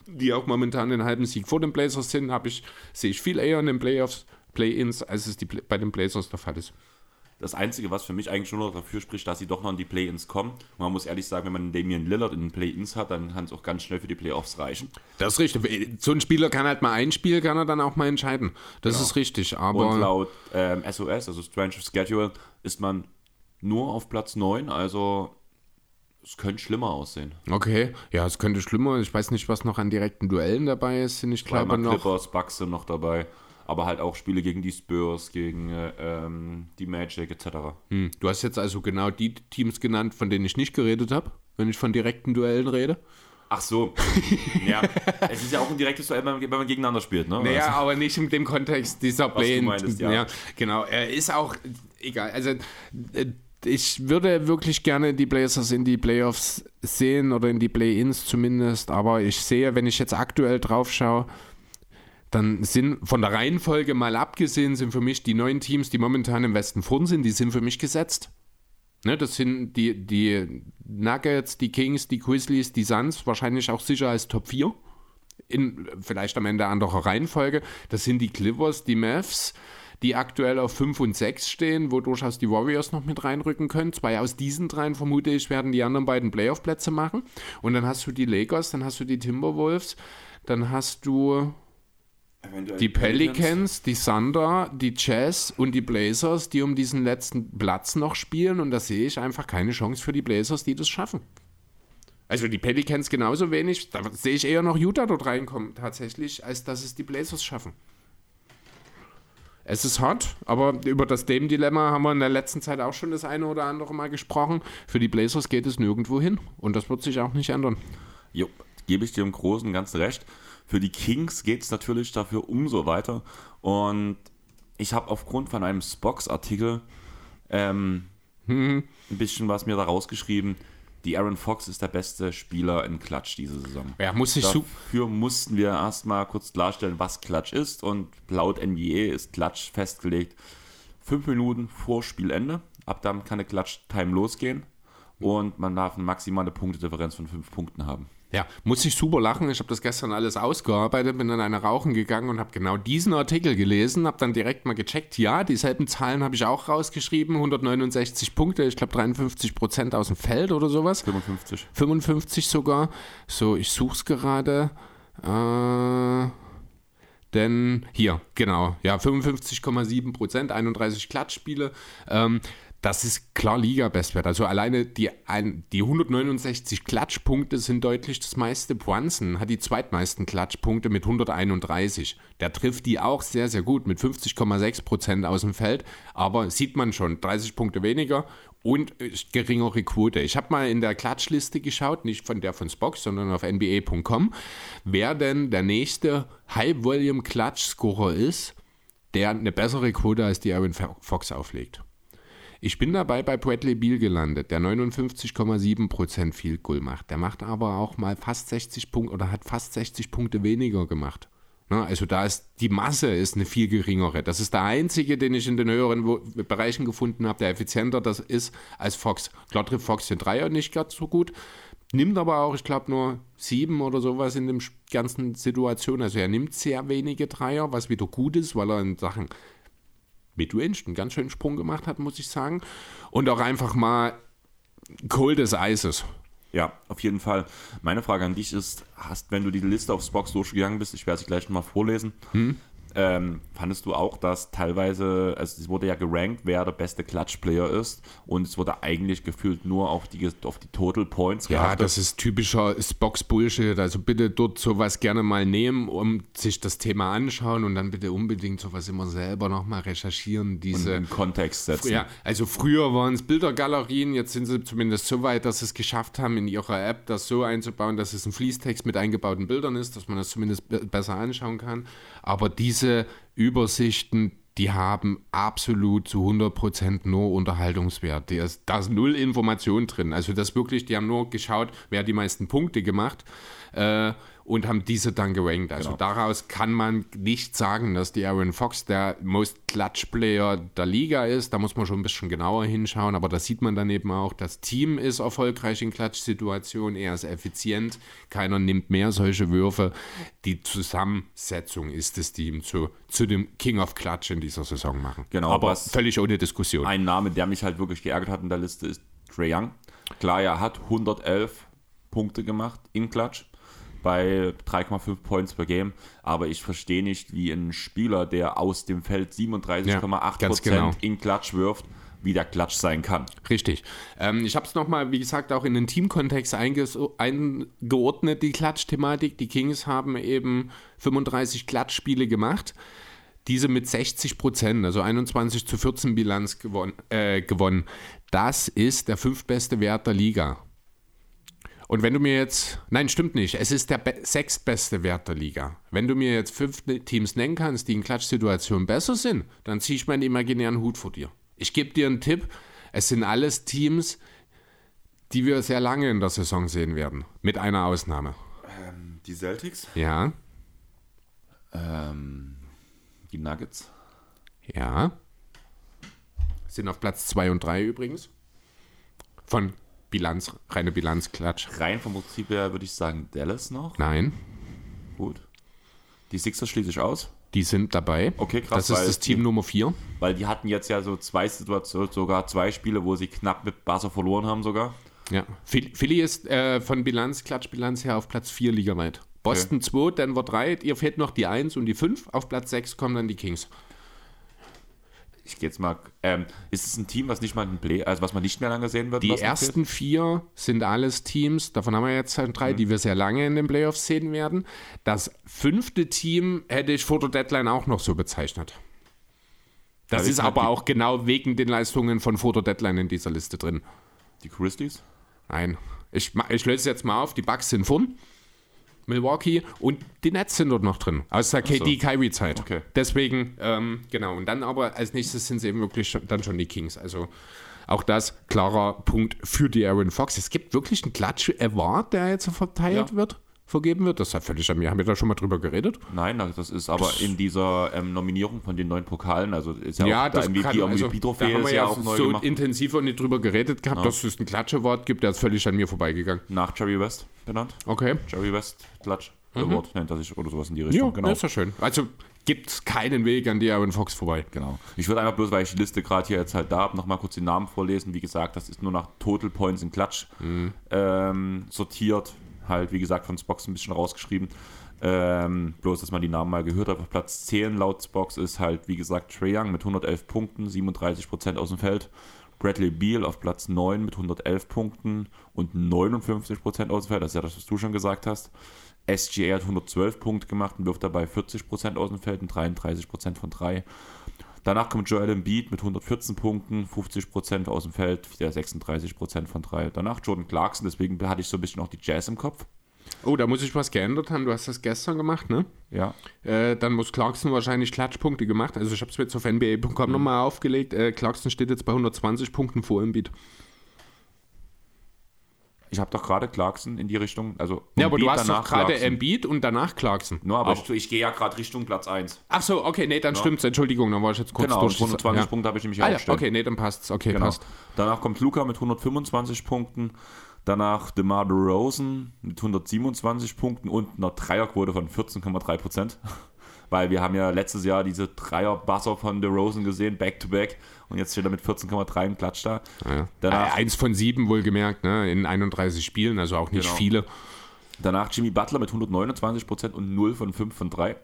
die auch momentan den halben Sieg vor den Blazers sind, sehe ich viel eher in den Play-Ins, als es bei den Blazers der Fall ist. Das Einzige, was für mich eigentlich nur noch dafür spricht, dass sie doch noch in die Play-Ins kommen. Und man muss ehrlich sagen, wenn man Damian Lillard in den Play-Ins hat, dann kann es auch ganz schnell für die Playoffs reichen. Das ist richtig. So ein Spieler kann halt mal ein Spiel, kann er dann auch mal entscheiden. Das ist richtig. Aber und laut SOS, also Strange Schedule, ist man nur auf Platz 9, also es könnte schlimmer aussehen. Okay, ja, es könnte schlimmer. Ich weiß nicht, was noch an direkten Duellen dabei ist. Ich glaube noch. Clippers, Bucks sind noch dabei. Aber halt auch Spiele gegen die Spurs, gegen die Magic etc. Du hast jetzt also genau die Teams genannt, von denen ich nicht geredet habe, wenn ich von direkten Duellen rede. Ach so. Ja, es ist ja auch ein direktes Duell, wenn man gegeneinander spielt, ne? Naja, also, aber nicht in dem Kontext dieser Play-In. Ja, genau. Ist auch egal. Also ich würde wirklich gerne die Blazers in die Playoffs sehen oder in die Play-Ins zumindest, aber ich sehe, wenn ich jetzt aktuell drauf schaue, dann sind von der Reihenfolge mal abgesehen, sind für mich die 9 Teams, die momentan im Westen vorn sind, die sind für mich gesetzt. Ne, das sind die Nuggets, die Kings, die Grizzlies, die Suns, wahrscheinlich auch sicher als Top 4, in vielleicht am Ende anderer Reihenfolge. Das sind die Clippers, die Mavs, die aktuell auf 5 und 6 stehen, wo durchaus die Warriors noch mit reinrücken können. 2 aus diesen 3, vermute ich, werden die anderen beiden Playoff-Plätze machen. Und dann hast du die Lakers, dann hast du die Timberwolves, dann hast du die Pelicans, die Thunder, die Jazz und die Blazers, die um diesen letzten Platz noch spielen. Und da sehe ich einfach keine Chance für die Blazers, die das schaffen. Also die Pelicans genauso wenig. Da sehe ich eher noch Utah dort reinkommen, tatsächlich, als dass es die Blazers schaffen. Es ist hart, aber über das Dame-Dilemma haben wir in der letzten Zeit auch schon das eine oder andere Mal gesprochen. Für die Blazers geht es nirgendwo hin. Und das wird sich auch nicht ändern. Jo, gebe ich dir im Großen und Ganzen recht. Für die Kings geht es natürlich dafür umso weiter. Und ich habe aufgrund von einem Spox-Artikel ein bisschen was mir da rausgeschrieben. Die Aaron Fox ist der beste Spieler in Clutch diese Saison. Ja, Dafür mussten wir erstmal kurz klarstellen, was Clutch ist. Und laut NBA ist Clutch festgelegt 5 Minuten vor Spielende. Ab dann kann eine Clutch-Time losgehen. Und man darf eine maximale Punktedifferenz von 5 Punkten haben. Ja, muss ich super lachen. Ich habe das gestern alles ausgearbeitet, bin dann eine rauchen gegangen und habe genau diesen Artikel gelesen, habe dann direkt mal gecheckt. Ja, dieselben Zahlen habe ich auch rausgeschrieben. 169 Punkte, ich glaube 53% aus dem Feld oder sowas. 55 sogar. So, ich suche es gerade. Denn hier, genau, ja, 55,7%, 31 Klatschspiele. Das ist klar Liga-Bestwert. Also alleine die 169 Klatschpunkte sind deutlich das meiste. Brunson hat die zweitmeisten Klatschpunkte mit 131. Der trifft die auch sehr, sehr gut mit 50,6% aus dem Feld. Aber sieht man schon, 30 Punkte weniger und geringere Quote. Ich habe mal in der Klatschliste geschaut, nicht von der von Spox, sondern auf nba.com, wer denn der nächste High-Volume-Klatsch-Scorer ist, der eine bessere Quote als die Aaron Fox auflegt. Ich bin dabei bei Bradley Beal gelandet, der 59,7% Field Goal macht. Der macht aber auch mal fast 60 Punkte oder hat fast 60 Punkte weniger gemacht. Also da ist die Masse ist eine viel geringere. Das ist der einzige, den ich in den höheren Bereichen gefunden habe, der effizienter das ist als Fox. Klar trifft Fox den Dreier nicht ganz so gut, nimmt aber auch, ich glaube, nur 7 oder sowas in der ganzen Situation. Also er nimmt sehr wenige Dreier, was wieder gut ist, weil er in Sachen Midrange einen ganz schönen Sprung gemacht hat, muss ich sagen. Und auch einfach mal Kohl des Eises. Ja, auf jeden Fall. Meine Frage an dich ist, wenn du die Liste auf Spox durchgegangen bist, ich werde sie gleich nochmal vorlesen, fandest du auch, dass teilweise, also es wurde ja gerankt, wer der beste Clutch-Player ist und es wurde eigentlich gefühlt nur auf die Total Points geachtet. Ja, das ist typischer Spox-Bullshit, also bitte dort sowas gerne mal nehmen, um sich das Thema anschauen und dann bitte unbedingt sowas immer selber nochmal recherchieren. Und in Kontext setzen. Ja, also früher waren es Bildergalerien, jetzt sind sie zumindest so weit, dass sie es geschafft haben, in ihrer App das so einzubauen, dass es ein Fließtext mit eingebauten Bildern ist, dass man das zumindest besser anschauen kann, aber diese Übersichten, die haben absolut zu 100% nur Unterhaltungswert. Da ist null Information drin. Also das wirklich, die haben nur geschaut, wer hat die meisten Punkte gemacht. und haben diese dann gerankt. Also daraus kann man nicht sagen, dass die Aaron Fox der Most Clutch Player der Liga ist. Da muss man schon ein bisschen genauer hinschauen, aber da sieht man dann eben auch, das Team ist erfolgreich in Klatsch-Situationen, er ist effizient, keiner nimmt mehr solche Würfe. Die Zusammensetzung ist das Team zu dem King of Clutch in dieser Saison machen. Genau, aber völlig ohne Diskussion. Ein Name, der mich halt wirklich geärgert hat in der Liste, ist Trae Young. Klar, er hat 111 Punkte gemacht in Klatsch bei 3,5 Points per Game, aber ich verstehe nicht, wie ein Spieler, der aus dem Feld 37,8% genau. in Klatsch wirft, wie der Klatsch sein kann. Richtig. Ich habe es nochmal, wie gesagt, auch in den Teamkontext eingeordnet, die Klatsch-Thematik. Die Kings haben eben 35 Klatschspiele gemacht, diese mit 60%, also 21:14 Bilanz gewonnen. Das ist der 5. beste Wert der Liga. Und wenn du mir jetzt, nein, stimmt nicht, es ist der 6. beste Wert der Liga. Wenn du mir jetzt 5 Teams nennen kannst, die in Klatschsituationen besser sind, dann ziehe ich meinen imaginären Hut vor dir. Ich gebe dir einen Tipp, es sind alles Teams, die wir sehr lange in der Saison sehen werden, mit einer Ausnahme. Die Celtics? Ja. Die Nuggets? Ja. Sind auf Platz 2 und 3 übrigens. Von reine Bilanzklatsch. Rein vom Prinzip her würde ich sagen Dallas noch. Nein. Gut. Die Sixers schließe ich aus. Die sind dabei. Okay, krass. Das ist das Team Nummer 4. Weil die hatten jetzt ja so 2 Situationen, sogar 2 Spiele, wo sie knapp mit Buzzer verloren haben sogar. Ja. Philly ist von Klatschbilanz her auf Platz 4 ligaweit. Boston 2, Denver 3, ihr fehlt noch die 1 und die 5. Auf Platz 6 kommen dann die Kings. Ich gehe jetzt mal. Ist es ein Team, was nicht mal was man nicht mehr lange sehen wird? Die ersten 4 sind alles Teams, davon haben wir jetzt halt 3, die wir sehr lange in den Playoffs sehen werden. Das 5. Team hätte ich vor der Deadline auch noch so bezeichnet. Das ist aber auch genau wegen den Leistungen von vor der Deadline in dieser Liste drin. Die Christies? Nein. Ich löse jetzt mal auf, die Bucks sind vorn. Milwaukee und die Nets sind dort noch drin, aus der KD-Kyrie-Zeit. Okay. Deswegen, genau. Und dann aber als nächstes sind es eben wirklich dann schon die Kings. Also auch das klarer Punkt für die Aaron Fox. Es gibt wirklich einen Klatsch-Award, der jetzt vergeben wird. Das ist ja völlig an mir. Haben wir da schon mal drüber geredet? Nein, das ist aber in dieser Nominierung von den 9 Pokalen, also ist ja auch der MVP-Trophäe da haben wir ja auch neu so gemacht. intensiver nicht drüber geredet gehabt, dass es einen Klatsch-Award gibt, der ist völlig an mir vorbeigegangen. Nach Jerry West benannt. Okay. Jerry West Klatsch Award nennt er sich oder sowas in die Richtung. Ja, genau. Das ist ja schön. Also gibt es keinen Weg an die Aaron Fox vorbei. Genau. Ich würde einfach bloß, weil ich die Liste gerade hier jetzt halt da habe, nochmal kurz die Namen vorlesen. Wie gesagt, das ist nur nach Total Points in Klatsch sortiert. Halt, wie gesagt, von Spox ein bisschen rausgeschrieben. Bloß, dass man die Namen mal gehört hat. Auf Platz 10 laut Spox ist halt, wie gesagt, Trae Young mit 111 Punkten, 37% aus dem Feld. Bradley Beal auf Platz 9 mit 111 Punkten und 59% aus dem Feld. Das ist ja das, was du schon gesagt hast. SGA hat 112 Punkte gemacht und wirft dabei 40% aus dem Feld und 33% von 3. Danach kommt Joel Embiid mit 114 Punkten, 50% aus dem Feld, wieder 36% von 3. Danach Jordan Clarkson, deswegen hatte ich so ein bisschen auch die Jazz im Kopf. Oh, da muss ich was geändert haben. Du hast das gestern gemacht, ne? Ja. Dann muss Clarkson wahrscheinlich Klatschpunkte gemacht. Also ich habe es jetzt auf NBA.com nochmal aufgelegt. Clarkson steht jetzt bei 120 Punkten vor Embiid. Ich habe doch gerade Clarkson in die Richtung, also ja, aber du hast doch gerade Embiid und danach Clarkson. No, aber ich gehe ja gerade Richtung Platz 1. Ach so, okay, nee, dann stimmt's. Entschuldigung, dann war ich jetzt kurz durch. 120 Punkte habe ich nämlich aufgestellt. Okay, nee, dann passt's. Okay, genau. Passt. Danach kommt Luka mit 125 Punkten. Danach DeMar DeRozan mit 127 Punkten und einer Dreierquote von 14,3%. Weil wir haben ja letztes Jahr diese Dreier-Buzzer von DeRozan gesehen, Back-to-Back. Und jetzt steht er mit 14,3 im Klatsch da. Ja. Danach, 1 von 7 wohlgemerkt, ne? In 31 Spielen, also auch nicht viele. Danach Jimmy Butler mit 129% und 0 von 5 von 3.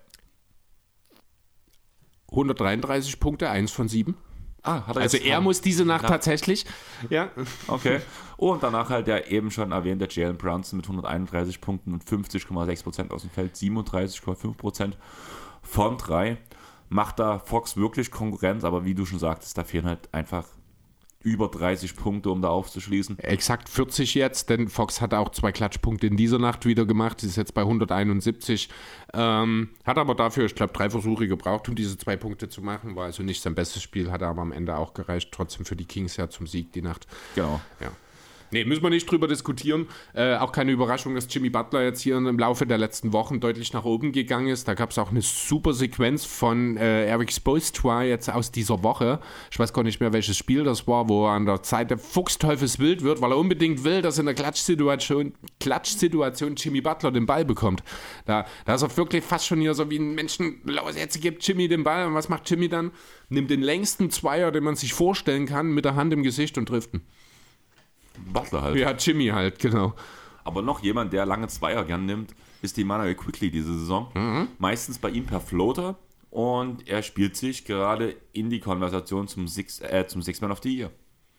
133 Punkte, 1 von 7. Also er muss diese Nacht tatsächlich. Ja. Okay. Und danach halt der eben schon erwähnte Jalen Brunson mit 131 Punkten und 50,6% aus dem Feld, 37,5% von 3. Macht da Fox wirklich Konkurrenz, aber wie du schon sagtest, da fehlen halt einfach über 30 Punkte, um da aufzuschließen. Exakt 40 jetzt, denn Fox hat auch 2 Klatschpunkte in dieser Nacht wieder gemacht, ist jetzt bei 171. Hat aber dafür, ich glaube, 3 Versuche gebraucht, um diese 2 Punkte zu machen. War also nicht sein bestes Spiel, hat aber am Ende auch gereicht, trotzdem für die Kings ja zum Sieg die Nacht. Genau. Ja. Nee, müssen wir nicht drüber diskutieren. Auch keine Überraschung, dass Jimmy Butler jetzt hier im Laufe der letzten Wochen deutlich nach oben gegangen ist. Da gab es auch eine super Sequenz von Eric Spoelstra jetzt aus dieser Woche. Ich weiß gar nicht mehr, welches Spiel das war, wo er an der Seite fuchsteufelswild wird, weil er unbedingt will, dass in der Klatschsituation Jimmy Butler den Ball bekommt. Da ist er wirklich fast schon hier so wie ein Menschen, los, jetzt gibt Jimmy den Ball. Und was macht Jimmy dann? Nimmt den längsten Zweier, den man sich vorstellen kann, mit der Hand im Gesicht und trifft ihn. Butler halt. Ja, Jimmy halt, genau. Aber noch jemand, der lange Zweier gern nimmt, ist die Immanuel Quickley diese Saison. Meistens bei ihm per Floater und er spielt sich gerade in die Konversation zum Six-Man of the Year.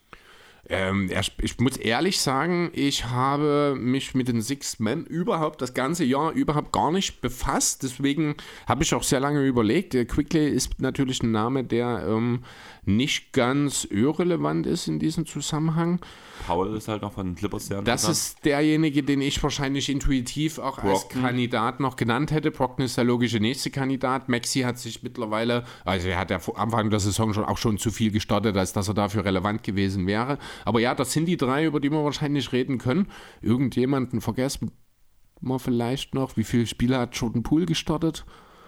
Ich muss ehrlich sagen, ich habe mich mit den Six Men das ganze Jahr überhaupt gar nicht befasst. Deswegen habe ich auch sehr lange überlegt. Quickley ist natürlich ein Name, der nicht ganz irrelevant ist in diesem Zusammenhang. Powell ist halt noch von den Clippers sehr interessant. Das ist derjenige, den ich wahrscheinlich intuitiv auch als Kandidat noch genannt hätte. Brockton ist der logische nächste Kandidat. Maxey hat sich mittlerweile, also er hat ja am Anfang der Saison schon zu viel gestartet, als dass er dafür relevant gewesen wäre. Aber ja, das sind die drei, über die wir wahrscheinlich reden können. Irgendjemanden vergessen wir vielleicht noch. Wie viele Spiele hat Jordan Poole gestartet?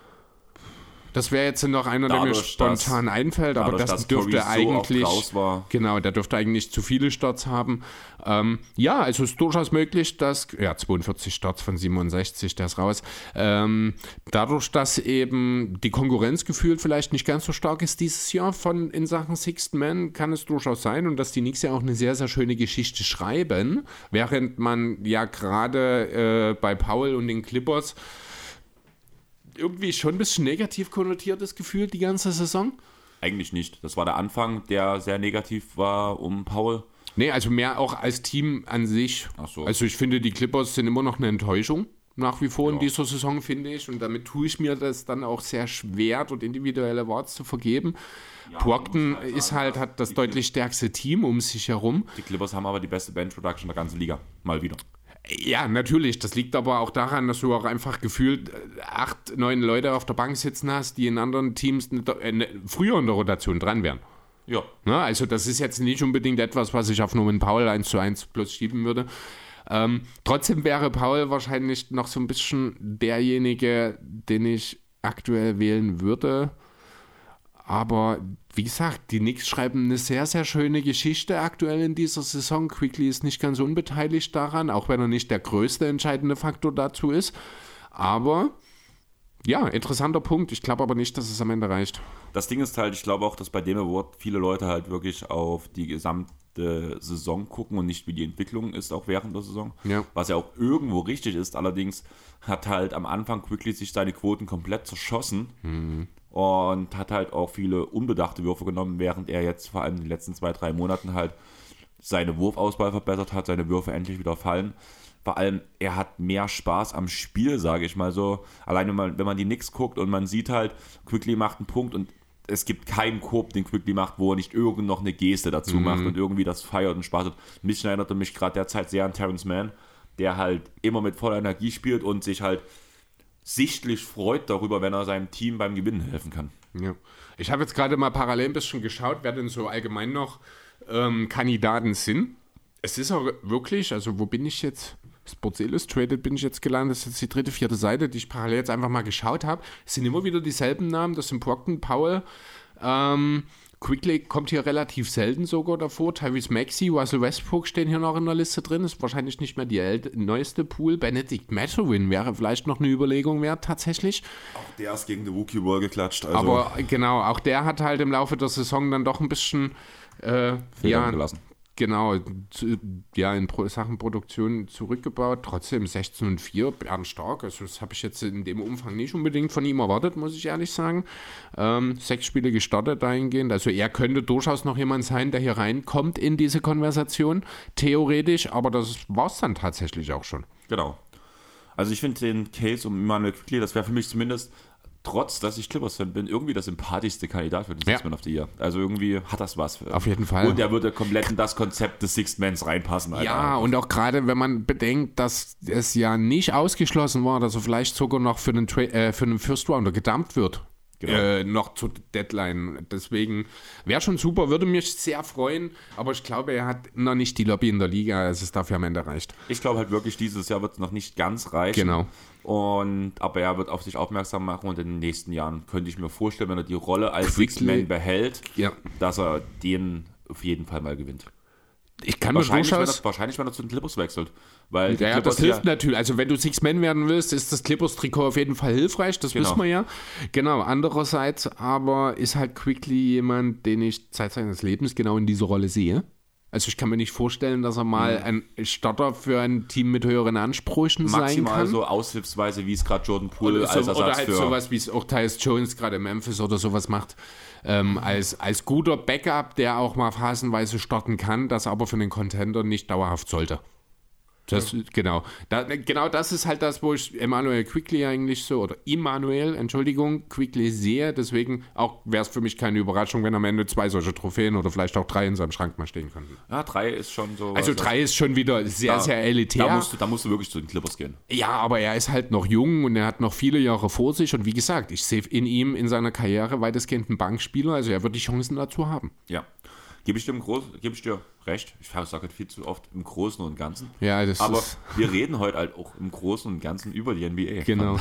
Das wäre jetzt noch einer, der mir spontan einfällt, aber das dürfte eigentlich, genau, der dürfte eigentlich zu viele Starts haben. Ja, also es ist durchaus möglich, dass, 42 Starts von 67, der ist raus. Dadurch, dass eben die Konkurrenz gefühlt vielleicht nicht ganz so stark ist dieses Jahr in Sachen Sixth Man, kann es durchaus sein und dass die Knicks ja auch eine sehr, sehr schöne Geschichte schreiben, während man ja gerade bei Powell und den Clippers irgendwie schon ein bisschen negativ konnotiert ist gefühlt die ganze Saison? Eigentlich nicht. Das war der Anfang, der sehr negativ war um Powell. Nee, also mehr auch als Team an sich. Ach so. Also ich finde, die Clippers sind immer noch eine Enttäuschung nach wie vor in dieser Saison, finde ich. Und damit tue ich mir das dann auch sehr schwer, dort individuelle Awards zu vergeben. Ja, Brockton hat das deutlich stärkste Team um sich herum. Die Clippers haben aber die beste Bench-Production der ganzen Liga. Mal wieder. Ja, natürlich. Das liegt aber auch daran, dass du auch einfach gefühlt 8, 9 Leute auf der Bank sitzen hast, die in anderen Teams früher in der Rotation dran wären. Ja. Na, also das ist jetzt nicht unbedingt etwas, was ich auf Norman Powell 1:1 plus schieben würde. Trotzdem wäre Powell wahrscheinlich noch so ein bisschen derjenige, den ich aktuell wählen würde. Aber wie gesagt, die Knicks schreiben eine sehr, sehr schöne Geschichte aktuell in dieser Saison. Quickley ist nicht ganz unbeteiligt daran, auch wenn er nicht der größte entscheidende Faktor dazu ist. Aber ja, interessanter Punkt. Ich glaube aber nicht, dass es am Ende reicht. Das Ding ist halt, ich glaube auch, dass bei dem Award viele Leute halt wirklich auf die gesamte Saison gucken und nicht wie die Entwicklung ist, auch während der Saison. Ja. Was ja auch irgendwo richtig ist. Allerdings hat halt am Anfang Quickley sich seine Quoten komplett zerschossen. Und hat halt auch viele unbedachte Würfe genommen, während er jetzt vor allem in den letzten 2-3 Monaten halt seine Wurfauswahl verbessert hat, seine Würfe endlich wieder fallen. Vor allem, er hat mehr Spaß am Spiel, sage ich mal so. Allein wenn man die Knicks guckt und man sieht halt, Quickley macht einen Punkt und es gibt keinen Korb, den Quickley macht, wo er nicht irgend noch eine Geste dazu macht und irgendwie das feiert und Spaß hat. Ein bisschen erinnerte mich gerade derzeit sehr an Terrence Mann, der halt immer mit voller Energie spielt und sich halt sichtlich freut darüber, wenn er seinem Team beim Gewinnen helfen kann. Ja. Ich habe jetzt gerade mal parallel ein bisschen geschaut, wer denn so allgemein noch Kandidaten sind. Es ist auch wirklich, also wo bin ich jetzt? Sports Illustrated bin ich jetzt gelandet, das ist jetzt die 3., 4. Seite, die ich parallel jetzt einfach mal geschaut habe. Es sind immer wieder dieselben Namen, das sind Brockton, Powell, Quickley kommt hier relativ selten sogar davor. Tyrese Maxey, Russell Westbrook stehen hier noch in der Liste drin. Ist wahrscheinlich nicht mehr die neueste Pool. Benedict Mathurin wäre vielleicht noch eine Überlegung wert, tatsächlich. Auch der ist gegen die Rookie Wall geklatscht. Also aber genau, auch der hat halt im Laufe der Saison dann doch ein bisschen gelassen. Genau, in Sachen Produktion zurückgebaut. Trotzdem 16-4, bärenstark. Also das habe ich jetzt in dem Umfang nicht unbedingt von ihm erwartet, muss ich ehrlich sagen. 6 Spiele gestartet dahingehend. Also er könnte durchaus noch jemand sein, der hier reinkommt in diese Konversation, theoretisch. Aber das war es dann tatsächlich auch schon. Genau. Also ich finde den Case um Immanuel Quickley, das wäre für mich zumindest, trotz dass ich Clippers-Fan bin, irgendwie das sympathischste Kandidat für den Sixth Man of the Year. Also irgendwie hat das was. Auf jeden Fall. Und er würde komplett in das Konzept des Sixth Mans reinpassen. Alter. Ja, und auch gerade, wenn man bedenkt, dass es ja nicht ausgeschlossen war, dass er vielleicht sogar noch für einen First Rounder gedumpt wird. noch zur Deadline. Deswegen wäre schon super, würde mich sehr freuen, aber ich glaube, er hat noch nicht die Lobby in der Liga, als es dafür am Ende reicht. Ich glaube halt wirklich, dieses Jahr wird es noch nicht ganz reichen. Genau. Aber er wird auf sich aufmerksam machen und in den nächsten Jahren könnte ich mir vorstellen, wenn er die Rolle als Six-Man behält, dass er den auf jeden Fall mal gewinnt. Ich kann wahrscheinlich, wenn er zu den Clippers wechselt. Weil das hilft natürlich. Also wenn du Six-Man werden willst, ist das Clippers-Trikot auf jeden Fall hilfreich, das wissen wir ja. Genau, andererseits aber ist halt Quickley jemand, den ich Zeit seines Lebens genau in dieser Rolle sehe. Also ich kann mir nicht vorstellen, dass er mal ein Starter für ein Team mit höheren Ansprüchen sein kann. Maximal so aushilfsweise, wie es gerade Jordan Poole als Ersatz oder halt sowas, wie es auch Tyus Jones gerade in Memphis oder sowas macht. Als guter Backup, der auch mal phasenweise starten kann, das aber für den Contender nicht dauerhaft sollte. Genau. Genau das ist halt das, wo ich Immanuel Quickley sehe. Deswegen auch wäre es für mich keine Überraschung, wenn am Ende 2 solche Trophäen oder vielleicht auch 3 in seinem Schrank mal stehen könnten. Ja, 3 ist schon so. Also 3 ist schon wieder sehr elitär. Da musst du wirklich zu den Clippers gehen. Ja, aber er ist halt noch jung und er hat noch viele Jahre vor sich. Und wie gesagt, ich sehe in ihm in seiner Karriere weitestgehend einen Bankspieler. Also er wird die Chancen dazu haben. Ja. Gebe ich dir recht. Ich sage halt viel zu oft im Großen und Ganzen. Ja, aber wir reden heute halt auch im Großen und Ganzen über die NBA. Genau.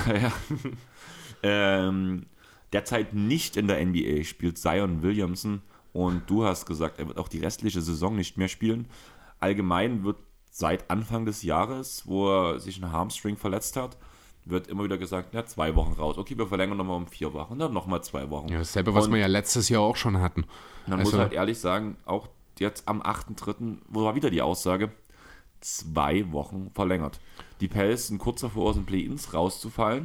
Derzeit nicht in der NBA spielt Zion Williamson und du hast gesagt, er wird auch die restliche Saison nicht mehr spielen. Allgemein wird seit Anfang des Jahres, wo er sich einen Hamstring verletzt hat, wird immer wieder gesagt, 2 Wochen raus. Okay, wir verlängern nochmal um 4 Wochen, dann nochmal 2 Wochen. Ja, dasselbe, was wir ja letztes Jahr auch schon hatten. Man muss halt ehrlich sagen, auch jetzt am 8.3., wo war wieder die Aussage, 2 Wochen verlängert. Die Pels sind kurz davor, aus den Play-Ins rauszufallen.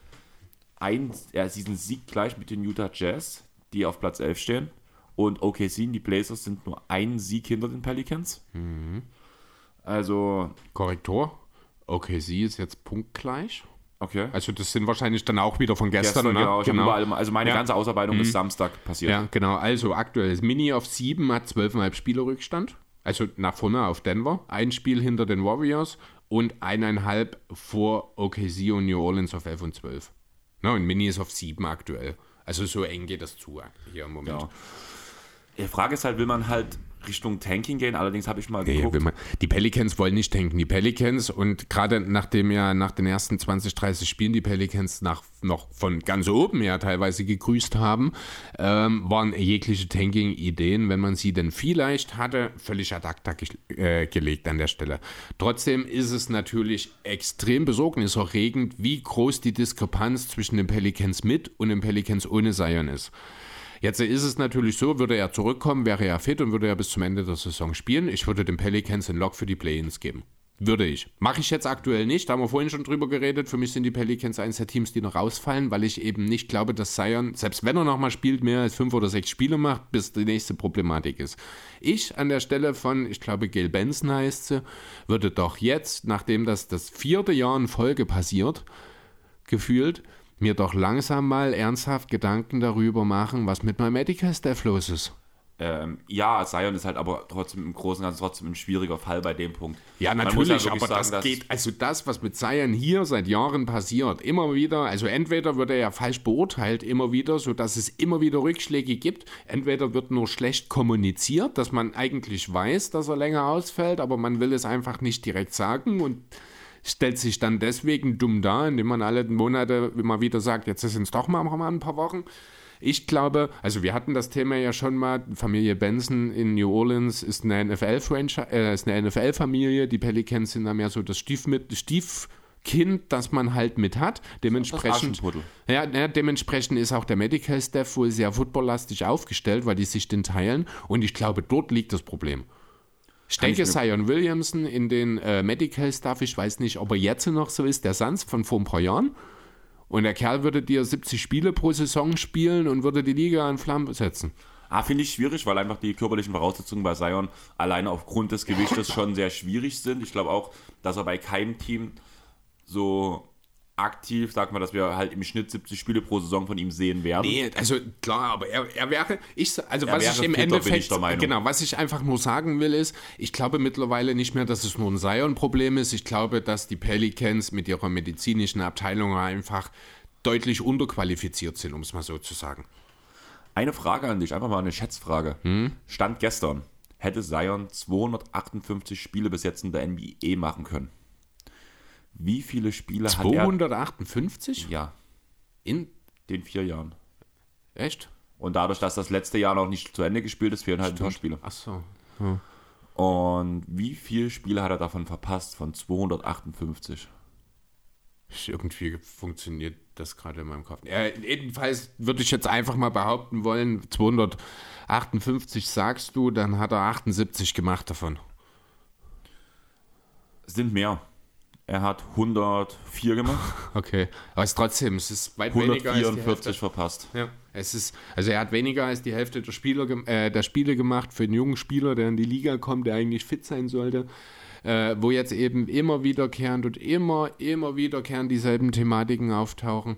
Sie sind sieggleich mit den Utah Jazz, die auf Platz 11 stehen. Und OKC, die Blazers, sind nur ein Sieg hinter den Pelicans. Mhm. Also... Korrektor. OKC ist jetzt punktgleich. Okay. Also das sind wahrscheinlich dann auch wieder von gestern. Genau. Also meine ganze Ausarbeitung ist Samstag passiert. Ja, genau. Also aktuell ist Mini auf 7, hat 12,5 Spiele Rückstand. Also nach vorne auf Denver. Ein Spiel hinter den Warriors und 1,5 vor OKC und New Orleans auf 11 und 12. No, und Mini ist auf 7 aktuell. Also so eng geht das zu hier im Moment. Ja. Die Frage ist halt, will man halt Richtung Tanking gehen? Allerdings habe ich mal geguckt. Die Pelicans wollen nicht tanken. Die Pelicans, und gerade nach den ersten 20, 30 Spielen die Pelicans noch von ganz oben her teilweise gegrüßt haben, waren jegliche Tanking-Ideen, wenn man sie denn vielleicht hatte, völlig ad acta gelegt an der Stelle. Trotzdem ist es natürlich extrem besorgniserregend, wie groß die Diskrepanz zwischen den Pelicans mit und den Pelicans ohne Zion ist. Jetzt ist es natürlich so, würde er zurückkommen, wäre er fit und würde er bis zum Ende der Saison spielen. Ich würde den Pelicans einen Lock für die Play-Ins geben. Würde ich. Mache ich jetzt aktuell nicht, da haben wir vorhin schon drüber geredet. Für mich sind die Pelicans eines der Teams, die noch rausfallen, weil ich eben nicht glaube, dass Zion, selbst wenn er nochmal spielt, mehr als 5 oder 6 Spiele macht, bis die nächste Problematik ist. Ich an der Stelle von, ich glaube, Gail Benson heißt sie, würde doch jetzt, nachdem das 4. Jahr in Folge passiert, gefühlt, mir doch langsam mal ernsthaft Gedanken darüber machen, was mit meinem Medical Staff los ist. Ja, Zion ist halt aber trotzdem im Großen und Ganzen trotzdem ein schwieriger Fall bei dem Punkt. Ja, natürlich, aber das geht, also das, was mit Zion hier seit Jahren passiert, immer wieder, also entweder wird er ja falsch beurteilt, immer wieder, sodass es immer wieder Rückschläge gibt, entweder wird nur schlecht kommuniziert, dass man eigentlich weiß, dass er länger ausfällt, aber man will es einfach nicht direkt sagen und stellt sich dann deswegen dumm dar, indem man alle Monate immer wieder sagt, jetzt sind es doch mal ein paar Wochen. Ich glaube, also wir hatten das Thema ja schon mal, Familie Benson in New Orleans ist eine NFL-Familie, die Pelicans sind dann ja so das Stiefkind, das man halt mit hat. Dementsprechend ist auch der Medical Staff wohl sehr footballlastig aufgestellt, weil die sich den teilen und ich glaube, dort liegt das Problem. Ich denke, Zion Williamson in den Medical Staff, ich weiß nicht, ob er jetzt noch so ist, der Suns von vor ein paar Jahren. Und der Kerl würde dir 70 Spiele pro Saison spielen und würde die Liga in Flammen setzen. Finde ich schwierig, weil einfach die körperlichen Voraussetzungen bei Zion alleine aufgrund des Gewichtes schon sehr schwierig sind. Ich glaube auch, dass er bei keinem Team so aktiv, sagt man, dass wir halt im Schnitt 70 Spiele pro Saison von ihm sehen werden. Nee, also klar, aber er wäre, was ich einfach nur sagen will ist, ich glaube mittlerweile nicht mehr, dass es nur ein Zion-Problem ist. Ich glaube, dass die Pelicans mit ihrer medizinischen Abteilung einfach deutlich unterqualifiziert sind, um es mal so zu sagen. Eine Frage an dich, einfach mal eine Schätzfrage. Stand gestern, hätte Zion 258 Spiele bis jetzt in der NBA machen können. Wie viele Spiele hat er? 258? Ja, In den 4 Jahren. echt? Und dadurch, dass das letzte Jahr noch nicht zu Ende gespielt ist, fehlen halt ein paar Spiele. Ach so. Und wie viele Spiele hat er davon verpasst, von 258? Irgendwie funktioniert das gerade in meinem Kopf. Jedenfalls würde ich jetzt einfach mal behaupten wollen, 258 sagst du, dann hat er 78 gemacht davon. Es sind mehr. Er hat 104 gemacht, Okay, aber es ist weit weniger als die 144 Hälfte. verpasst. Ja, also er hat weniger als die Hälfte der Spiele gemacht für einen jungen Spieler, der in die Liga kommt, der eigentlich fit sein sollte. Wo jetzt eben immer wiederkehrend dieselben Thematiken auftauchen.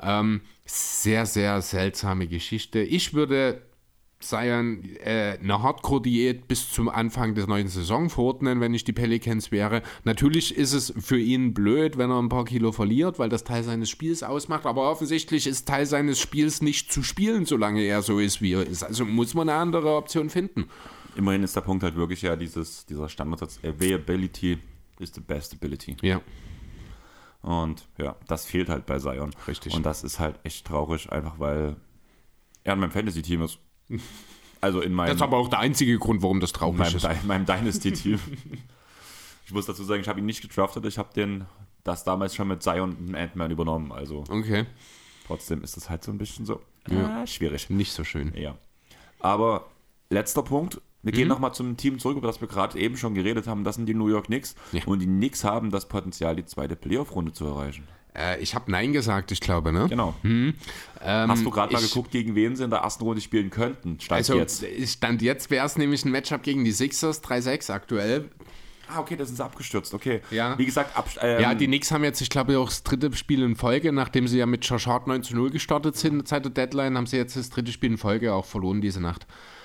Sehr, sehr seltsame Geschichte. Ich würde Zion eine Hardcore-Diät bis zum Anfang der neuen Saison verordnen, wenn ich die Pelicans wäre. Natürlich ist es für ihn blöd, wenn er ein paar Kilo verliert, weil das Teil seines Spiels ausmacht, aber offensichtlich ist Teil seines Spiels nicht zu spielen, solange er so ist, wie er ist. Also muss man eine andere Option finden. Immerhin ist der Punkt halt wirklich ja dieser Standardsatz, Availability is the best ability. Ja. Und ja, das fehlt halt bei Zion. Richtig. Und das ist halt echt traurig, einfach weil er in meinem Fantasy-Team ist. Also in meinem, Das ist aber auch der einzige Grund, warum das traurig ist. meinem Dynasty-Team. Ich muss dazu sagen, ich habe ihn nicht gedraftet, ich habe das damals schon mit Zion und Ant-Man übernommen. Also Okay. trotzdem ist das halt so ein bisschen so schwierig. Nicht so schön. Ja. Aber letzter Punkt. Wir gehen nochmal zum Team zurück, über das wir gerade eben schon geredet haben. Das sind die New York Knicks. Ja. Und die Knicks haben das Potenzial, die zweite Playoff-Runde zu erreichen. Ich habe Nein gesagt, ich glaube, ne? Genau. Hast du gerade mal geguckt, gegen wen sie in der ersten Runde spielen könnten? Stand Jetzt wäre es nämlich ein Matchup gegen die Sixers, 3-6 aktuell. Okay, da sind sie abgestürzt. Okay. Ja. Wie gesagt, Die Knicks haben jetzt, ich glaube, auch das dritte Spiel in Folge, nachdem sie ja mit Josh Hart 9-0 gestartet sind, Zeit der Deadline, haben sie jetzt das dritte Spiel in Folge auch verloren diese Nacht.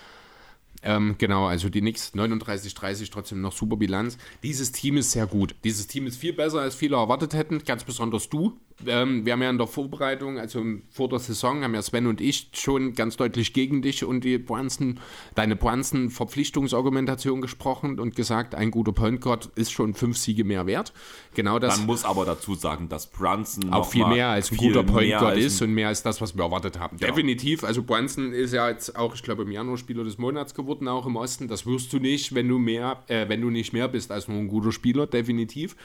Genau, also die Knicks 39-30, trotzdem noch super Bilanz. Dieses Team ist sehr gut. Dieses Team ist viel besser, als viele erwartet hätten, ganz besonders du. Wir haben ja in der Vorbereitung, also vor der Saison, haben ja Sven und ich schon ganz deutlich gegen dich und deine Brunson-Verpflichtungsargumentation gesprochen und gesagt, ein guter Point Guard ist schon 5 Siege mehr wert. Genau das. Man muss aber dazu sagen, dass Brunson auch viel mehr als ein guter Point Guard ist und mehr als das, was wir erwartet haben. Genau. Definitiv, also Brunson ist ja jetzt auch, ich glaube, im Januar Spieler des Monats geworden, auch im Osten. Das wirst du nicht, wenn du nicht mehr bist als nur ein guter Spieler, definitiv.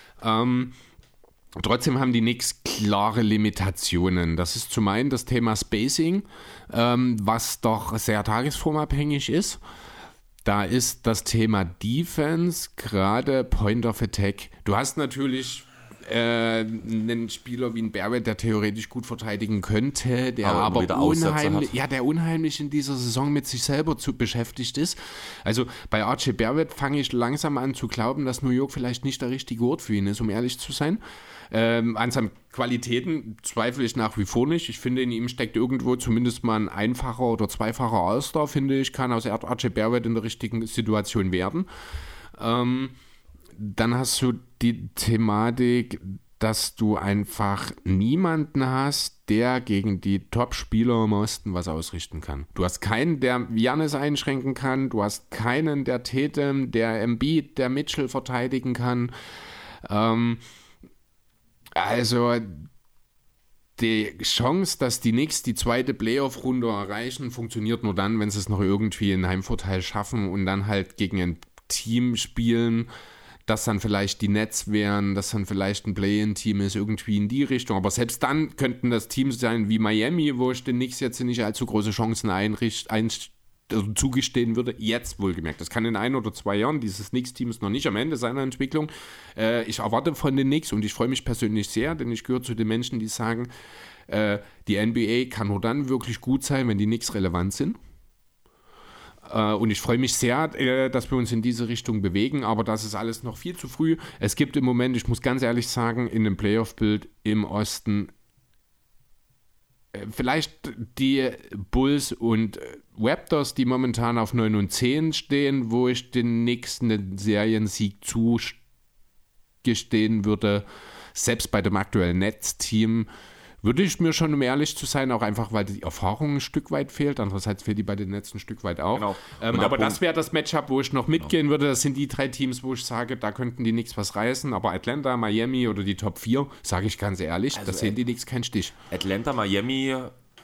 Trotzdem haben die Knicks klare Limitationen. Das ist zum einen das Thema Spacing, was doch sehr tagesformabhängig ist. Da ist das Thema Defense, gerade Point of Attack. Du hast natürlich einen Spieler wie ein Barrett, der theoretisch gut verteidigen könnte, der aber unheimlich in dieser Saison mit sich selber beschäftigt ist. Also bei RJ Barrett fange ich langsam an zu glauben, dass New York vielleicht nicht der richtige Ort für ihn ist, um ehrlich zu sein. An seinen Qualitäten zweifle ich nach wie vor nicht. Ich finde, in ihm steckt irgendwo zumindest mal ein einfacher oder zweifacher All-Star, finde ich, kann aus RJ Barrett in der richtigen Situation werden. Dann hast du die Thematik, dass du einfach niemanden hast, der gegen die Top-Spieler im Osten was ausrichten kann. Du hast keinen, der Giannis einschränken kann. Du hast keinen, der Tatum, der Embiid, der Mitchell verteidigen kann. Also die Chance, dass die Knicks die zweite Playoff-Runde erreichen, funktioniert nur dann, wenn sie es noch irgendwie in Heimvorteil schaffen und dann halt gegen ein Team spielen, das dann vielleicht die Nets wären, das dann vielleicht ein Play-in-Team ist, irgendwie in die Richtung. Aber selbst dann könnten das Teams sein wie Miami, wo ich den Knicks jetzt nicht allzu große Chancen zugestehen würde. Jetzt wohlgemerkt. Das kann in 1 oder 2 Jahren. Dieses Knicks-Team ist noch nicht am Ende seiner Entwicklung. Ich erwarte von den Knicks und ich freue mich persönlich sehr, denn ich gehöre zu den Menschen, die sagen, die NBA kann nur dann wirklich gut sein, wenn die Knicks relevant sind. Und ich freue mich sehr, dass wir uns in diese Richtung bewegen, aber das ist alles noch viel zu früh. Es gibt im Moment, ich muss ganz ehrlich sagen, in dem Playoff-Bild im Osten vielleicht die Bulls und Raptors, die momentan auf 9 und 10 stehen, wo ich den nächsten Seriensieg zugestehen würde. Selbst bei dem aktuellen Nets-Team Würde ich mir schon, um ehrlich zu sein, auch einfach, weil die Erfahrung ein Stück weit fehlt. Andererseits fehlt die bei den Nets ein Stück weit auch. Genau. Aber das wäre das Matchup, wo ich noch mitgehen würde. Das sind die 3 Teams, wo ich sage, da könnten die nichts was reißen. Aber Atlanta, Miami oder die Top 4, sage ich ganz ehrlich, da sehen die nichts, keinen Stich. Atlanta, Miami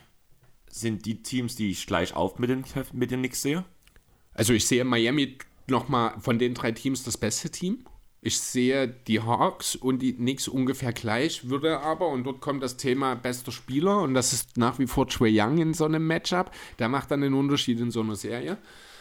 sind die Teams, die ich gleich auf mit den Knicks sehe. Also ich sehe Miami nochmal von den 3 Teams das beste Team. Ich sehe die Hawks und die Knicks ungefähr gleich, würde aber, und dort kommt das Thema bester Spieler, und das ist nach wie vor Trae Young in so einem Matchup, der macht dann den Unterschied in so einer Serie.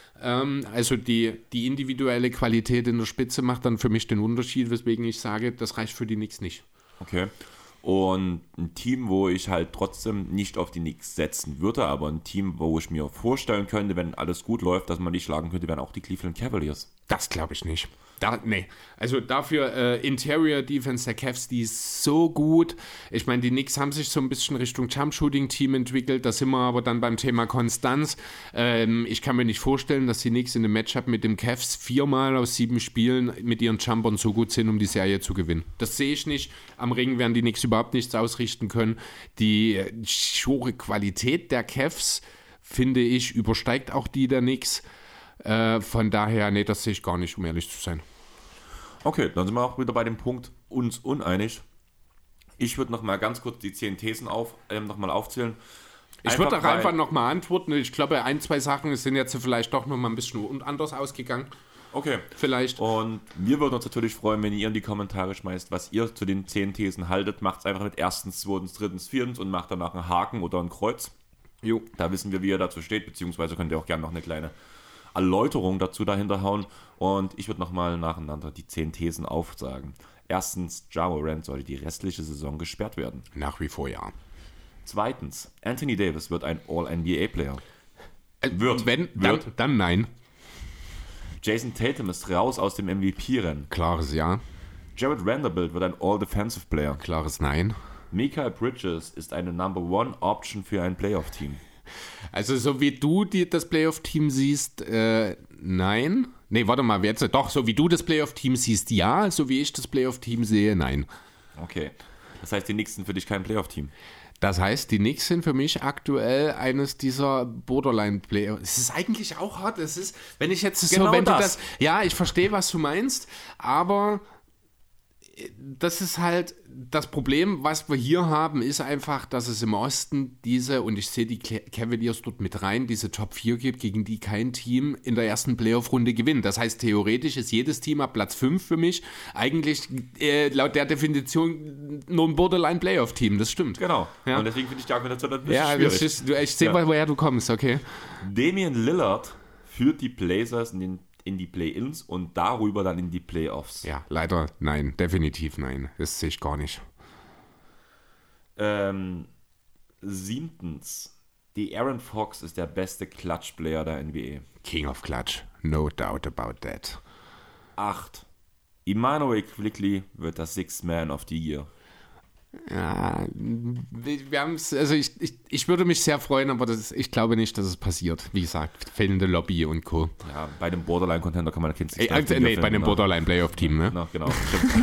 Also die individuelle Qualität in der Spitze macht dann für mich den Unterschied, weswegen ich sage, das reicht für die Knicks nicht. Okay. Und ein Team, wo ich halt trotzdem nicht auf die Knicks setzen würde, aber ein Team, wo ich mir vorstellen könnte, wenn alles gut läuft, dass man die schlagen könnte, wären auch die Cleveland Cavaliers. Das glaube ich nicht. Nee. Also dafür Interior Defense der Cavs, die ist so gut. Ich meine, die Knicks haben sich so ein bisschen Richtung Jump-Shooting-Team entwickelt. Da sind wir aber dann beim Thema Konstanz. Ich kann mir nicht vorstellen, dass die Knicks in einem Matchup mit dem Cavs 4-mal aus 7 Spielen mit ihren Jumpern so gut sind, um die Serie zu gewinnen. Das sehe ich nicht. Am Ring werden die Knicks überhaupt nichts ausrichten können. Die schiere Qualität der Cavs, finde ich, übersteigt auch die der Knicks. Von daher, nee, das sehe ich gar nicht, um ehrlich zu sein. Okay, dann sind wir auch wieder bei dem Punkt uns uneinig. Ich würde noch mal ganz kurz die 10 Thesen nochmal aufzählen. Ich würde auch einfach nochmal antworten. Ich glaube, 1, 2 Sachen sind jetzt vielleicht doch nochmal ein bisschen anders ausgegangen. Okay. Vielleicht. Und wir würden uns natürlich freuen, wenn ihr in die Kommentare schmeißt, was ihr zu den 10 Thesen haltet. Macht es einfach mit 1., 2., 3., 4. und macht danach einen Haken oder ein Kreuz. Jo. Da wissen wir, wie ihr dazu steht, beziehungsweise könnt ihr auch gerne noch eine kleine Erläuterung dazu dahinter hauen. Und ich würde nochmal nacheinander die 10 Thesen aufsagen. 1. Ja Morant sollte die restliche Saison gesperrt werden. Nach wie vor ja. 2. Anthony Davis wird ein All-NBA-Player. Dann nein. Jason Tatum ist raus aus dem MVP-Rennen. Klares Ja. Jared Vanderbilt wird ein All-Defensive-Player. Klares Nein. Mikal Bridges ist eine Number-One-Option für ein Playoff-Team. Also so wie du das Playoff-Team siehst, nein. Nee, warte mal, doch, so wie du das Playoff-Team siehst, ja. So wie ich das Playoff-Team sehe, nein. Okay, das heißt, die Knicks sind für dich kein Playoff-Team. Das heißt, die Knicks sind für mich aktuell eines dieser Borderline-Playoffs. Es ist eigentlich auch hart. Es ist, wenn ich jetzt genau so, wenn das. du das, ja, ich verstehe, was du meinst, aber das ist halt das Problem, was wir hier haben, ist einfach, dass es im Osten und ich sehe die Cavaliers dort mit rein, diese Top 4 gibt, gegen die kein Team in der ersten Playoff-Runde gewinnt. Das heißt, theoretisch ist jedes Team ab Platz 5 für mich eigentlich laut der Definition nur ein Borderline-Playoff-Team. Das stimmt. Genau. Ja. Und deswegen finde ich die Argumentation ein bisschen schwierig. Ich sehe mal, woher du kommst, okay? Damian Lillard führt die Blazers in die Play-Ins und darüber dann in die Playoffs. Ja, leider nein, definitiv nein. Das sehe ich gar nicht. 7. De'Aaron Fox ist der beste Clutch-Player der NBA. King of Clutch, no doubt about that. 8. Immanuel Quickley wird das Sixth Man of the Year. Ja, wir haben es, also ich würde mich sehr freuen, aber ich glaube nicht, dass es passiert. Wie gesagt, fehlende Lobby und Co. Ja, bei dem Borderline-Contender kann man Kind bei einem Borderline-Playoff-Team, ne? Na, genau.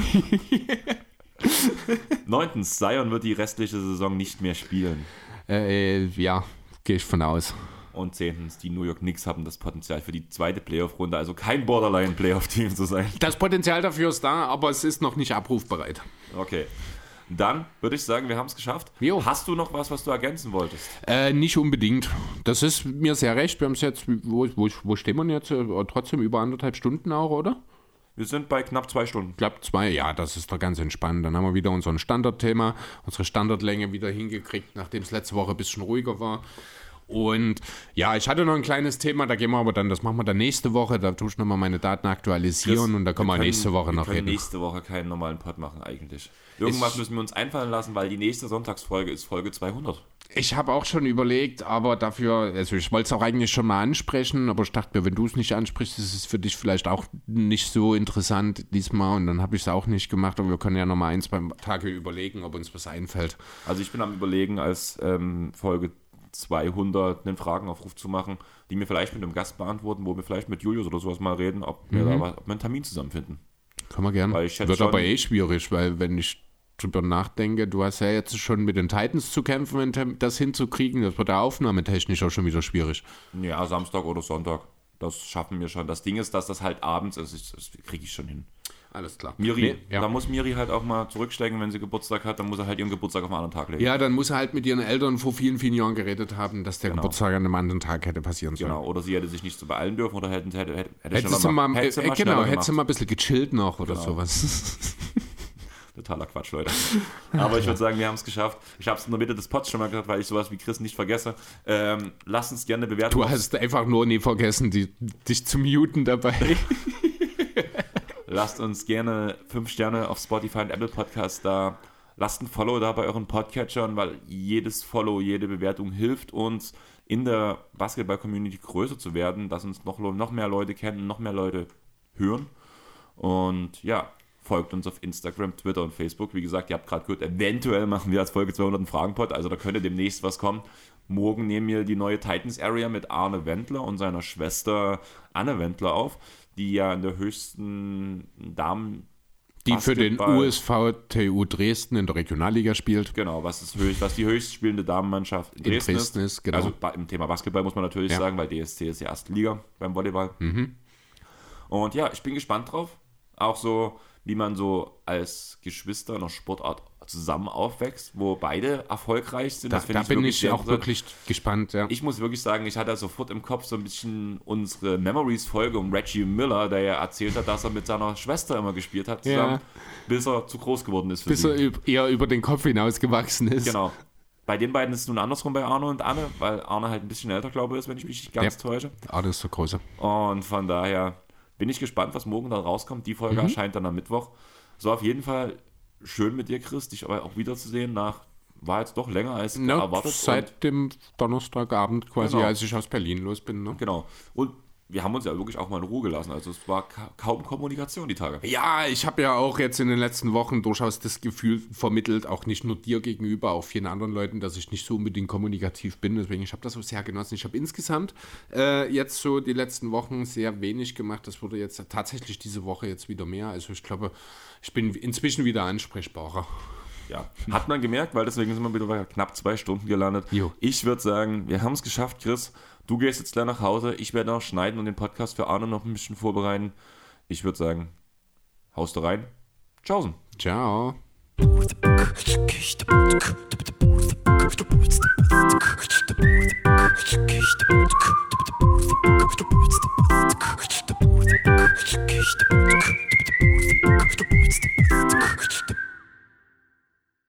9. Zion wird die restliche Saison nicht mehr spielen. Ja, gehe ich von aus. Und 10. Die New York Knicks haben das Potenzial für die zweite Playoff-Runde, also kein Borderline-Playoff-Team zu sein. Das Potenzial dafür ist da, aber es ist noch nicht abrufbereit. Okay. Dann würde ich sagen, wir haben es geschafft. Jo. Hast du noch was du ergänzen wolltest? Nicht unbedingt. Das ist mir sehr recht. Wir haben es jetzt, wo stehen wir jetzt? Trotzdem über 1,5 Stunden auch, oder? Wir sind bei knapp 2 Stunden. Ich glaube 2, ja, das ist doch ganz entspannt. Dann haben wir wieder unser Standardthema, unsere Standardlänge wieder hingekriegt, nachdem es letzte Woche ein bisschen ruhiger war. Und ja, ich hatte noch ein kleines Thema, da gehen wir aber dann, das machen wir dann nächste Woche, da tue ich nochmal meine Daten aktualisieren und da können wir nächste Woche noch reden. Wir können nächste Woche keinen normalen Pod machen eigentlich. Irgendwas müssen wir uns einfallen lassen, weil die nächste Sonntagsfolge ist Folge 200. Ich habe auch schon überlegt, aber dafür, also ich wollte es auch eigentlich schon mal ansprechen, aber ich dachte mir, wenn du es nicht ansprichst, ist es für dich vielleicht auch nicht so interessant diesmal und dann habe ich es auch nicht gemacht, aber wir können ja nochmal 1, 2 Tage überlegen, ob uns was einfällt. Also ich bin am Überlegen, als Folge 200 einen Fragenaufruf zu machen, die mir vielleicht mit einem Gast beantworten, wo wir vielleicht mit Julius oder sowas mal reden, ob wir einen Termin zusammenfinden. Kann man gerne. Wird aber schwierig, weil wenn ich drüber nachdenke, du hast ja jetzt schon mit den Titans zu kämpfen, wenn das hinzukriegen, das wird ja aufnahmetechnisch auch schon wieder schwierig. Ja, Samstag oder Sonntag. Das schaffen wir schon. Das Ding ist, dass das halt abends ist. Das kriege ich schon hin. Alles klar. Da muss Miri halt auch mal zurückstecken, wenn sie Geburtstag hat, dann muss er halt ihren Geburtstag auf einen anderen Tag legen. Ja, dann muss er halt mit ihren Eltern vor vielen, vielen Jahren geredet haben, dass der Geburtstag an einem anderen Tag hätte passieren sollen. Genau, oder sie hätte sich nicht so beeilen dürfen oder hätte sie mal ein bisschen gechillt noch oder sowas. Totaler Quatsch, Leute. Aber ich würde sagen, wir haben es geschafft. Ich habe es in der Mitte des Pods schon mal gesagt, weil ich sowas wie Chris nicht vergesse. Lasst uns gerne eine Bewertung. Du hast einfach nur nie vergessen, dich zu muten dabei. Lasst uns gerne 5 Sterne auf Spotify und Apple Podcasts da. Lasst ein Follow da bei euren Podcatchern, weil jedes Follow, jede Bewertung hilft uns, in der Basketball-Community größer zu werden, dass uns noch mehr Leute kennen, noch mehr Leute hören. Und ja, folgt uns auf Instagram, Twitter und Facebook. Wie gesagt, ihr habt gerade gehört, eventuell machen wir als Folge 200 einen Fragenpod, also da könnte demnächst was kommen. Morgen nehmen wir die neue Titans Area mit Arne Wendler und seiner Schwester Anne Wendler auf, die ja in der höchsten Damen die für den USV TU Dresden in der Regionalliga spielt. Genau, was die höchst spielende Damenmannschaft in Dresden ist. Genau. Also im Thema Basketball muss man natürlich sagen, weil DSC ist die erste Liga beim Volleyball. Und ja, ich bin gespannt drauf. Auch so, wie man so als Geschwister in einer Sportart zusammen aufwächst, wo beide erfolgreich sind. Da bin ich auch wirklich gespannt, ja. Ich muss wirklich sagen, ich hatte sofort im Kopf so ein bisschen unsere Memories-Folge um Reggie Miller, der ja erzählt hat, dass er mit seiner Schwester immer gespielt hat zusammen, bis er zu groß geworden ist für sie. Bis er eher über den Kopf hinausgewachsen ist. Genau. Bei den beiden ist es nun andersrum bei Arne und Anne, weil Arne halt ein bisschen älter, glaube ich, ist, wenn ich mich nicht ganz täusche. Arne ist der Große. Und von daher bin ich gespannt, was morgen da rauskommt. Die Folge erscheint dann am Mittwoch. So, auf jeden Fall schön mit dir, Chris, dich aber auch wiederzusehen war jetzt doch länger als erwartet. Seit dem Donnerstagabend quasi, als ich aus Berlin los bin. Ne? Genau. Und wir haben uns ja wirklich auch mal in Ruhe gelassen. Also es war kaum Kommunikation die Tage. Ja, ich habe ja auch jetzt in den letzten Wochen durchaus das Gefühl vermittelt, auch nicht nur dir gegenüber, auch vielen anderen Leuten, dass ich nicht so unbedingt kommunikativ bin. Deswegen, ich habe das so sehr genossen. Ich habe insgesamt jetzt so die letzten Wochen sehr wenig gemacht. Das wurde jetzt tatsächlich diese Woche jetzt wieder mehr. Also ich glaube, ich bin inzwischen wieder ansprechbarer. Ja, hat man gemerkt, weil deswegen sind wir wieder bei knapp 2 Stunden gelandet. Jo. Ich würde sagen, wir haben es geschafft, Chris. Du gehst jetzt gleich nach Hause. Ich werde noch schneiden und den Podcast für Arne noch ein bisschen vorbereiten. Ich würde sagen, haust du rein. Tschaußen. Ciao.